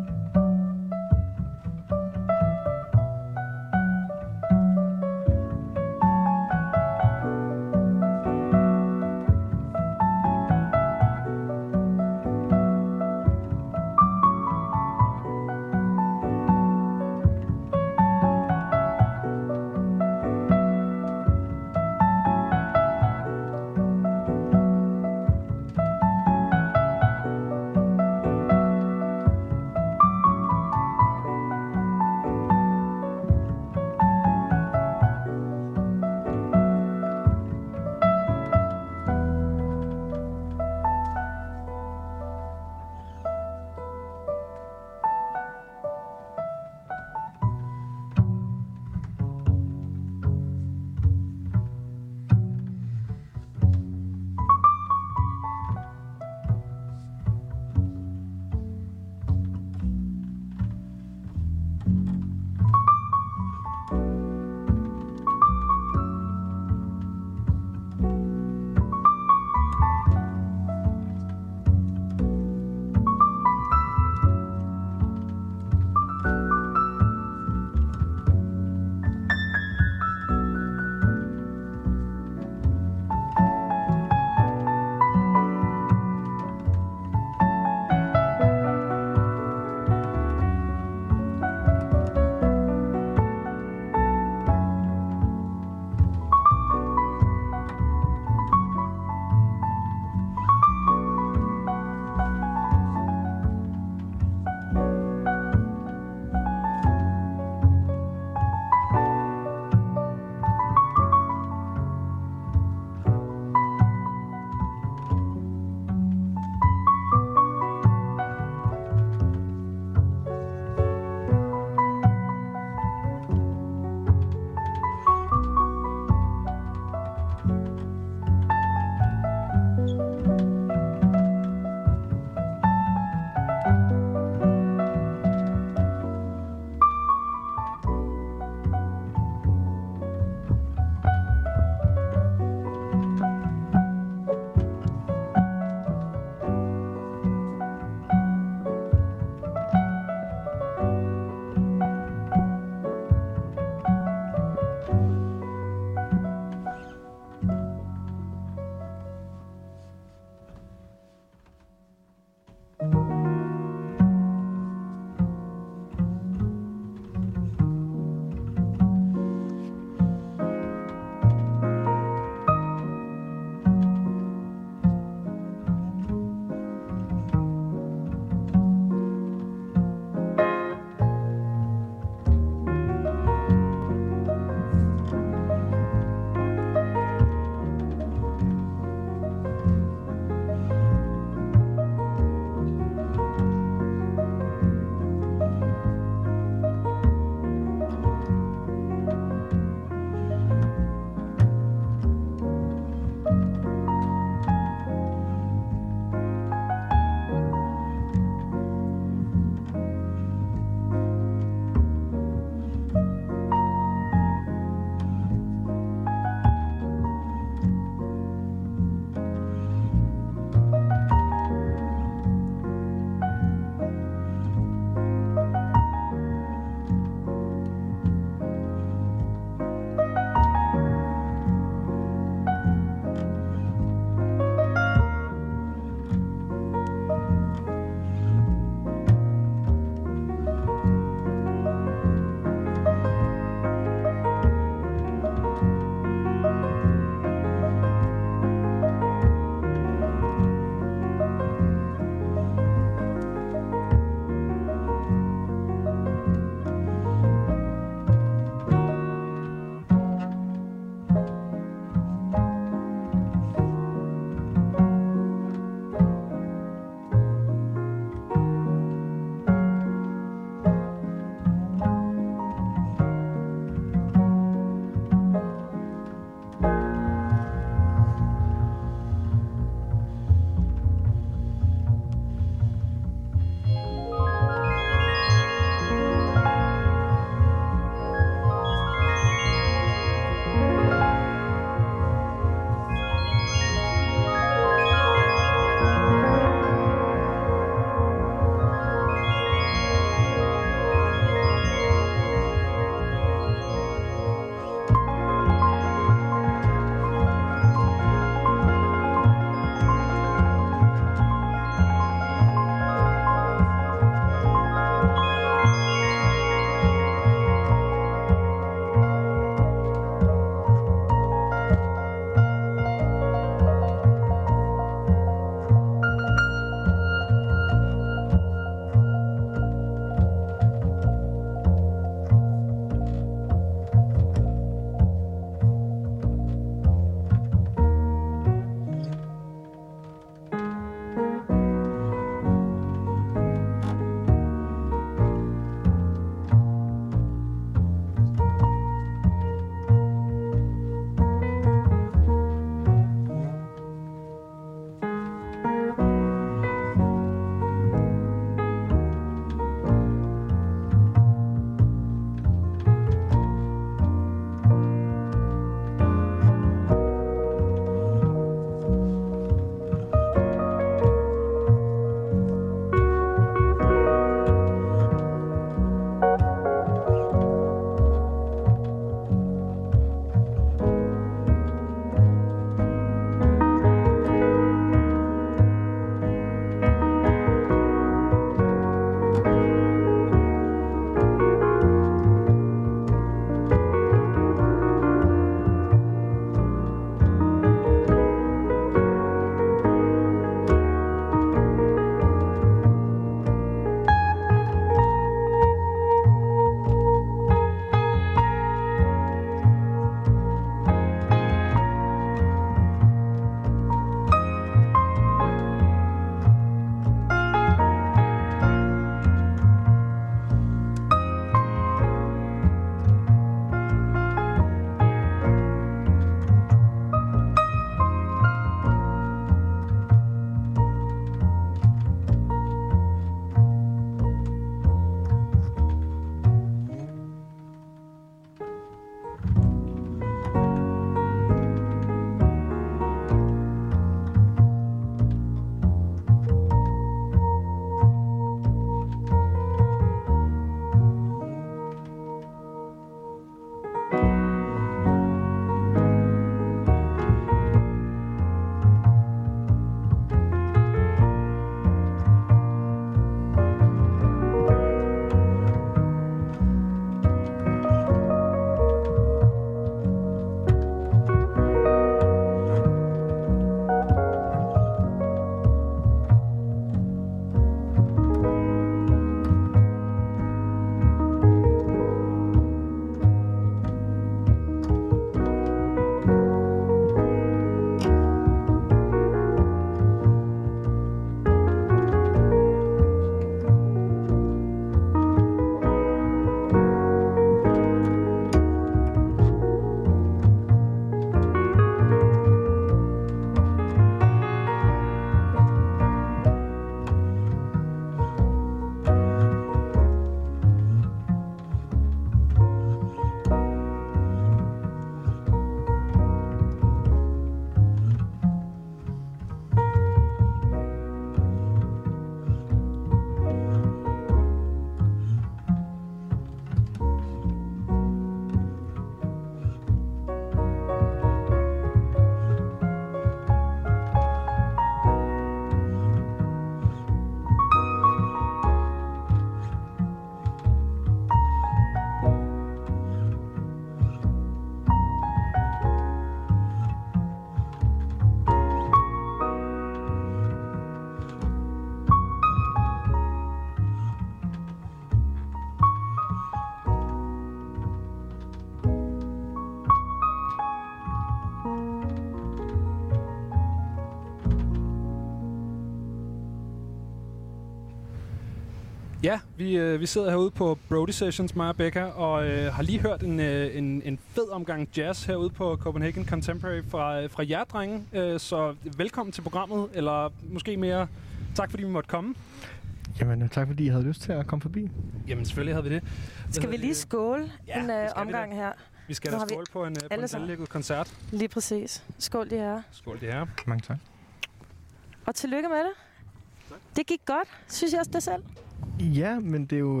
Ja, vi sidder herude på Brody Sessions, mig og Becca, og har lige hørt en fed omgang jazz herude på Copenhagen Contemporary fra jer, drenge. Så velkommen til programmet, eller måske mere tak, fordi vi måtte komme. Jamen, tak fordi I havde lyst til at komme forbi. Jamen, selvfølgelig havde vi det. Skal vi lige skåle en omgang her? Vi skal da skåle på en vellægget koncert. Lige præcis. Skål, de her. Skål, de her. Mange tak. Og tillykke med det. Det gik godt, synes jeg også det selv. Ja, men det er jo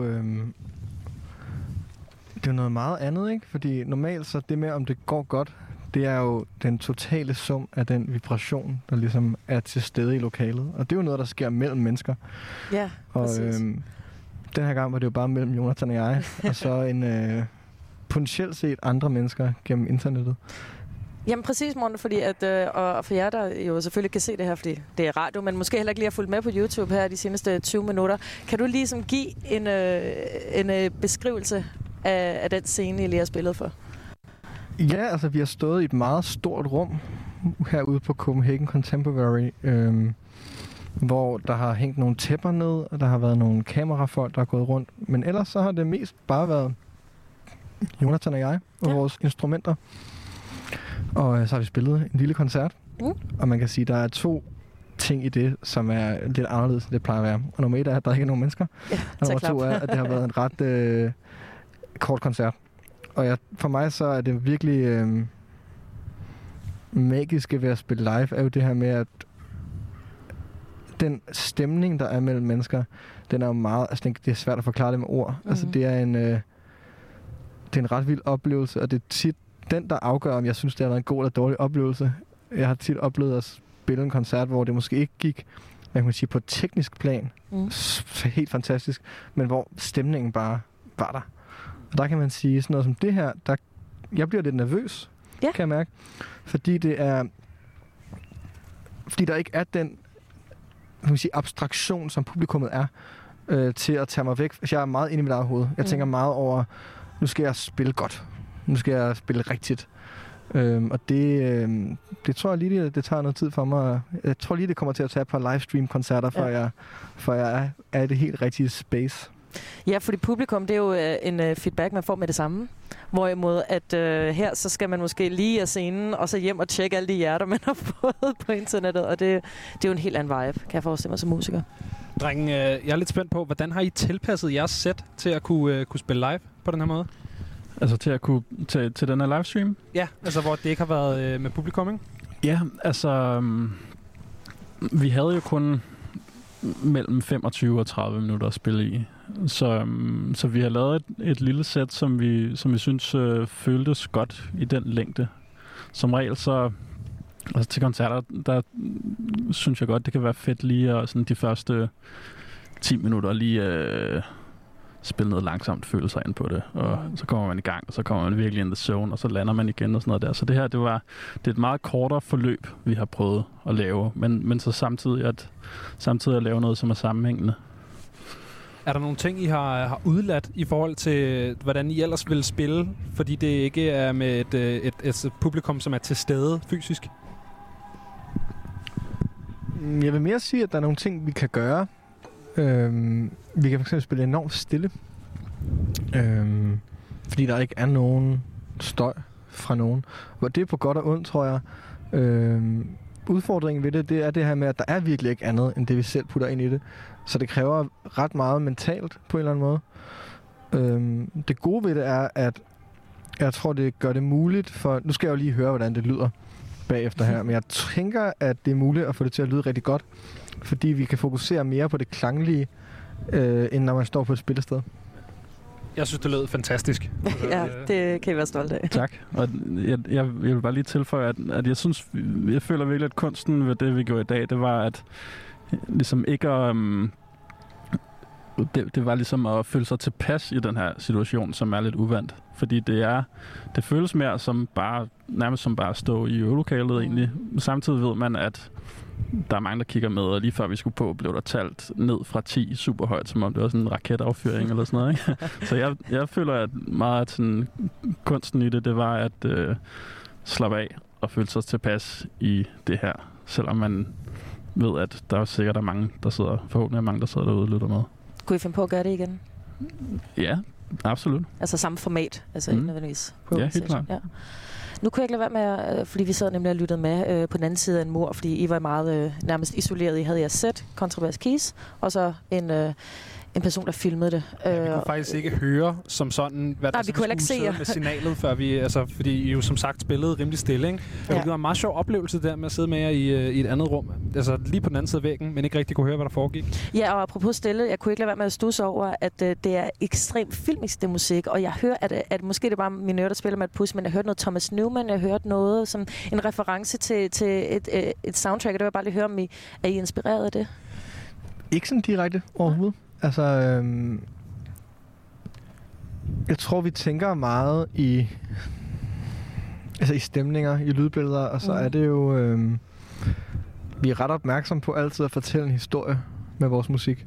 det er noget meget andet, ikke? Fordi normalt så det med, om det går godt, det er jo den totale sum af den vibration, der ligesom er til stede i lokalet. Og det er jo noget, der sker mellem mennesker. Ja, og præcis. Den her gang var det jo bare mellem Jonathan og jeg, og så en potentielt set andre mennesker gennem internettet. Jamen præcis, Morten, fordi at, og for jer, der jo selvfølgelig kan se det her, fordi det er radio, men måske heller ikke lige har fulgt med på YouTube her de seneste 20 minutter. Kan du ligesom give en beskrivelse af den scene, I lige har spillet for? Ja, altså vi har stået i et meget stort rum herude på Copenhagen Contemporary, hvor der har hængt nogle tæpper ned, og der har været nogle kamerafolk, der har gået rundt. Men ellers så har det mest bare været Jonathan og jeg og vores instrumenter. Og så har vi spillet en lille koncert. Og man kan sige, at der er 2 ting i det, som er lidt anderledes, end det plejer at være. Og nummer 1 er, at der ikke er nogen mennesker. Ja, og nummer 2 er, at det har været en ret kort koncert. Og for mig så er det virkelig magiske ved at spille live, er jo det her med, at den stemning, der er mellem mennesker, den er jo meget, altså det er svært at forklare det med ord. Altså det er en ret vild oplevelse, og det er tit den, der afgør, om jeg synes, det har været en god eller dårlig oplevelse. Jeg har tit oplevet at spille en koncert, hvor det måske ikke gik, hvad kan man sige, på et teknisk plan. Helt fantastisk. Men hvor stemningen bare var der. Og der kan man sige sådan noget som det her, jeg bliver lidt nervøs, kan jeg mærke. Fordi der ikke er den, kan man sige, abstraktion, som publikummet er, til at tage mig væk. Jeg er meget inde i mit eget hoved. Jeg tænker meget over, nu skal jeg spille godt. Nu skal jeg spille rigtigt. Og det tror jeg lige, det tager noget tid for mig. Jeg tror lige, det kommer til at tage et par livestream-koncerter, før jeg er i det helt rigtige space. Ja, fordi publikum, det er jo en feedback, man får med det samme. Hvorimod, at her, så skal man måske lige af scenen, og så hjem og tjekke alle de hjerter, man har fået på internettet. Og det er jo en helt anden vibe, kan jeg forestille mig som musiker. Drenge, jeg er lidt spændt på, hvordan har I tilpasset jeres sæt til at kunne spille live på den her måde? Altså til at kunne til den her livestream? Ja, altså hvor det ikke har været med publikum, ikke? Ja, altså vi havde jo kun mellem 25 og 30 minutter at spille i. Så vi har lavet et lille sæt, som vi synes føltes godt i den længde. Som regel så altså til koncerter, der synes jeg godt, det kan være fedt lige at sådan de første 10 minutter lige spille noget langsomt, føle sig ind på det, og så kommer man i gang, og så kommer man virkelig in the zone, og så lander man igen og sådan noget der. Så det her, det er et meget kortere forløb, vi har prøvet at lave, men så samtidig at lave noget, som er sammenhængende. Er der nogle ting, I har udladt i forhold til, hvordan I ellers vil spille, fordi det ikke er med et publikum, som er til stede fysisk? Jeg vil mere sige, at der er nogle ting, vi kan gøre. Vi kan fx spille enormt stille, fordi der ikke er nogen støj fra nogen. Og det er på godt og ondt, tror jeg. Udfordringen ved det er det her med, at der er virkelig ikke andet, end det vi selv putter ind i det. Så det kræver ret meget mentalt på en eller anden måde. Det gode ved det er, at jeg tror, det gør det muligt for... Nu skal jeg jo lige høre, hvordan det lyder bagefter her, men jeg tænker, at det er muligt at få det til at lyde rigtig godt, fordi vi kan fokusere mere på det klanglige, end når man står på et spillested. Jeg synes, det lød fantastisk. Ja, det kan I være stolte af. Tak. Og jeg vil bare lige tilføje, at jeg føler virkelig, at kunsten ved det, vi gjorde i dag, det var at ligesom ikke at... Det var ligesom at føle sig tilpas i den her situation, som er lidt uvant. Fordi det føles mere som nærmest som bare at stå i øvelokalet egentlig. Samtidig ved man, at der er mange, der kigger med, og lige før vi skulle på, blev der talt ned fra 10 super højt, som om det var sådan en raketaffyring eller sådan noget. Ikke? Så jeg føler, at meget af sådan, kunsten i det var at slappe af og føle sig tilpas i det her. Selvom man ved, at der er sikkert mange, der sidder, forhåbentlig er mange, der sidder derude og lytter med. Kunne I finde på at gøre det igen? Ja, absolut. Altså samme format, altså ikke nødvendigvis. Ja, helt klart. Ja. Nu kunne jeg ikke lade være med, fordi vi sad nemlig og lyttede med på den anden side af en mur, fordi I var meget nærmest isoleret. I havde jeres sæt, Contrabass Keys, og så en person, der filmede det. Ja, vi kunne faktisk ikke høre som sådan, hvad der skulle sidde med signalet, før vi, altså, fordi I jo som sagt spillede rimelig stille, ikke? Ja. Det var en meget sjov oplevelse der med at sidde med jer i et andet rum, altså lige på den anden side af væggen, men ikke rigtig kunne høre, hvad der foregik. Ja, og apropos stille, jeg kunne ikke lade være med at studse over, at det er ekstremt filmisk, det musik, og jeg hører, at måske det er bare mine ører, der spiller med et pus, men jeg hørte noget Thomas Newman, jeg hørte noget som en reference til et soundtrack, og det var bare lige høre, om er I inspireret af det? Ikke sådan direkte overhovedet. Altså, jeg tror, vi tænker meget i stemninger, i lydbilleder, og så er det jo, vi er ret opmærksomme på altid at fortælle en historie med vores musik.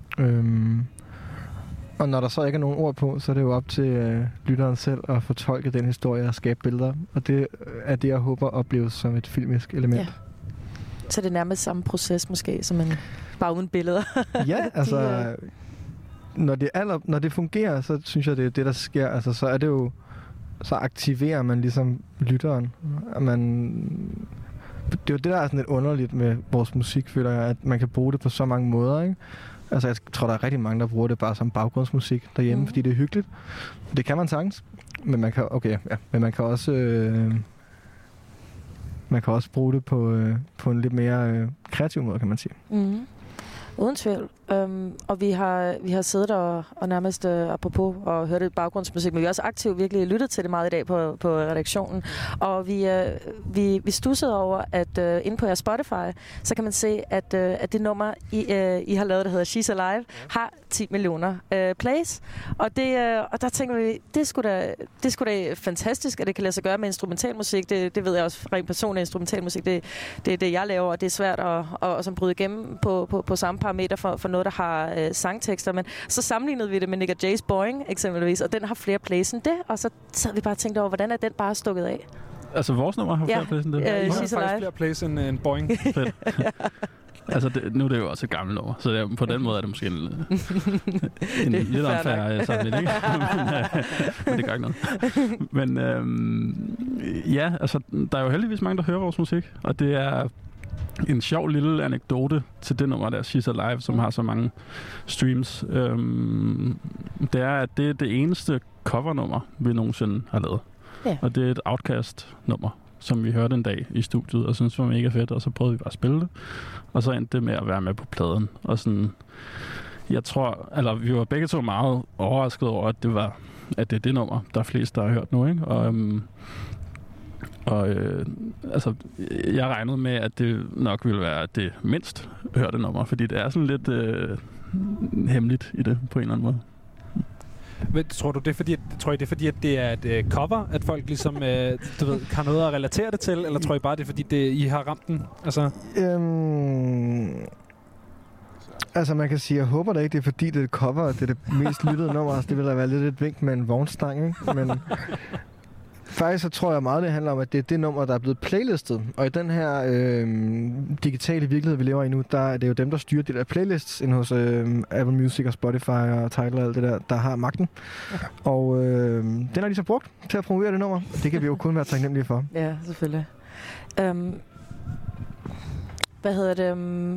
Og når der så ikke er nogen ord på, så er det jo op til lytteren selv at fortolke den historie og skabe billeder. Og det er det, jeg håber opleves som et filmisk element. Ja. Så det er nærmest samme proces måske, som en bare uden billeder. Ja, altså når det fungerer, så synes jeg, det er det, der sker. Altså, så er det jo, så aktiverer man ligesom lytteren. Det er jo det, der er sådan lidt underligt med vores musik, føler jeg, at man kan bruge det på så mange måder, ikke? Altså, jeg tror, der er rigtig mange, der bruger det bare som baggrundsmusik derhjemme, fordi det er hyggeligt. Det kan man sagtens, men man kan, men man kan også... Man kan også bruge det på en lidt mere kreativ måde, kan man sige. Mm. Uden tvivl. Og vi har siddet og nærmest apropos og hørt et baggrundsmusik, men vi har også aktivt virkelig lyttet til det meget i dag på redaktionen. Og vi stussede over, at inde på jeres Spotify, så kan man se, at det nummer, I har lavet, der hedder She's Alive, har 10 millioner plays. Og der tænker vi, det er sgu da fantastisk, at det kan lade sig gøre med instrumentalmusik. Det ved jeg også rent personligt, instrumentalmusik, det er det, jeg laver, og det er svært at bryde igennem på samme parameter for noget, der har sangtekster. Men så sammenlignede vi det med Nick J's Boring eksempelvis, og den har flere plays end det, og så havde vi bare tænkt over, hvordan er den bare stukket af? Altså vores nummer har flere plays end det? Ja, har faktisk flere plays end Boring. Fedt. Altså, nu er det jo også et gammelt nummer, så på den måde er det måske en lidt unfair sammenligning, men det gør ikke noget. Men ja, altså, der er jo heldigvis mange, der hører vores musik, og det er en sjov lille anekdote til det nummer der, She's Alive, som har så mange streams. Det er, at det er det eneste covernummer, vi nogensinde har lavet. Yeah. Og det er et Outkast-nummer, som vi hørte en dag i studiet, og syntes var mega fedt, og så prøvede vi bare at spille det. Og så endte det med at være med på pladen. Og sådan, jeg tror, eller vi var begge to meget overrasket over, at det er det nummer, der er flest, der har hørt nu, ikke? Og altså, jeg regnede med, at det nok ville være det mindst hørte nummer, fordi det er sådan lidt hemmeligt i det, på en eller anden måde. Men tror I det er fordi, at det er et cover, at folk ligesom, har noget at relatere det til, eller tror I bare, det er fordi, I har ramt den? Altså... Altså, man kan sige, jeg håber da ikke, det er fordi, det er et cover, og det er det mest lyttede nummer. Altså, det ville da være lidt et vink med en vognstang, ikke? Men faktisk så tror jeg meget, det handler om, at det er det nummer, der er blevet playlistet. Og i den her digitale virkelighed, vi lever i nu, der er det jo dem, der styrer de der playlists ind hos Apple Music og Spotify og Tidal og alt det der har magten. Okay. Og den har de så brugt til at promovere det nummer. Det kan vi jo kun være taknemmelige for. Ja, selvfølgelig. Hvad hedder det?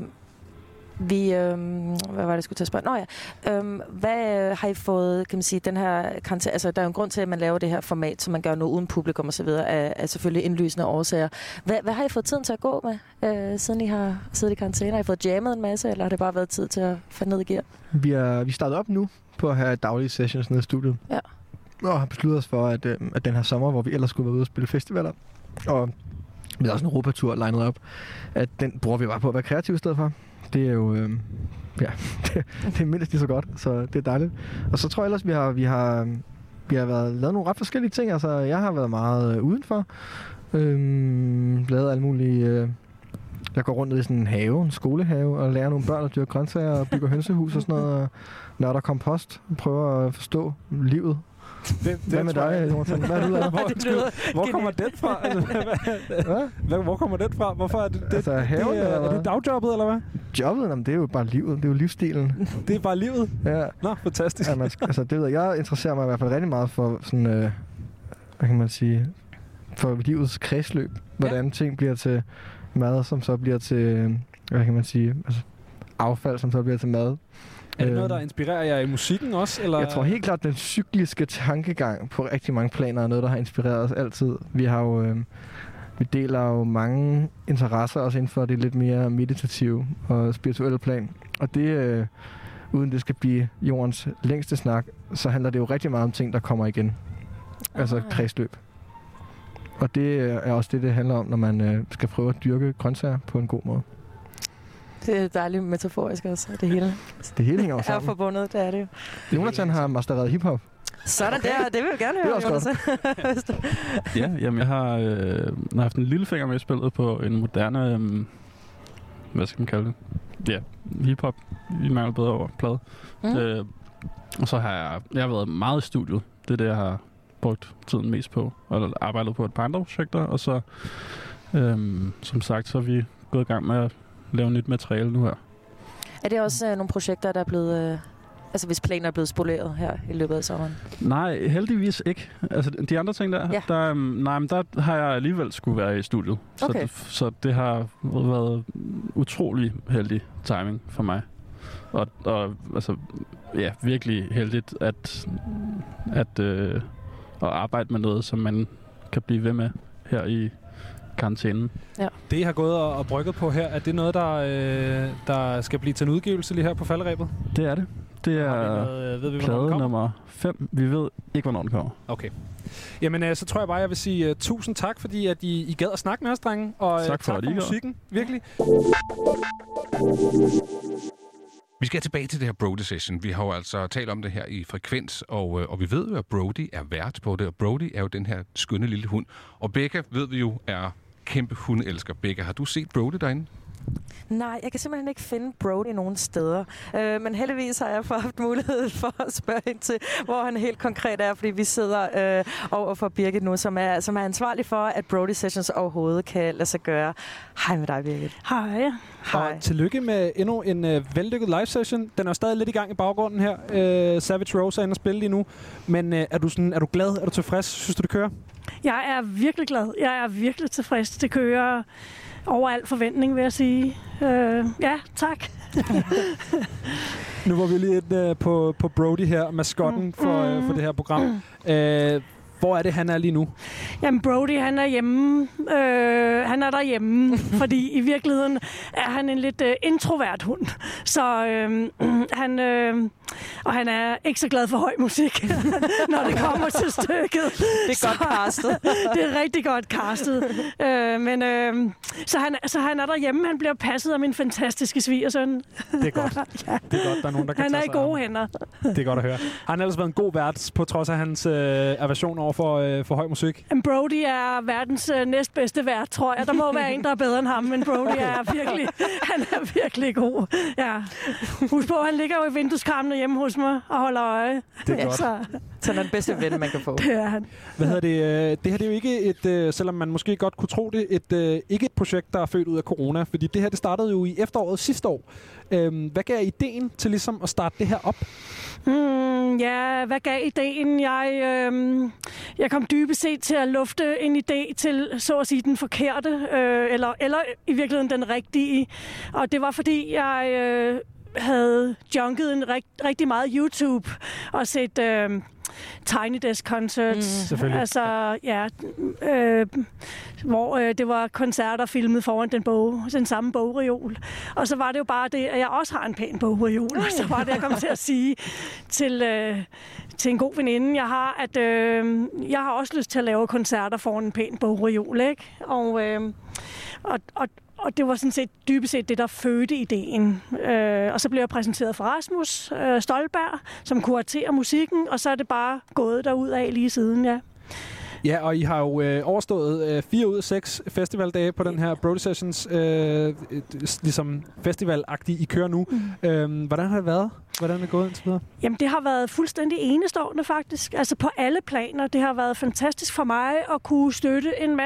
Hvad var det, jeg skulle til at spørge? Nå ja. Hvad har I fået, kan man sige, den her karantæne? Altså, der er jo en grund til, at man laver det her format, så man gør noget uden publikum og så videre, af selvfølgelig indlysende årsager. Hvad har I fået tiden til at gå med, siden I har siddet i karantæne? Har I fået jammet en masse, eller har det bare været tid til at falde ned i gear? Vi startet op nu på at have daglige sessions nede i studiet. Ja. Og har besluttet os for, at den her sommer, hvor vi ellers skulle være ude og spille festivaler, og med også en Europatur lined op, at den bruger vi bare på at være kreative i stedet for. Det er jo, det er mindst lige så godt, så det er dejligt. Og så tror jeg ellers, vi har lavet nogle ret forskellige ting. Altså, jeg har været meget udenfor. Lavet alle mulige... jeg går rundt i sådan en have, en skolehave, og lærer nogle børn at dyrke grøntsager og bygger hønsehus og sådan noget. Og nørder kompost, prøver at forstå livet. Hvad med dig, Jonathan? Hvad er det, hvor kommer den fra? Altså, hvor kommer den fra? Hvorfor er det? Altså haven, eller er det dagjobbet, eller hvad? jobbet, det er jo bare livet. Det er jo livsstilen. Det er bare livet? Ja. Nå, fantastisk. Ja, altså, det ved jeg interesserer mig i hvert fald rigtig meget for sådan, hvad kan man sige, for livets kredsløb. Hvordan ting bliver til mad, som så bliver til, hvad kan man sige, altså affald, som så bliver til mad. Er det noget, der inspirerer jer i musikken også? Eller? Jeg tror helt klart, den cykliske tankegang på rigtig mange planer er noget, der har inspireret os altid. Vi har jo, vi deler jo mange interesser også inden for det lidt mere meditative og spirituelle plan. Og det, uden det skal blive jordens længste snak, så handler det jo rigtig meget om ting, der kommer igen. Altså kredsløb. Og det er også det handler om, når man skal prøve at dyrke grøntsager på en god måde. Det er dejligt metaforisk også, det hele. Det hele hænger også sammen. Er forbundet, det er det jo. Jonathan har mastereret hiphop. Sådan der, det vil jeg gerne høre, Jonathan. Ja, jamen jeg har haft en lille finger med i spillet på en moderne, hvad skal man kalde det? Ja, hiphop, i mangel bedre over plade. Og så har jeg været meget i studiet. Det er det, jeg har brugt tiden mest på. Og arbejdet på et par andre projekter, og så, som sagt, så er vi gået i gang med at lave nyt materiale nu her. Er det også nogle projekter, der er blevet... altså hvis planer er blevet spoleret her i løbet af sommeren? Nej, heldigvis ikke. Altså de andre ting der, der har jeg alligevel skulle være i studiet. Okay. Så det har været utrolig heldig timing for mig. Og altså, ja, virkelig heldigt at arbejde med noget, som man kan blive ved med her i karantænen. Ja. Det, I har gået og brygget på her, er det noget, der skal blive til en udgivelse lige her på falderebet? Det er det. Det er plade nummer 5. Vi ved ikke, hvornår den kommer. Okay. Jamen, så tror jeg bare, jeg vil sige tusind tak, fordi at I gad at snakke med os, drenge. Og tak for musikken. Virkelig. Vi skal tilbage til det her Brody-session. Vi har jo altså talt om det her i Frekvens, og vi ved jo, at Brody er vært på det. Og Brody er jo den her skønne lille hund. Og Becca ved vi jo er kæmpe hundelsker. Becca, har du set Brody derinde? Nej, jeg kan simpelthen ikke finde Brody nogen steder. Men heldigvis har jeg haft mulighed for at spørge ind til, hvor han helt konkret er, fordi vi sidder over for Birgit nu, som er ansvarlig for, at Brody Sessions overhovedet kan lade sig gøre. Hej med dig, Birgit. Hej. Og tillykke med endnu en vellykket live session. Den er stadig lidt i gang i baggrunden her. Savage Rose er inde og spille lige nu. Men er du glad? Er du tilfreds? Synes du, det kører? Jeg er virkelig glad. Jeg er virkelig tilfreds. Det kører over al forventning, vil jeg sige. Ja, tak. Nu var vi lige på Brody her, maskotten for det her program. Hvor er det, han er lige nu? Jamen, Brody, han er hjemme. Han er derhjemme, fordi i virkeligheden er han en lidt introvert hund. Så han er ikke så glad for høj musik, når det kommer til stykket. Det er godt castet. Det er rigtig godt castet. Så han er derhjemme. Han bliver passet af min fantastiske svigersøn. Det er godt. Ja. Det er godt, der er nogen, der kan han tage er i gode hænder. Det er godt at høre. Har han ellers været en god vært, på trods af hans aversion over for høj musik? Brody er verdens næstbedste vært, tror jeg. Der må være en, der er bedre end ham, men Brody han er virkelig god. Ja. Husk på, han ligger jo i vindueskarmene hjemme hos mig og holder øje. Det er godt. Så han er den bedste ven, man kan få. Det er han. Hvad hedder det? Det her det er jo ikke selvom man måske godt kunne tro det, ikke et projekt, der er født ud af corona, fordi det her det startede jo i efteråret sidste år. Hvad gav ideen til ligesom at starte det her op? Ja, hvad gav ideen? Jeg kom dybest set til at lufte en idé til, så at sige, den forkerte, eller i virkeligheden den rigtige. Og det var fordi, jeg havde junket rigtig meget YouTube og set Tiny Desk Concerts. Altså, ja, hvor det var koncerter filmet foran den samme bogreol. Og så var det jo bare det, at jeg også har en pæn bogreol. Og så var det, jeg kom til at sige til en god veninde, jeg har, at jeg har også lyst til at lave koncerter foran en pæn bogreol, ikke? Og det var sådan set dybest set det, der fødte ideen. Og så blev jeg præsenteret for Rasmus Stolberg, som kuraterer musikken, og så er det bare gået derudad lige siden, ja. Ja, og I har jo overstået 4 ud af 6 festivaldage på den her Brody Sessions, ligesom festivalagtige, I kører nu. Hvordan har det været? Hvordan er det gået indtil videre? Jamen, det har været fuldstændig enestående, faktisk. Altså på alle planer. Det har været fantastisk for mig at kunne støtte en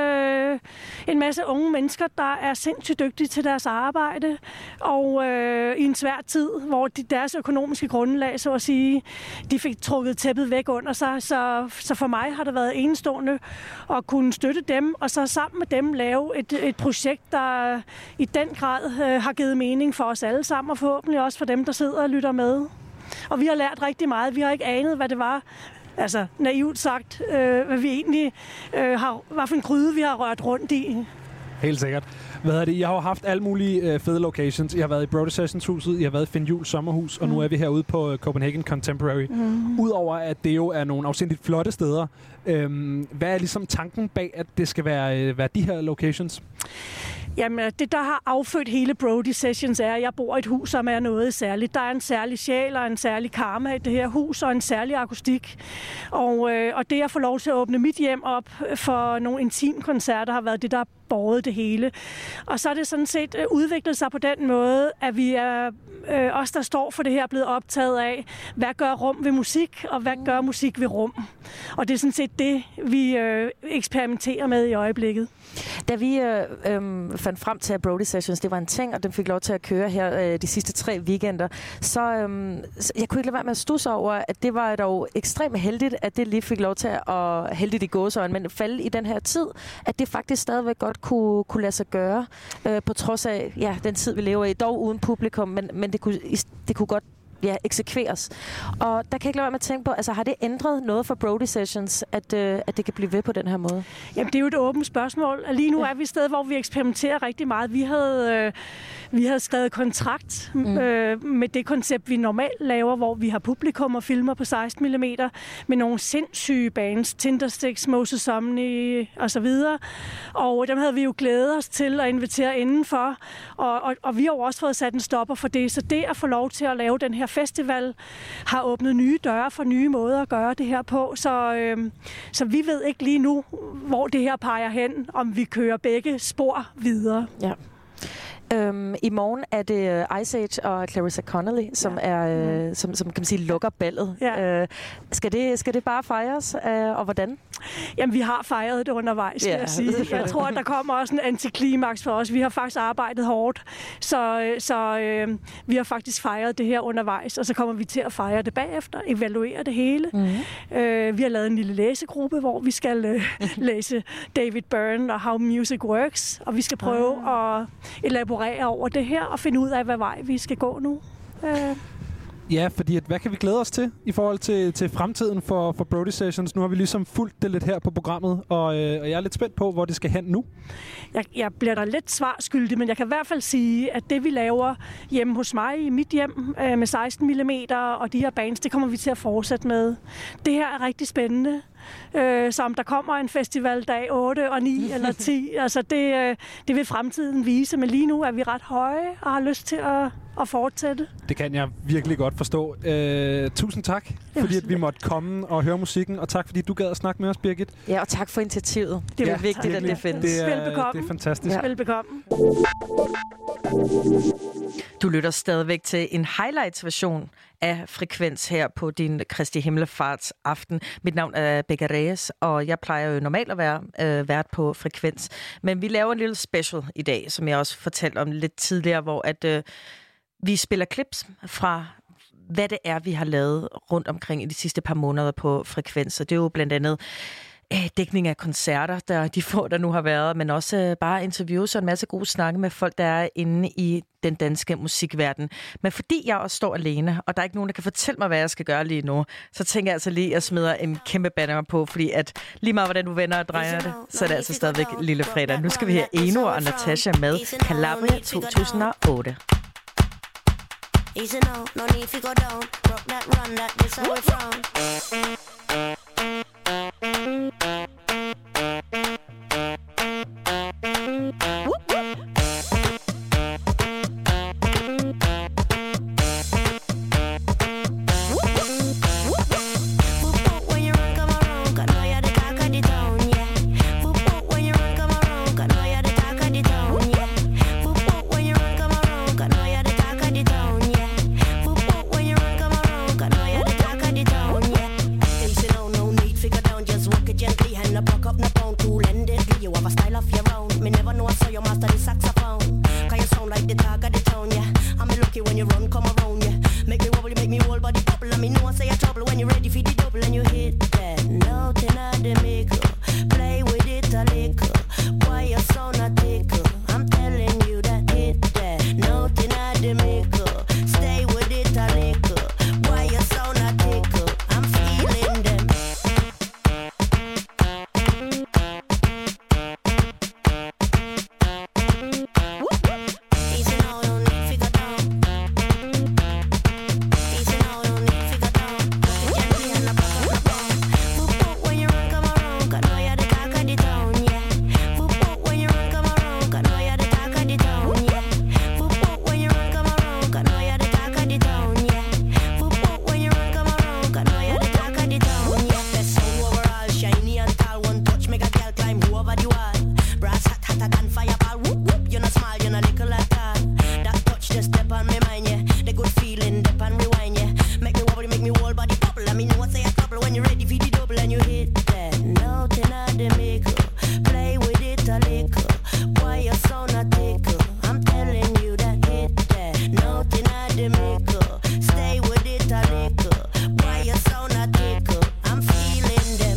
masse unge mennesker, der er sindssygt dygtige til deres arbejde. Og i en svær tid, hvor deres økonomiske grundlag, så at sige, de fik trukket tæppet væk under sig. Så for mig har det været enestående at kunne støtte dem, og så sammen med dem lave et projekt, der i den grad har givet mening for os alle sammen, og forhåbentlig også for dem, der sidder og lytter med. Og vi har lært rigtig meget. Vi har ikke anet, hvad det var, altså naivt sagt, hvad vi egentlig hvad for en gryde, vi har rørt rundt i. Helt sikkert. Hvad er det? I har jo haft alle mulige fede locations. I har været i Brody Sessions huset, I har været i Finn Juhls sommerhus, og nu er vi herude på Copenhagen Contemporary. Udover at det jo er nogle afsindigt flotte steder, hvad er ligesom tanken bag, at det skal være de her locations? Jamen, det der har affødt hele Brody Sessions er, at jeg bor i et hus, som er noget særligt. Der er en særlig sjæl og en særlig karma i det her hus, og en særlig akustik. Og det at få lov til at åbne mit hjem op for nogle intimkoncerter har været det, der har båret det hele. Og så er det sådan set udviklet sig på den måde, at vi er os, der står for det her, blevet optaget af, hvad gør rum ved musik, og hvad gør musik ved rum. Og det er sådan set det, vi eksperimenterer med i øjeblikket. Da vi fandt frem til, at Brody Sessions, det var en ting, og den fik lov til at køre her de sidste 3 weekender, så jeg kunne ikke lade være med at studse over, at det var dog ekstremt heldigt, at det lige fik lov til at, heldigt i gåseøjne, men falde i den her tid, at det faktisk stadigvæk godt kunne lade sig gøre, på trods af den tid, vi lever i, dog uden publikum, men det kunne godt eksekveres. Og der kan jeg ikke lade være med at tænke på, altså har det ændret noget for Brody Sessions, at det kan blive ved på den her måde? Jamen, det er jo et åbent spørgsmål. Lige nu er vi et sted, hvor vi eksperimenterer rigtig meget. Vi havde skrevet kontrakt med det koncept, vi normalt laver, hvor vi har publikum og filmer på 16 mm med nogle sindssyge bands, Tindersticks, Moses Omni og så videre. Og dem havde vi jo glædet os til at invitere indenfor. Og vi har jo også fået sat en stopper for det. Så det at få lov til at lave den her festival har åbnet nye døre for nye måder at gøre det her på. Så vi ved ikke lige nu, hvor det her peger hen, om vi kører begge spor videre. Ja. I morgen er det Ice Age og Clarissa Connolly, som er som kan man sige lukker ballet. Ja. Skal det bare fejres, og hvordan? Jamen, vi har fejret det undervejs, skal jeg sige. Jeg tror, at der kommer også en antiklimaks for os. Vi har faktisk arbejdet hårdt, så vi har faktisk fejret det her undervejs, og så kommer vi til at fejre det bagefter, evaluere det hele. Vi har lavet en lille læsegruppe, hvor vi skal læse David Byrne og How Music Works, og vi skal prøve at elaborere over det her og finde ud af, hvad vej vi skal gå nu. Ja, fordi hvad kan vi glæde os til i forhold til fremtiden for Brody Sessions? Nu har vi ligesom fulgt det lidt her på programmet, og jeg er lidt spændt på, hvor det skal hen nu. Jeg bliver da lidt svarskyldig, men jeg kan i hvert fald sige, at det vi laver hjemme hos mig i mit hjem med 16 mm og de her bands, det kommer vi til at fortsætte med. Det her er rigtig spændende. Så om der kommer en festival dag 8 og 9 eller 10, altså det vil fremtiden vise, men lige nu er vi ret høje og har lyst til at fortsætte. Det kan jeg virkelig godt forstå. Tusind tak, fordi at vi måtte komme og høre musikken, og tak fordi du gad at snakke med os, Birgit. Ja, og tak for initiativet. Det er vigtigt, at det findes. Velbekomme. Det er fantastisk. Velbekomme. Du lytter stadigvæk til en highlights-version af Frekvens her på din Kristi Himmelfarts aften. Mit navn er Becca Reyes, og jeg plejer jo normalt at være vært på Frekvens. Men vi laver en lille special i dag, som jeg også fortalte om lidt tidligere, hvor at vi spiller clips fra, hvad det er, vi har lavet rundt omkring i de sidste par måneder på Frekvens. Og det er jo blandt andet dækning af koncerter, de få, der nu har været, men også bare interviews og en masse gode snakke med folk, der er inde i den danske musikverden. Men fordi jeg også står alene, og der er ikke nogen, der kan fortælle mig, hvad jeg skal gøre lige nu, så tænker jeg altså lige, at jeg smider en kæmpe banner på, fordi at lige meget, hvordan du vender og drejer det, så er det altså stadigvæk lille fredag. Nu skal vi have Eno og Natasha med Calabria 2008. Easy no, no need to go down. Rock that run, that this how we from. When you you run, come around, yeah. Make me wobble, you make me whole body bubble. And me know I say a trouble when you're ready for the double and you hit that. Nothing I the make play with it a little. Why you so not tickle? I'm telling you that hit that. Nothing I the make stay with it a little. Why you so not tickle? I'm feeling them. Easy now, don't need figure down. Easy now, don't need figure down. Gently and up on the bone. Boop boop when you run, come around. 'Cause know you're the talk of the town, yeah. Boop boop when you run, come around. 'Cause know you're the talk of the town, yeah. Boop boop when you run, come around. 'Cause know you're the talk of the town, yeah. Boop boop when you run, come around. 'Cause know you're the talk of the town, yeah. Best sound overall, shiny and tall. One touch make a girl climb over the wall. Brass hot hotter than fireball. Whoop whoop, you're not small, you're not little at all. That touch just step on me mind, yeah. The good feeling, dip and rewind, yeah. Make me wobble, make me whole body bubble. I mean, you want say a couple when you're ready for the double and you hit that. Nothing I the make play with it a little. Why you so not tickle? I'm telling you that hit that. Nothing I the make stay with it a little. Why you so not tickle? I'm feeling them.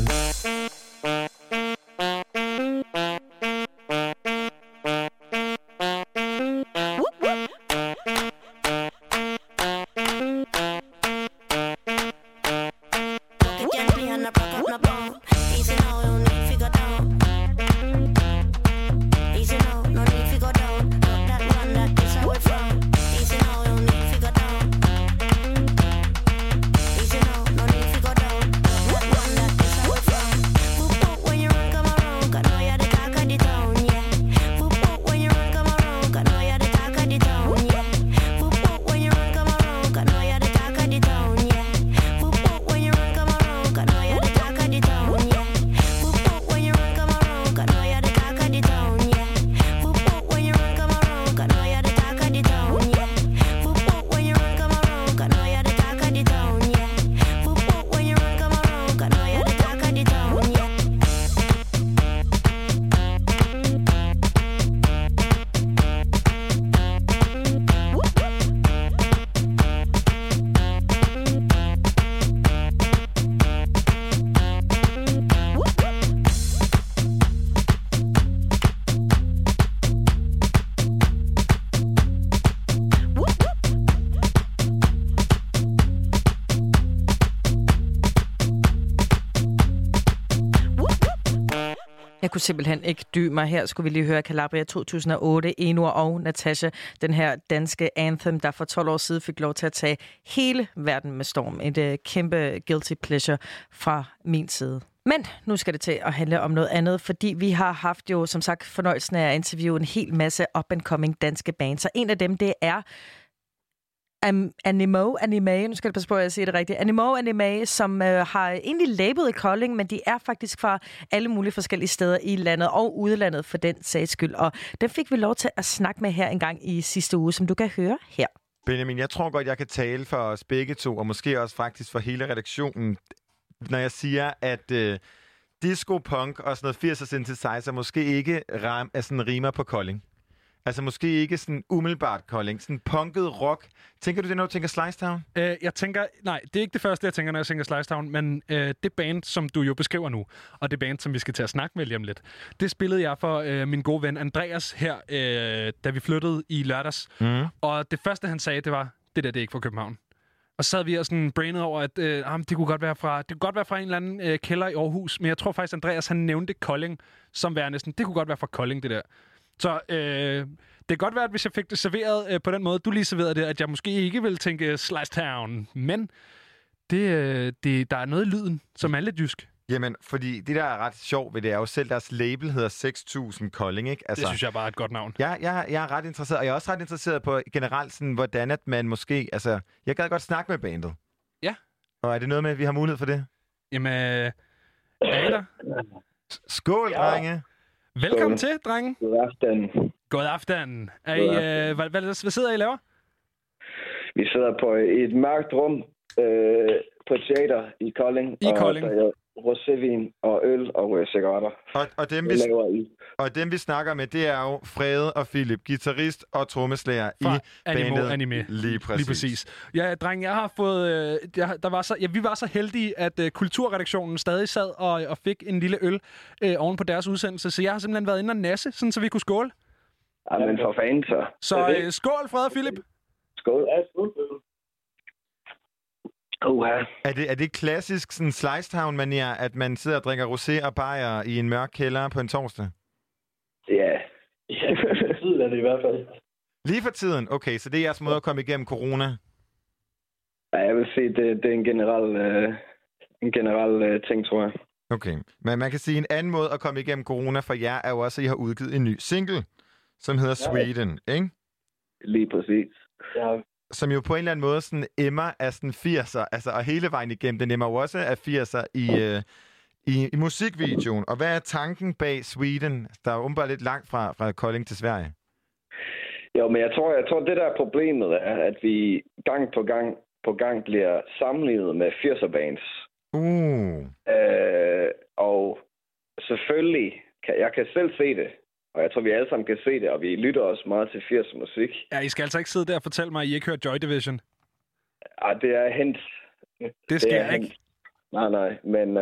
Whoop, whoop. Walk it gently and I rock up my bone. Easy now, don't need figure down. Easy now, no need figure down. Rock that one, that is how it from. Easy now, don't need figure down. Easy now, no need figure down. Rock that one, that is how it from. Boop boop when you run, come around. 'Cause know you're the talk of the town, yeah. Boop boop when you run, come around. 'Cause know you're the talk of the town, yeah. Boop boop when you run, come around. 'Cause know you're the talk of the town, yeah. Boop boop when you run, come around. 'Cause know you're the talk of the town, yeah. Boop boop when you run, come around. 'Cause know you're the talk of the town, yeah. Boop boop when you run, come around. 'Cause know you're the talk of the town, yeah. Boop boop when you run, come around. 'Cause know you're the talk of the town, yeah. Boop boop when you run, come around. 'Cause know you're the talk of the town, yeah. Jeg kunne simpelthen ikke dy mig. Her skulle vi lige høre Calabria 2008, Enur og Natasha, den her danske anthem, der for 12 år siden fik lov til at tage hele verden med storm. Et kæmpe guilty pleasure fra min side. Men nu skal det til at handle om noget andet, fordi vi har haft jo, som sagt, fornøjelsen af at interviewe en hel masse up-and-coming danske bands. Så en af dem, det er Anime, nu skal jeg passe på, at jeg siger det rigtigt. Anime, som har egentlig labet i Kolding, men de er faktisk fra alle mulige forskellige steder i landet og udlandet for den sags skyld. Og den fik vi lov til at snakke med her en gang i sidste uge, som du kan høre her. Benjamin, jeg tror godt, jeg kan tale for os begge to, og måske også faktisk for hele redaktionen, når jeg siger, at disco, punk og sådan noget 80'er synthesizer måske ikke rimer på Kolding. Altså måske ikke sådan umiddelbart Kolding. Sådan punket rock. Tænker du det, når du tænker Slicetown? Jeg tænker... Nej, det er ikke det første, jeg tænker, når jeg tænker Slicetown, men det band, som du jo beskriver nu, og det band, som vi skal til at snakke med lige om lidt, det spillede jeg for min gode ven Andreas her, da vi flyttede i lørdags. Mm. Og det første, han sagde, det var, det er ikke fra København. Og så sad vi og sådan brainede over, at det kunne godt være fra en eller anden kælder i Aarhus, men jeg tror faktisk, Andreas, han nævnte Kolding som værende sådan, det kunne godt være fra Kolding, det der. Så det kan godt være, at hvis jeg fik det serveret på den måde, du lige serverede det, at jeg måske ikke ville tænke Slicetown, men der er noget i lyden, som er lidt jysk. Jamen, fordi det, der er ret sjovt ved det, er jo selv deres label hedder 6000 Kolding, ikke? Altså, det synes jeg bare er et godt navn. Jeg er ret interesseret, og jeg er også ret interesseret på generelt sådan, hvordan at man måske... Altså, jeg gad godt snakke med bandet. Ja. Og er det noget med, at vi har mulighed for det? Jamen, er I der? Skål, drenge! Velkommen til, drenge. God aften. God aften. Hvad sidder I og laver? Vi sidder på et mørkt rum på et teater i Kolding. I Kolding? rosévin og øl og cigaretter. Og dem, vi snakker med, det er jo Frede og Philip, guitarist og trommeslager i bandet. Anime. Lige præcis. Ja, dreng, jeg har fået... vi var så heldige, at kulturredaktionen stadig sad og fik en lille øl oven på deres udsendelse, så jeg har simpelthen været inde og nasse, sådan, så vi kunne skåle. Jamen for fanden så. Så skål, Frede og Philip. Skål. Ja, skål. Er det klassisk sådan Slicetown-manier, at man sidder og drikker rosé og bajer i en mørk kælder på en torsdag? Ja, for tiden er det i hvert fald. Lige for tiden? Okay, så det er jeres måde at komme igennem corona? Ja, jeg vil sige, det er en generel ting, tror jeg. Okay, men man kan sige, en anden måde at komme igennem corona for jer er jo også, at I har udgivet en ny single, som hedder Sweden, ikke? Lige præcis. Ja. Som jo på en eller anden måde sådan emmer af sådan 80'er, altså, og hele vejen igennem, den emmer jo også af 80'er i musikvideoen. Og hvad er tanken bag Sweden, der er åbenbart lidt langt fra Kolding til Sverige? Jo, men jeg tror det der er problemet er, at vi gang på gang bliver sammenlignet med 80'er bands. Og selvfølgelig, jeg kan selv se det, og jeg tror, vi alle sammen kan se det, og vi lytter også meget til 80'er musik. Ja, I skal altså ikke sidde der og fortælle mig, at I ikke hører Joy Division. Ja, det er hent. Det sker ikke. Hent. Nej, men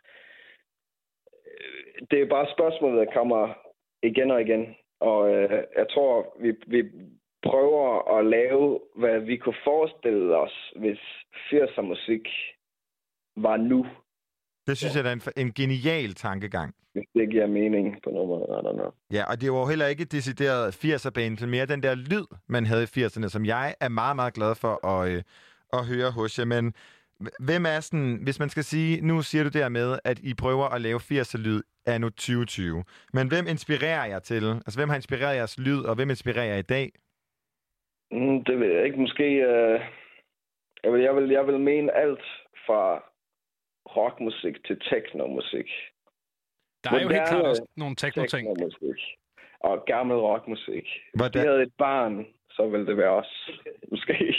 det er bare spørgsmålet, der kommer igen og igen. Og jeg tror, vi prøver at lave, hvad vi kunne forestille os, hvis 80'er musik var nu. Det synes jeg, der er en genial tankegang. Hvis det giver mening på noget måde. Ja, og det var jo heller ikke decideret 80'er-band, men mere den der lyd, man havde i 80'erne, som jeg er meget, meget glad for at høre hos jer. Men hvem er sådan, hvis man skal sige, nu siger du dermed, at I prøver at lave 80'er-lyd anno 2020. Men hvem inspirerer jer til? Altså, hvem har inspireret jeres lyd, og hvem inspirerer jer i dag? Det ved jeg ikke. Måske... Jeg vil mene alt fra rockmusik til technomusik. Der er jo helt klart også nogle techno-ting. Og gammel rockmusik. Hvis de havde et barn, så ville det være os. Måske.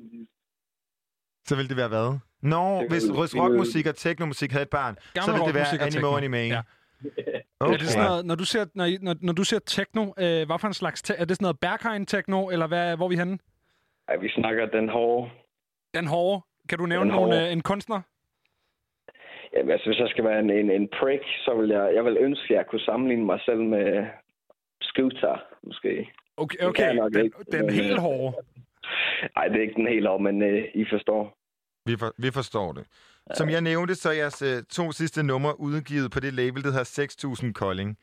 Så ville det være hvad? Hvis rockmusik og technomusik havde et barn, så ville det være Animo Anime. Ja. Okay. Er det sådan noget, når du siger techno, hvad for en slags... Er det sådan noget Berghain-techno, eller hvor er vi henne? Ej, vi snakker den hårde. Den hårde? Kan du nævne en kunstner? Jamen, altså, hvis jeg skal være en prick, så vil jeg vil ønske, at jeg kunne sammenligne mig selv med Scooter, måske. Okay. Den helt hårde. Nej, det er ikke den helt hårde, men I forstår. Vi forstår det. Ja. Som jeg nævnte, så er jeres 2 sidste numre udgivet på det label, der hedder 6.000 Kolding.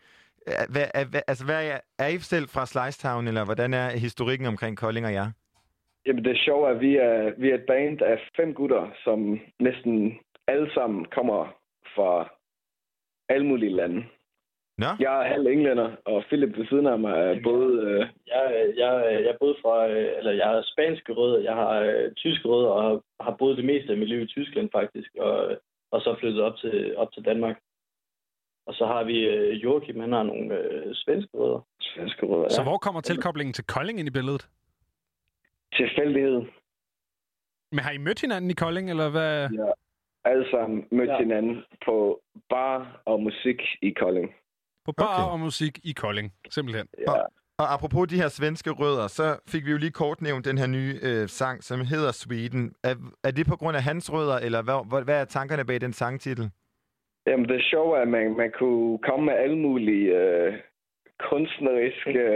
Er I selv fra Slicetown, eller hvordan er historikken omkring Kolding og jer? Jamen, det er sjovt, at vi er et band af 5 gutter, som næsten alle sammen kommer fra alle mulige lande. Nå? Jeg er halv englænder, og Philip ved siden af mig er både... Jeg både fra... Eller jeg har spanske rødder, jeg har tyske rødder, og har boet det meste af mit liv i Tyskland, faktisk. Og så flyttet op til Danmark. Og så har vi Joachim, han har nogle svenske rødder. Så hvor kommer tilkoblingen til Kolding ind i billedet? Tilfældighed. Men har I mødt hinanden i Kolding, eller hvad? Ja, alle sammen mødt hinanden på bar og musik i Kolding. På bar og musik i Kolding, simpelthen. Ja. Og apropos de her svenske rødder, så fik vi jo lige kort nævnt den her nye sang, som hedder Sweden. Er det på grund af hans rødder, eller hvad er tankerne bag den sangtitel? Jamen, det er sjovt, at man kunne komme med alle mulige kunstneriske,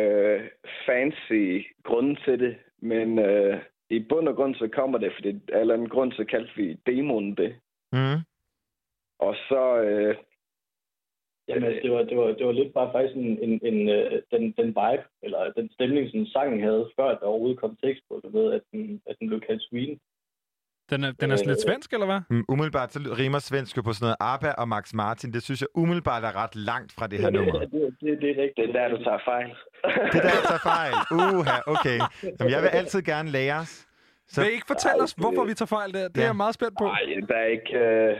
fancy grunde til det. Men i bund og grund så kommer det, fordi af en eller anden grund så kaldte vi demoen det. Mm. Og så... Jamen, det var lidt bare faktisk den vibe, eller den stemning, som sangen havde, før der overhovedet kom tekst på det, ved, at den blev kaldt Sweden. Den er lidt svensk, eller hvad? Umiddelbart så rimer svensk på sådan noget ABBA og Max Martin. Det synes jeg umiddelbart er ret langt fra det her nummer. Det er rigtigt. Det er der, du tager fejl. Det er der, du tager fejl. Okay. Jamen, jeg vil altid gerne lære os. Så... Vil I ikke fortælle os, hvorfor vi tager fejl der? Det er jeg meget spændt på. Nej, der er ikke...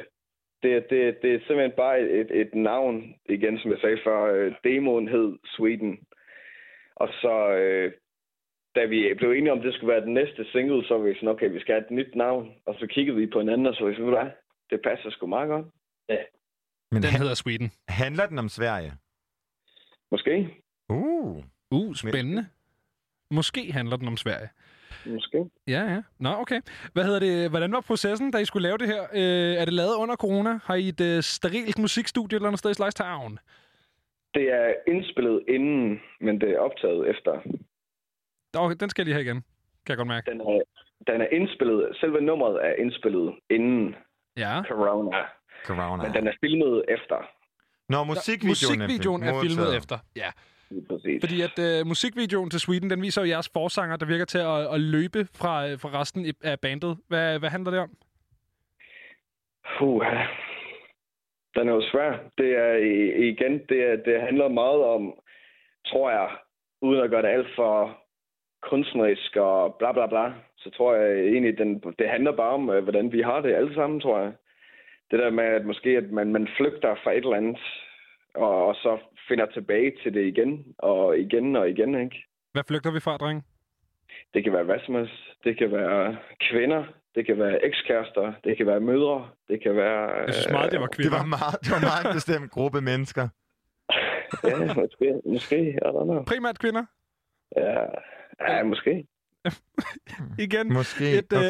Det er simpelthen bare et navn, igen, som jeg sagde før. Demoen hed Sweden. Og så... Da vi blev enige om, det skulle være den næste single, så var vi sådan, okay, vi skal have et nyt navn. Og så kiggede vi på hinanden, og så var vi sådan, det passer sgu meget godt. Ja. Men Den hedder Sweden. Handler den om Sverige? Måske. Spændende. Måske handler den om Sverige. Måske. Ja. Nå, okay. Hvordan var processen, da I skulle lave det her? Er det lavet under corona? Har I et sterilt musikstudie eller andet sted i Slice Town? Det er indspillet inden, men det er optaget efter. Okay, den skal jeg lige have igen. Kan jeg godt mærke. Den er indspillet, selve nummeret er indspillet inden corona. Men den er filmet efter. Nå, musikvideoen er filmet efter. Ja. Præcis. Fordi at musikvideoen til Sweden, den viser jo jeres forsanger, der virker til at løbe fra resten af bandet. Hvad handler det om? Den er jo svær. Det er igen, det handler meget om, tror jeg, uden at gøre det alt for kunstnerisk og bla bla bla, så tror jeg egentlig, det handler bare om, hvordan vi har det alle sammen, tror jeg. Det der med, at måske at man flygter fra et eller andet, og så finder tilbage til det igen, og igen, ikke? Hvad flygter vi fra, dreng? Det kan være hvad som helst. Det kan være kvinder, det kan være ekskærester, det kan være mødre, det kan være... Jeg synes meget, det var kvinder. Det var meget en bestemt gruppe mennesker. Ja, måske. I don't know. Primært kvinder? Ja, måske. Igen, måske.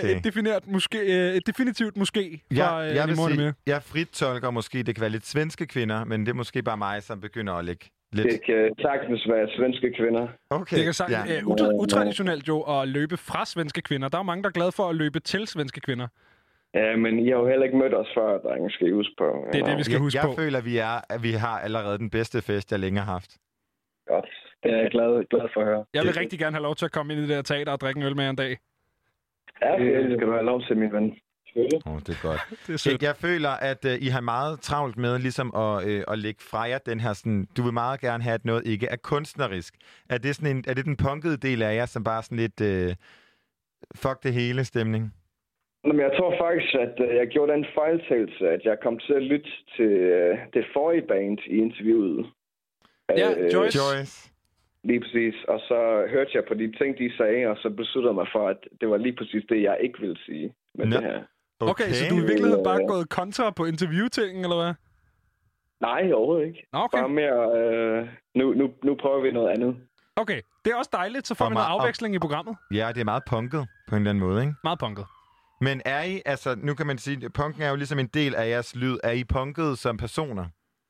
Et definitivt måske. Jeg vil sige, jeg frit-tolker måske, det kan være lidt svenske kvinder, men det er måske bare mig, som begynder at lægge lidt... Det kan sagtens være svenske kvinder. Okay. Det kan sagtens utraditionelt jo at løbe fra svenske kvinder. Der er jo mange, der er glade for at løbe til svenske kvinder. Ja, men I har jo heller ikke mødt os før, drenge, skal I huske på. Det er det, vi skal huske på. Jeg føler, at vi har allerede den bedste fest, jeg længe har haft. Godt. Det er jeg glad for at høre. Jeg vil rigtig gerne have lov til at komme ind i det der teater og drikke en øl med en dag. Ja, det skal du have lov til, min ven. Det er godt. Det er sødt. Jeg føler, at I har meget travlt med ligesom at lægge fra jer den her sådan, du vil meget gerne have, at noget ikke er kunstnerisk. Er det den punkede del af jer, som bare sådan lidt fuck det hele stemning? Jamen, jeg tror faktisk, at jeg gjorde den fejltagelse, at jeg kom til at lytte til det forrige band i interviewet. Ja, Joyce. Lige præcis. Og så hørte jeg på de ting, de sagde, og så besluttede jeg mig for, at det var lige præcis det, jeg ikke ville sige med det her. Okay, så du er i virkeligheden bare gået kontra på interviewtingen, eller hvad? Nej, overhovedet ikke. Okay. Bare mere, nu prøver vi noget andet. Okay, det er også dejligt, så får vi noget afveksling i programmet. Ja, det er meget punket på en eller anden måde, ikke? Meget punket. Men er I, altså nu kan man sige, punken er jo ligesom en del af jeres lyd. Er I punket som personer?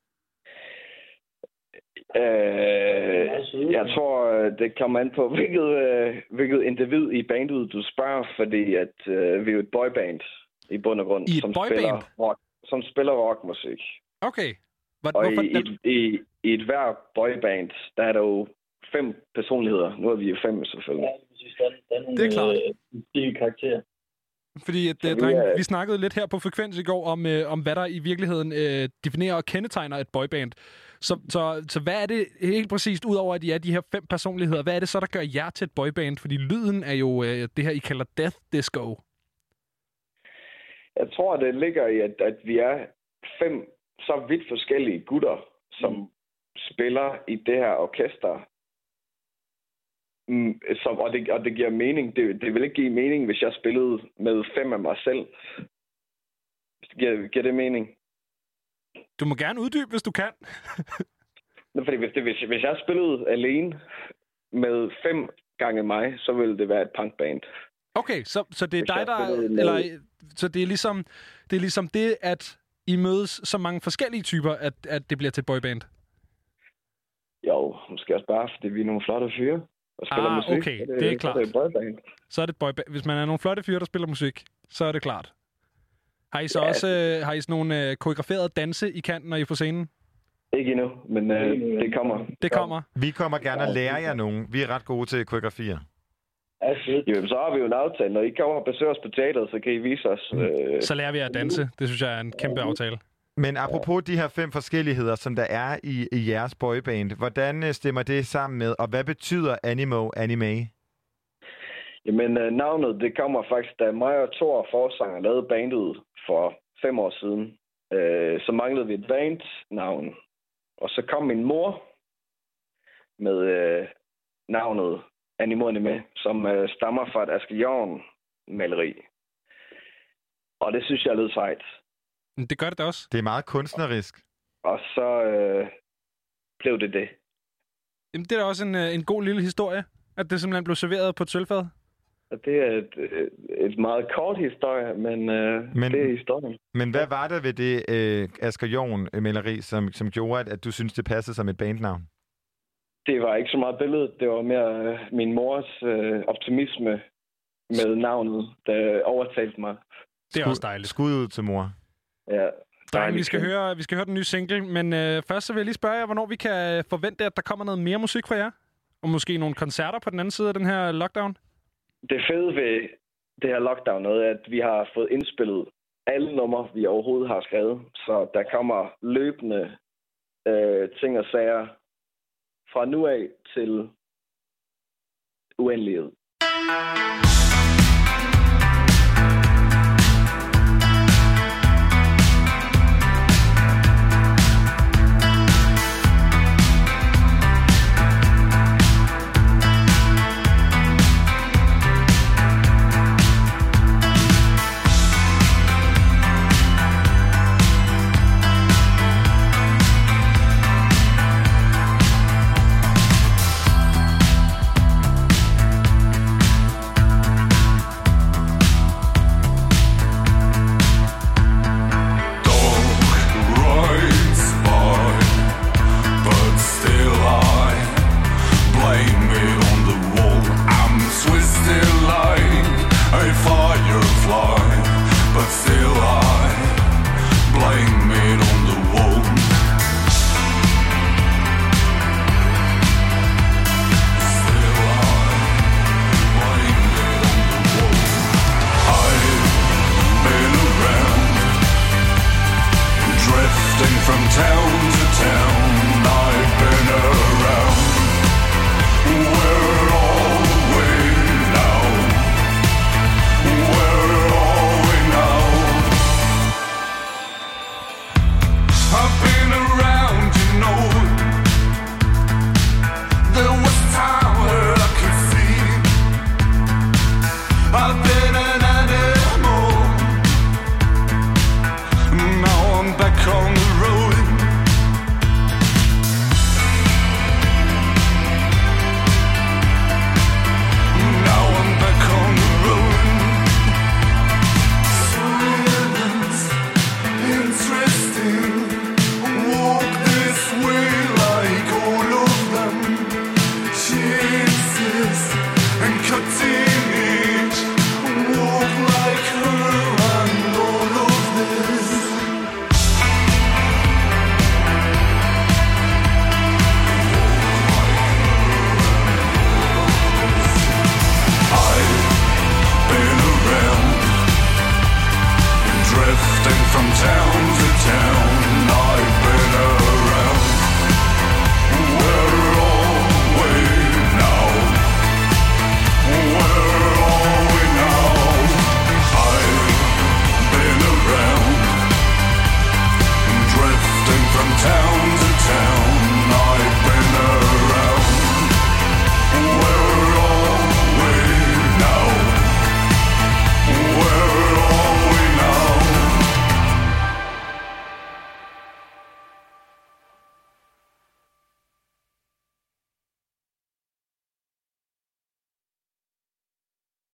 Jeg tror, det kommer an på, hvilket individ i bandet du spørger, fordi at vi er jo et boyband i bund og grund, som spiller rockmusik. Okay. Og i et hver boyband, der er der jo 5 personligheder. Nu er vi jo 5 selvfølgelig. Det er klart. De karakterer. Fordi vi snakkede lidt her på Frekvens i går om hvad der i virkeligheden definerer og kendetegner et boyband. Så hvad er det helt præcist, udover at I er de her 5 personligheder, hvad er det så, der gør jer til et boyband? Fordi lyden er jo det her, I kalder death disco. Jeg tror, det ligger i, at vi er 5 så vidt forskellige gutter, som spiller i det her orkester. Og det giver mening. Det vil ikke give mening, hvis jeg spillede med 5 af mig selv. Giver det mening? Du må gerne uddybe, hvis du kan. Fordi hvis jeg spillede alene med 5 gange mig, så ville det være et punkband. Okay, så det er dig, der... Så det er ligesom det, at I mødes så mange forskellige typer, at det bliver til et boyband? Jo, måske også bare, fordi vi er nogle flotte fyre. Og spiller musik. Okay, det er klart. Så er det et boyband. Hvis man er nogle flotte fyre, der spiller musik, så er det klart. Har I så også har I sådan nogle koreograferede danse, I kan, når I er på scenen? Ikke endnu, men det kommer. Det kommer. Vi kommer gerne at lære jer nogen. Vi er ret gode til koreografier. Jo, så har vi jo en aftale. Når I kommer og besøger os på teateret, så kan I vise os. Så lærer vi at danse. Det synes jeg er en kæmpe aftale. Men apropos de her 5 forskelligheder, som der er i jeres boyband, hvordan stemmer det sammen med, og hvad betyder anime? Jamen, navnet, det kommer faktisk, da mig og Thor forsanger lavede bandet for 5 år siden. Så manglede vi et bandnavn. Og så kom min mor med navnet Anime, som stammer fra et Asger Jorn-maleri. Og det synes jeg lød sejt. Det gør det da også. Det er meget kunstnerisk. Og så blev det det. Jamen, det er da også en god lille historie, at det simpelthen blev serveret på et sølvfad. Det er et meget kort historie, men det er historien. Men hvad var det ved det Asger Jorn-maleri, som gjorde, at du synes, det passede som et bandnavn? Det var ikke så meget billedet. Det var mere min mors optimisme med navnet, der overtalte mig. Det er også dejligt. Skud ud til mor. Ja. Dreng, vi skal høre den nye single, men først så vil jeg lige spørge jer, hvornår vi kan forvente, at der kommer noget mere musik fra jer? Og måske nogle koncerter på den anden side af den her lockdown? Det fede ved det her lockdown er, at vi har fået indspillet alle numre, vi overhovedet har skrevet. Så der kommer løbende ting og sager fra nu af til uendelighed.